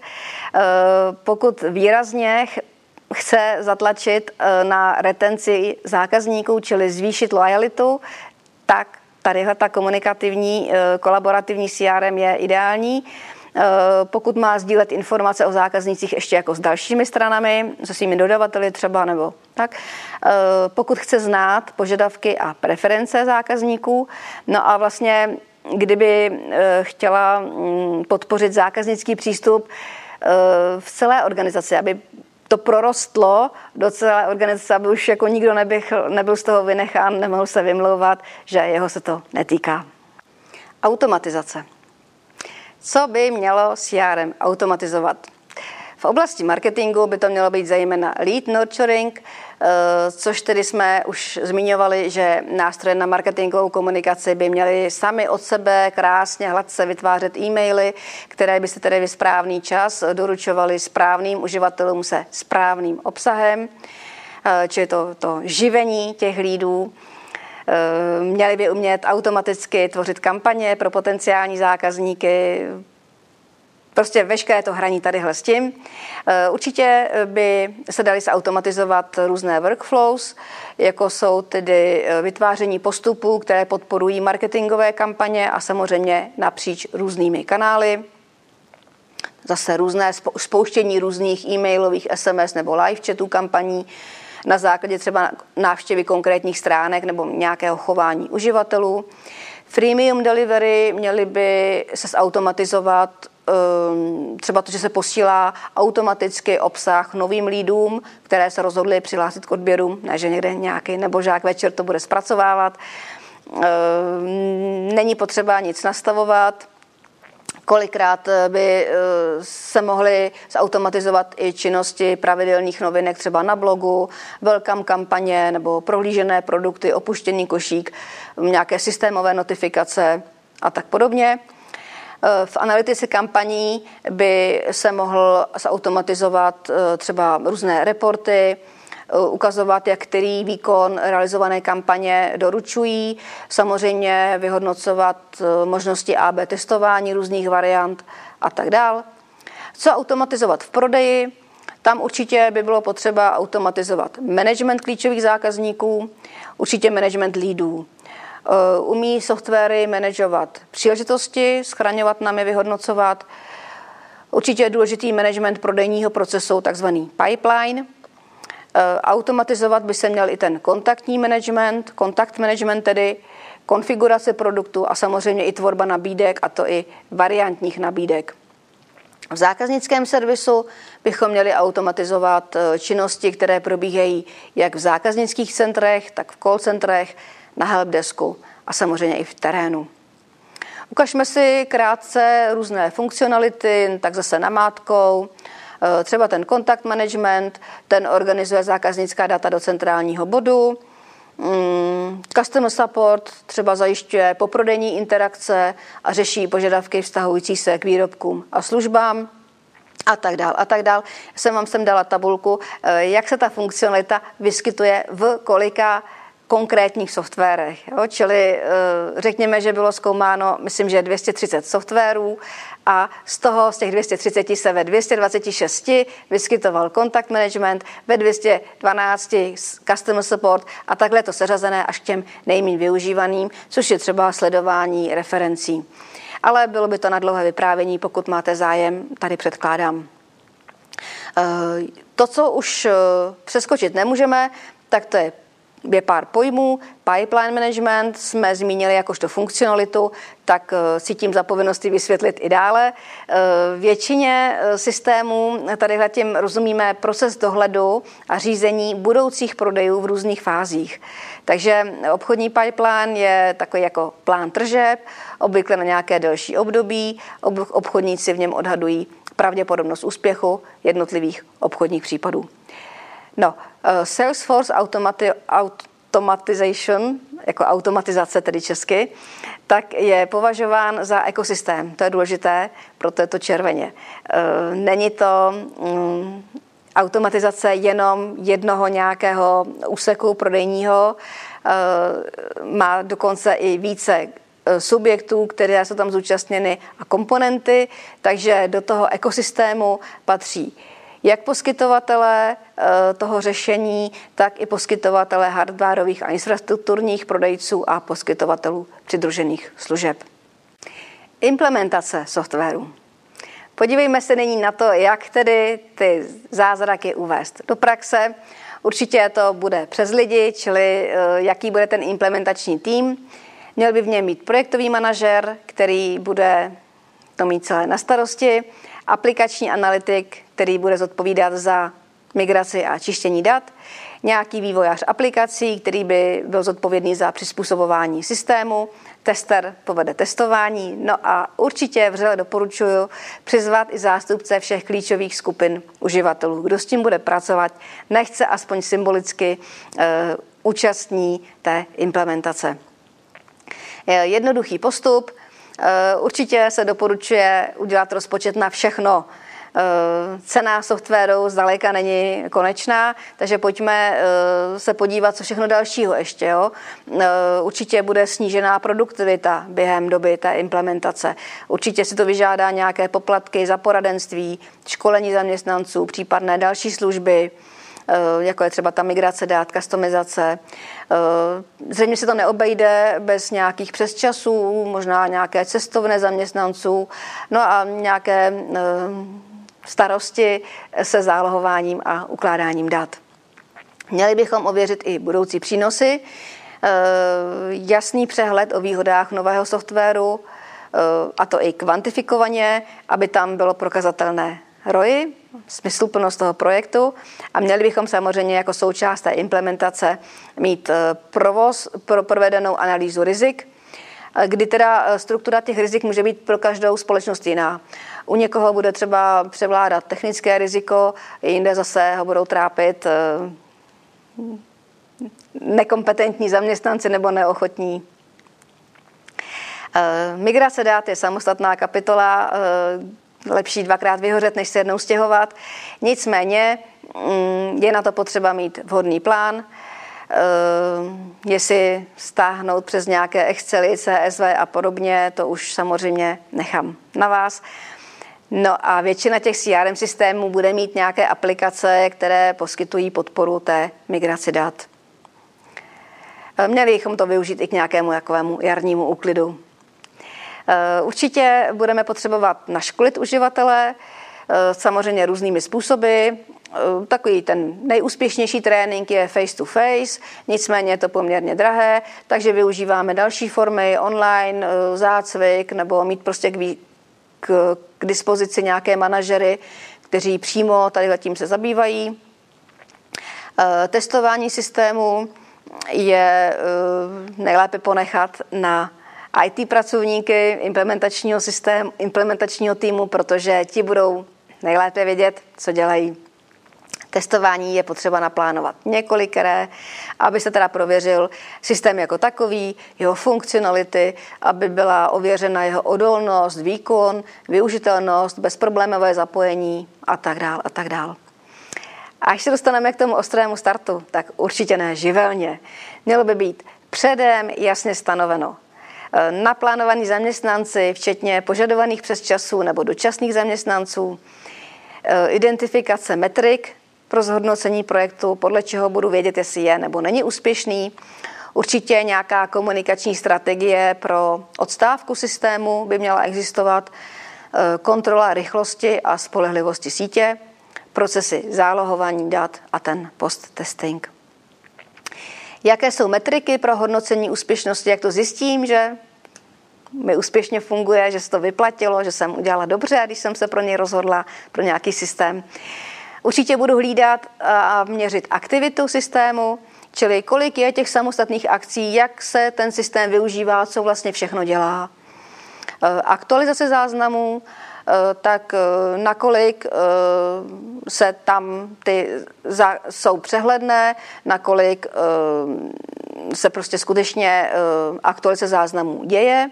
pokud výrazně chce zatlačit na retenci zákazníků, čili zvýšit lojalitu, tak tadyhle ta komunikativní, kolaborativní C R M je ideální. Pokud má sdílet informace o zákaznících ještě jako s dalšími stranami, se svými dodavateli třeba nebo tak. Pokud chce znát požadavky a preference zákazníků, no a vlastně kdyby chtěla podpořit zákaznický přístup v celé organizaci, aby to prorostlo do celé organizace, aby už jako nikdo nebyl, nebyl z toho vynechán, nemohl se vymlouvat, že jeho se to netýká. Automatizace. Co by mělo C R M automatizovat? V oblasti marketingu by to mělo být zejména lead nurturing, což tedy jsme už zmiňovali, že nástroje na marketingovou komunikaci by měly sami od sebe krásně, hladce vytvářet e-maily, které by se tedy ve správný čas doručovaly správným uživatelům se správným obsahem, čili to, to živení těch leadů. Měli by umět automaticky tvořit kampaně pro potenciální zákazníky, prostě veškeré to hraní tadyhle s tím. Určitě by se daly zautomatizovat různé workflows, jako jsou tedy vytváření postupů, které podporují marketingové kampaně a samozřejmě napříč různými kanály. Zase různé spouštění různých e-mailových, es em es nebo live chatů kampaní na základě třeba návštěvy konkrétních stránek nebo nějakého chování uživatelů. Freemium delivery měly by se zautomatizovat třeba to, že se posílá automaticky obsah novým leadům, které se rozhodly přihlásit k odběru, ne, že někde nějaký nebožák večer to bude zpracovávat. Není potřeba nic nastavovat. Kolikrát by se mohly zautomatizovat i činnosti pravidelných novinek třeba na blogu, welcome kampaně nebo prohlížené produkty, opuštěný košík, nějaké systémové notifikace a tak podobně. V analytice kampaní by se mohl zautomatizovat třeba různé reporty, ukazovat, jak který výkon realizované kampaně doručují, samozřejmě vyhodnocovat možnosti A B testování různých variant a tak dál. Co automatizovat v prodeji? Tam určitě by bylo potřeba automatizovat management klíčových zákazníků, určitě management leadů. Umí softwary manažovat příležitosti, schraňovat nám je, vyhodnocovat. Určitě je důležitý management prodejního procesu, takzvaný pipeline. Automatizovat by se měl i ten kontaktní management, kontakt management tedy, konfigurace produktu a samozřejmě i tvorba nabídek, a to i variantních nabídek. V zákaznickém servisu bychom měli automatizovat činnosti, které probíhají jak v zákaznických centrech, tak v call centrech, na helpdesku a samozřejmě i v terénu. Ukažme si krátce různé funkcionality, tak zase namátkou. Třeba ten kontakt management, ten organizuje zákaznická data do centrálního bodu. Customer support třeba zajišťuje poprodejní interakce a řeší požadavky vztahující se k výrobkům a službám. A tak dál, a tak dál. Já jsem vám sem dala tabulku, jak se ta funkcionalita vyskytuje v kolika konkrétních softwarech. Jo? Čili řekněme, že bylo zkoumáno, myslím, že dvě stě třicet softwarů a z toho, z těch dvě stě třicet se ve dvě stě dvacet šest vyskytoval contact management, ve dvě stě dvanáct customer support a takhle je to seřazené až k těm nejméně využívaným, což je třeba sledování referencí. Ale bylo by to na dlouhé vyprávění, pokud máte zájem, tady předkládám. To, co už přeskočit nemůžeme, tak to je je pár pojmů. Pipeline management jsme zmínili jakožto funkcionalitu, tak si tím za povinnosti vysvětlit i dále. Většině systémů tadyhle tím rozumíme proces dohledu a řízení budoucích prodejů v různých fázích. Takže obchodní pipeline je takový jako plán tržeb, obvykle na nějaké delší období. Obchodníci v něm odhadují pravděpodobnost úspěchu jednotlivých obchodních případů. No, Salesforce automati- Automatization, jako automatizace tedy česky, tak je považován za ekosystém. To je důležité, proto je to červeně. Není to um, automatizace jenom jednoho nějakého úseku prodejního, má dokonce i více subjektů, které jsou tam zúčastněny a komponenty, takže do toho ekosystému patří jak poskytovatelé toho řešení, tak i poskytovatelé hardwarových a infrastrukturních prodejců a poskytovatelů přidružených služeb. Implementace softwaru. Podívejme se nyní na to, jak tedy ty zázraky uvést do praxe. Určitě to bude přes lidi, čili jaký bude ten implementační tým. Měl by v něm mít projektový manažer, který bude to mít celé na starosti, aplikační analytik, který bude zodpovídat za migraci a čištění dat, nějaký vývojář aplikací, který by byl zodpovědný za přizpůsobování systému, tester povede testování, no a určitě vřele doporučuji přizvat i zástupce všech klíčových skupin uživatelů. Kdo s tím bude pracovat, nechce aspoň symbolicky e, účastní té implementace. Je jednoduchý postup, e, určitě se doporučuje udělat rozpočet na všechno. Cena softwaru zdaleka není konečná, takže pojďme se podívat, co všechno dalšího ještě. Jo? Určitě bude snížená produktivita během doby té implementace. Určitě si to vyžádá nějaké poplatky za poradenství, školení zaměstnanců, případné další služby, jako je třeba ta migrace dat, customizace. Zřejmě se to neobejde bez nějakých přesčasů, možná nějaké cestovné zaměstnanců, no a nějaké starosti se zálohováním a ukládáním dat. Měli bychom ověřit i budoucí přínosy, jasný přehled o výhodách nového softwaru, a to i kvantifikovaně, aby tam bylo prokazatelné R O I, smysluplnost toho projektu, a měli bychom samozřejmě jako součást té implementace mít provoz, pro provedenou analýzu rizik, kdy teda struktura těch rizik může být pro každou společnost jiná. U někoho bude třeba převládat technické riziko, jinde zase ho budou trápit nekompetentní zaměstnanci nebo neochotní. Migrace dat je samostatná kapitola, lepší dvakrát vyhořet, než se jednou stěhovat. Nicméně je na to potřeba mít vhodný plán, jestli stáhnout přes nějaké Excely, C S V a podobně, to už samozřejmě nechám na vás. No a většina těch C R M systémů bude mít nějaké aplikace, které poskytují podporu té migraci dat. Měli bychom to využít i k nějakému takovému jarnímu úklidu. Určitě budeme potřebovat naškolit uživatele, samozřejmě různými způsoby. Takový ten nejúspěšnější trénink je face to face, nicméně je to poměrně drahé, takže využíváme další formy, online, zácvik, nebo mít prostě k, k, k dispozici nějaké manažery, kteří přímo tady tím se zabývají. Testování systému je nejlépe ponechat na I T pracovníky implementačního systému, implementačního týmu, protože ti budou nejlépe vědět, co dělají. Testování je potřeba naplánovat několikeré, aby se teda prověřil systém jako takový, jeho funkcionality, aby byla ověřena jeho odolnost, výkon, využitelnost, bezproblémové zapojení a tak dál a tak dál. A až se dostaneme k tomu ostrému startu, tak určitě ne živelně. Mělo by být předem jasně stanoveno. Naplánovaní zaměstnanci, včetně požadovaných přesčasů nebo dočasných zaměstnanců, identifikace metrik pro zhodnocení projektu, podle čeho budu vědět, jestli je nebo není úspěšný. Určitě nějaká komunikační strategie pro odstávku systému by měla existovat, kontrola rychlosti a spolehlivosti sítě, procesy zálohování dat a ten post-testing. Jaké jsou metriky pro hodnocení úspěšnosti, jak to zjistím, že mi úspěšně funguje, že se to vyplatilo, že jsem udělala dobře, když jsem se pro něj rozhodla, pro nějaký systém. Určitě budu hlídat a měřit aktivitu systému, čili kolik je těch samostatných akcí, jak se ten systém využívá, co vlastně všechno dělá. Aktualizace záznamů, tak nakolik se tam ty jsou přehledné, nakolik se prostě skutečně aktualizace záznamů děje.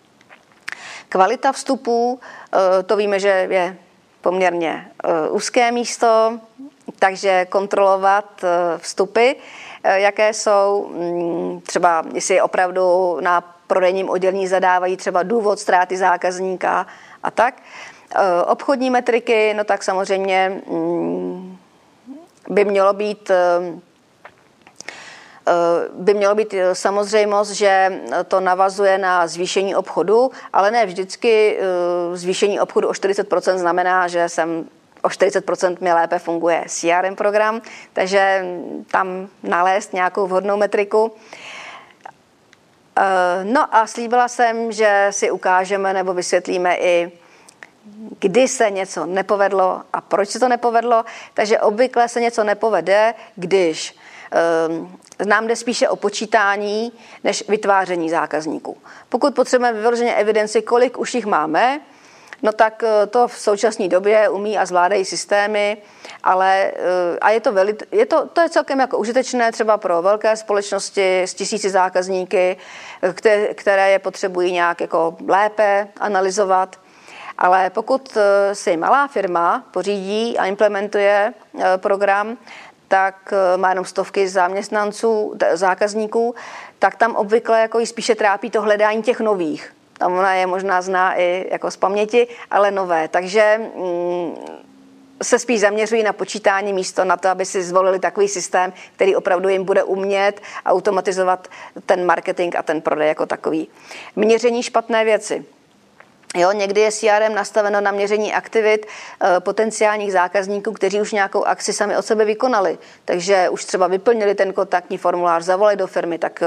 Kvalita vstupů, to víme, že je poměrně úzké místo, takže kontrolovat vstupy, jaké jsou, třeba jestli opravdu na prodejním oddělení zadávají třeba důvod ztráty zákazníka a tak. Obchodní metriky, no tak samozřejmě by mělo být by mělo být samozřejmost, že to navazuje na zvýšení obchodu, ale ne vždycky zvýšení obchodu o čtyřicet procent znamená, že jsem o čtyřicet procent mi lépe funguje C R M program, takže tam nalézt nějakou vhodnou metriku. No a slíbila jsem, že si ukážeme nebo vysvětlíme i kdy se něco nepovedlo a proč se to nepovedlo. Takže obvykle se něco nepovede, když um, nám jde spíše o počítání, než vytváření zákazníků. Pokud potřebujeme vyloženě evidenci, kolik už jich máme, no tak to v současné době umí a zvládají systémy, ale a je to, veli, je to, to je celkem jako užitečné třeba pro velké společnosti s tisíci zákazníky, které, které je potřebují nějak jako lépe analyzovat. Ale pokud si malá firma pořídí a implementuje program, tak má jenom stovky zaměstnanců, zákazníků, tak tam obvykle jako jí spíše trápí to hledání těch nových. Tam ona je možná zná i jako z paměti, ale nové. Takže mm, se spíš zaměřují na počítání místo na to, aby si zvolili takový systém, který opravdu jim bude umět automatizovat ten marketing a ten prodej jako takový. Měření špatné věci. Jo, někdy je C R M nastaveno na měření aktivit e, potenciálních zákazníků, kteří už nějakou akci sami od sebe vykonali. Takže už třeba vyplnili ten kontaktní formulář, zavolali do firmy, tak e,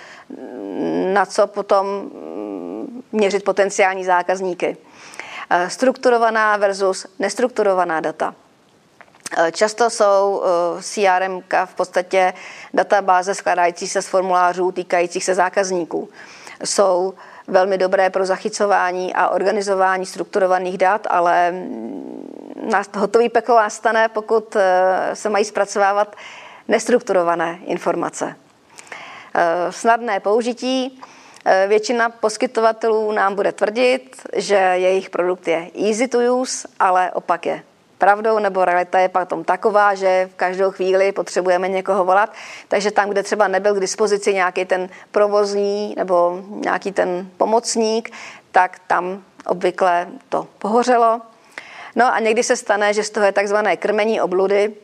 na co potom měřit potenciální zákazníky. E, strukturovaná versus nestrukturovaná data. E, často jsou e, C R M v podstatě databáze skládající se z formulářů týkajících se zákazníků. Jsou velmi dobré pro zachycování a organizování strukturovaných dat, ale hotový peklo nastane, pokud se mají zpracovávat nestrukturované informace. Snadné použití. Většina poskytovatelů nám bude tvrdit, že jejich produkt je easy to use, ale opak je pravdou, nebo realita je potom taková, že v každou chvíli potřebujeme někoho volat, takže tam, kde třeba nebyl k dispozici nějaký ten provozní nebo nějaký ten pomocník, tak tam obvykle to pohořelo. No a někdy se stane, že z toho je takzvané krmení obludy,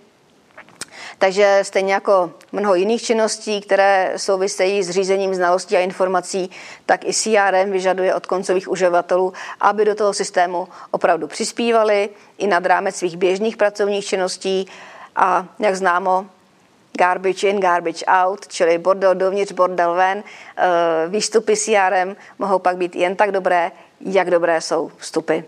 takže stejně jako mnoho jiných činností, které souvisejí s řízením znalostí a informací, tak i C R M vyžaduje od koncových uživatelů, aby do toho systému opravdu přispívali i nad rámec svých běžných pracovních činností a jak známo, garbage in, garbage out, čili bordel dovnitř, bordel ven. Výstupy C R M mohou pak být jen tak dobré, jak dobré jsou vstupy.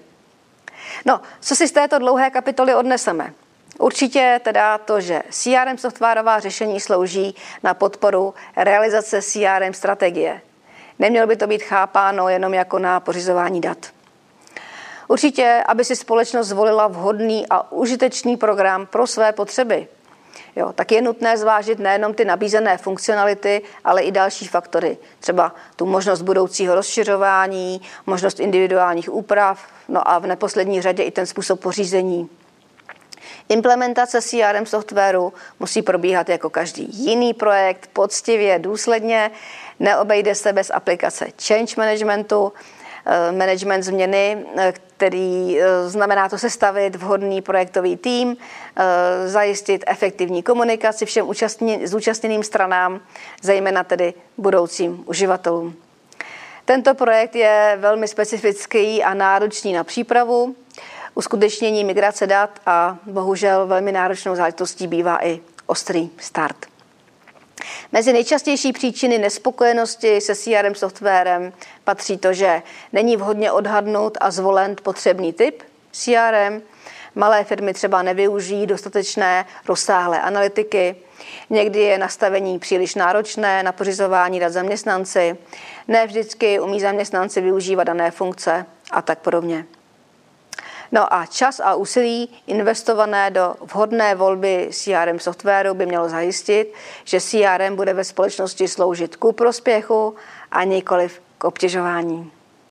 No, co si z této dlouhé kapitoly odneseme? Určitě teda to, že C R M softwarová řešení slouží na podporu realizace C R M strategie. Nemělo by to být chápáno jenom jako na pořizování dat. Určitě, aby si společnost zvolila vhodný a užitečný program pro své potřeby. Jo, tak je nutné zvážit nejenom ty nabízené funkcionality, ale i další faktory. Třeba tu možnost budoucího rozšiřování, možnost individuálních úprav, no a v neposlední řadě i ten způsob pořízení. Implementace C R M softwaru musí probíhat jako každý jiný projekt, poctivě, důsledně. Neobejde se bez aplikace change managementu, management změny, který znamená to sestavit vhodný projektový tým, zajistit efektivní komunikaci všem zúčastněným stranám, zejména tedy budoucím uživatelům. Tento projekt je velmi specifický a náročný na přípravu. Uskutečnění migrace dat a bohužel velmi náročnou záležitostí bývá i ostrý start. Mezi nejčastější příčiny nespokojenosti se C R M softwarem patří to, že není vhodně odhadnut a zvolen potřebný typ C R M. Malé firmy třeba nevyužijí dostatečné rozsáhlé analytiky. Někdy je nastavení příliš náročné na pořizování dat zaměstnanci. Ne vždycky umí zaměstnanci využívat dané funkce a tak podobně. No a čas a úsilí investované do vhodné volby C R M softwaru by mělo zajistit, že C R M bude ve společnosti sloužit ku prospěchu a nikoliv k obtěžování.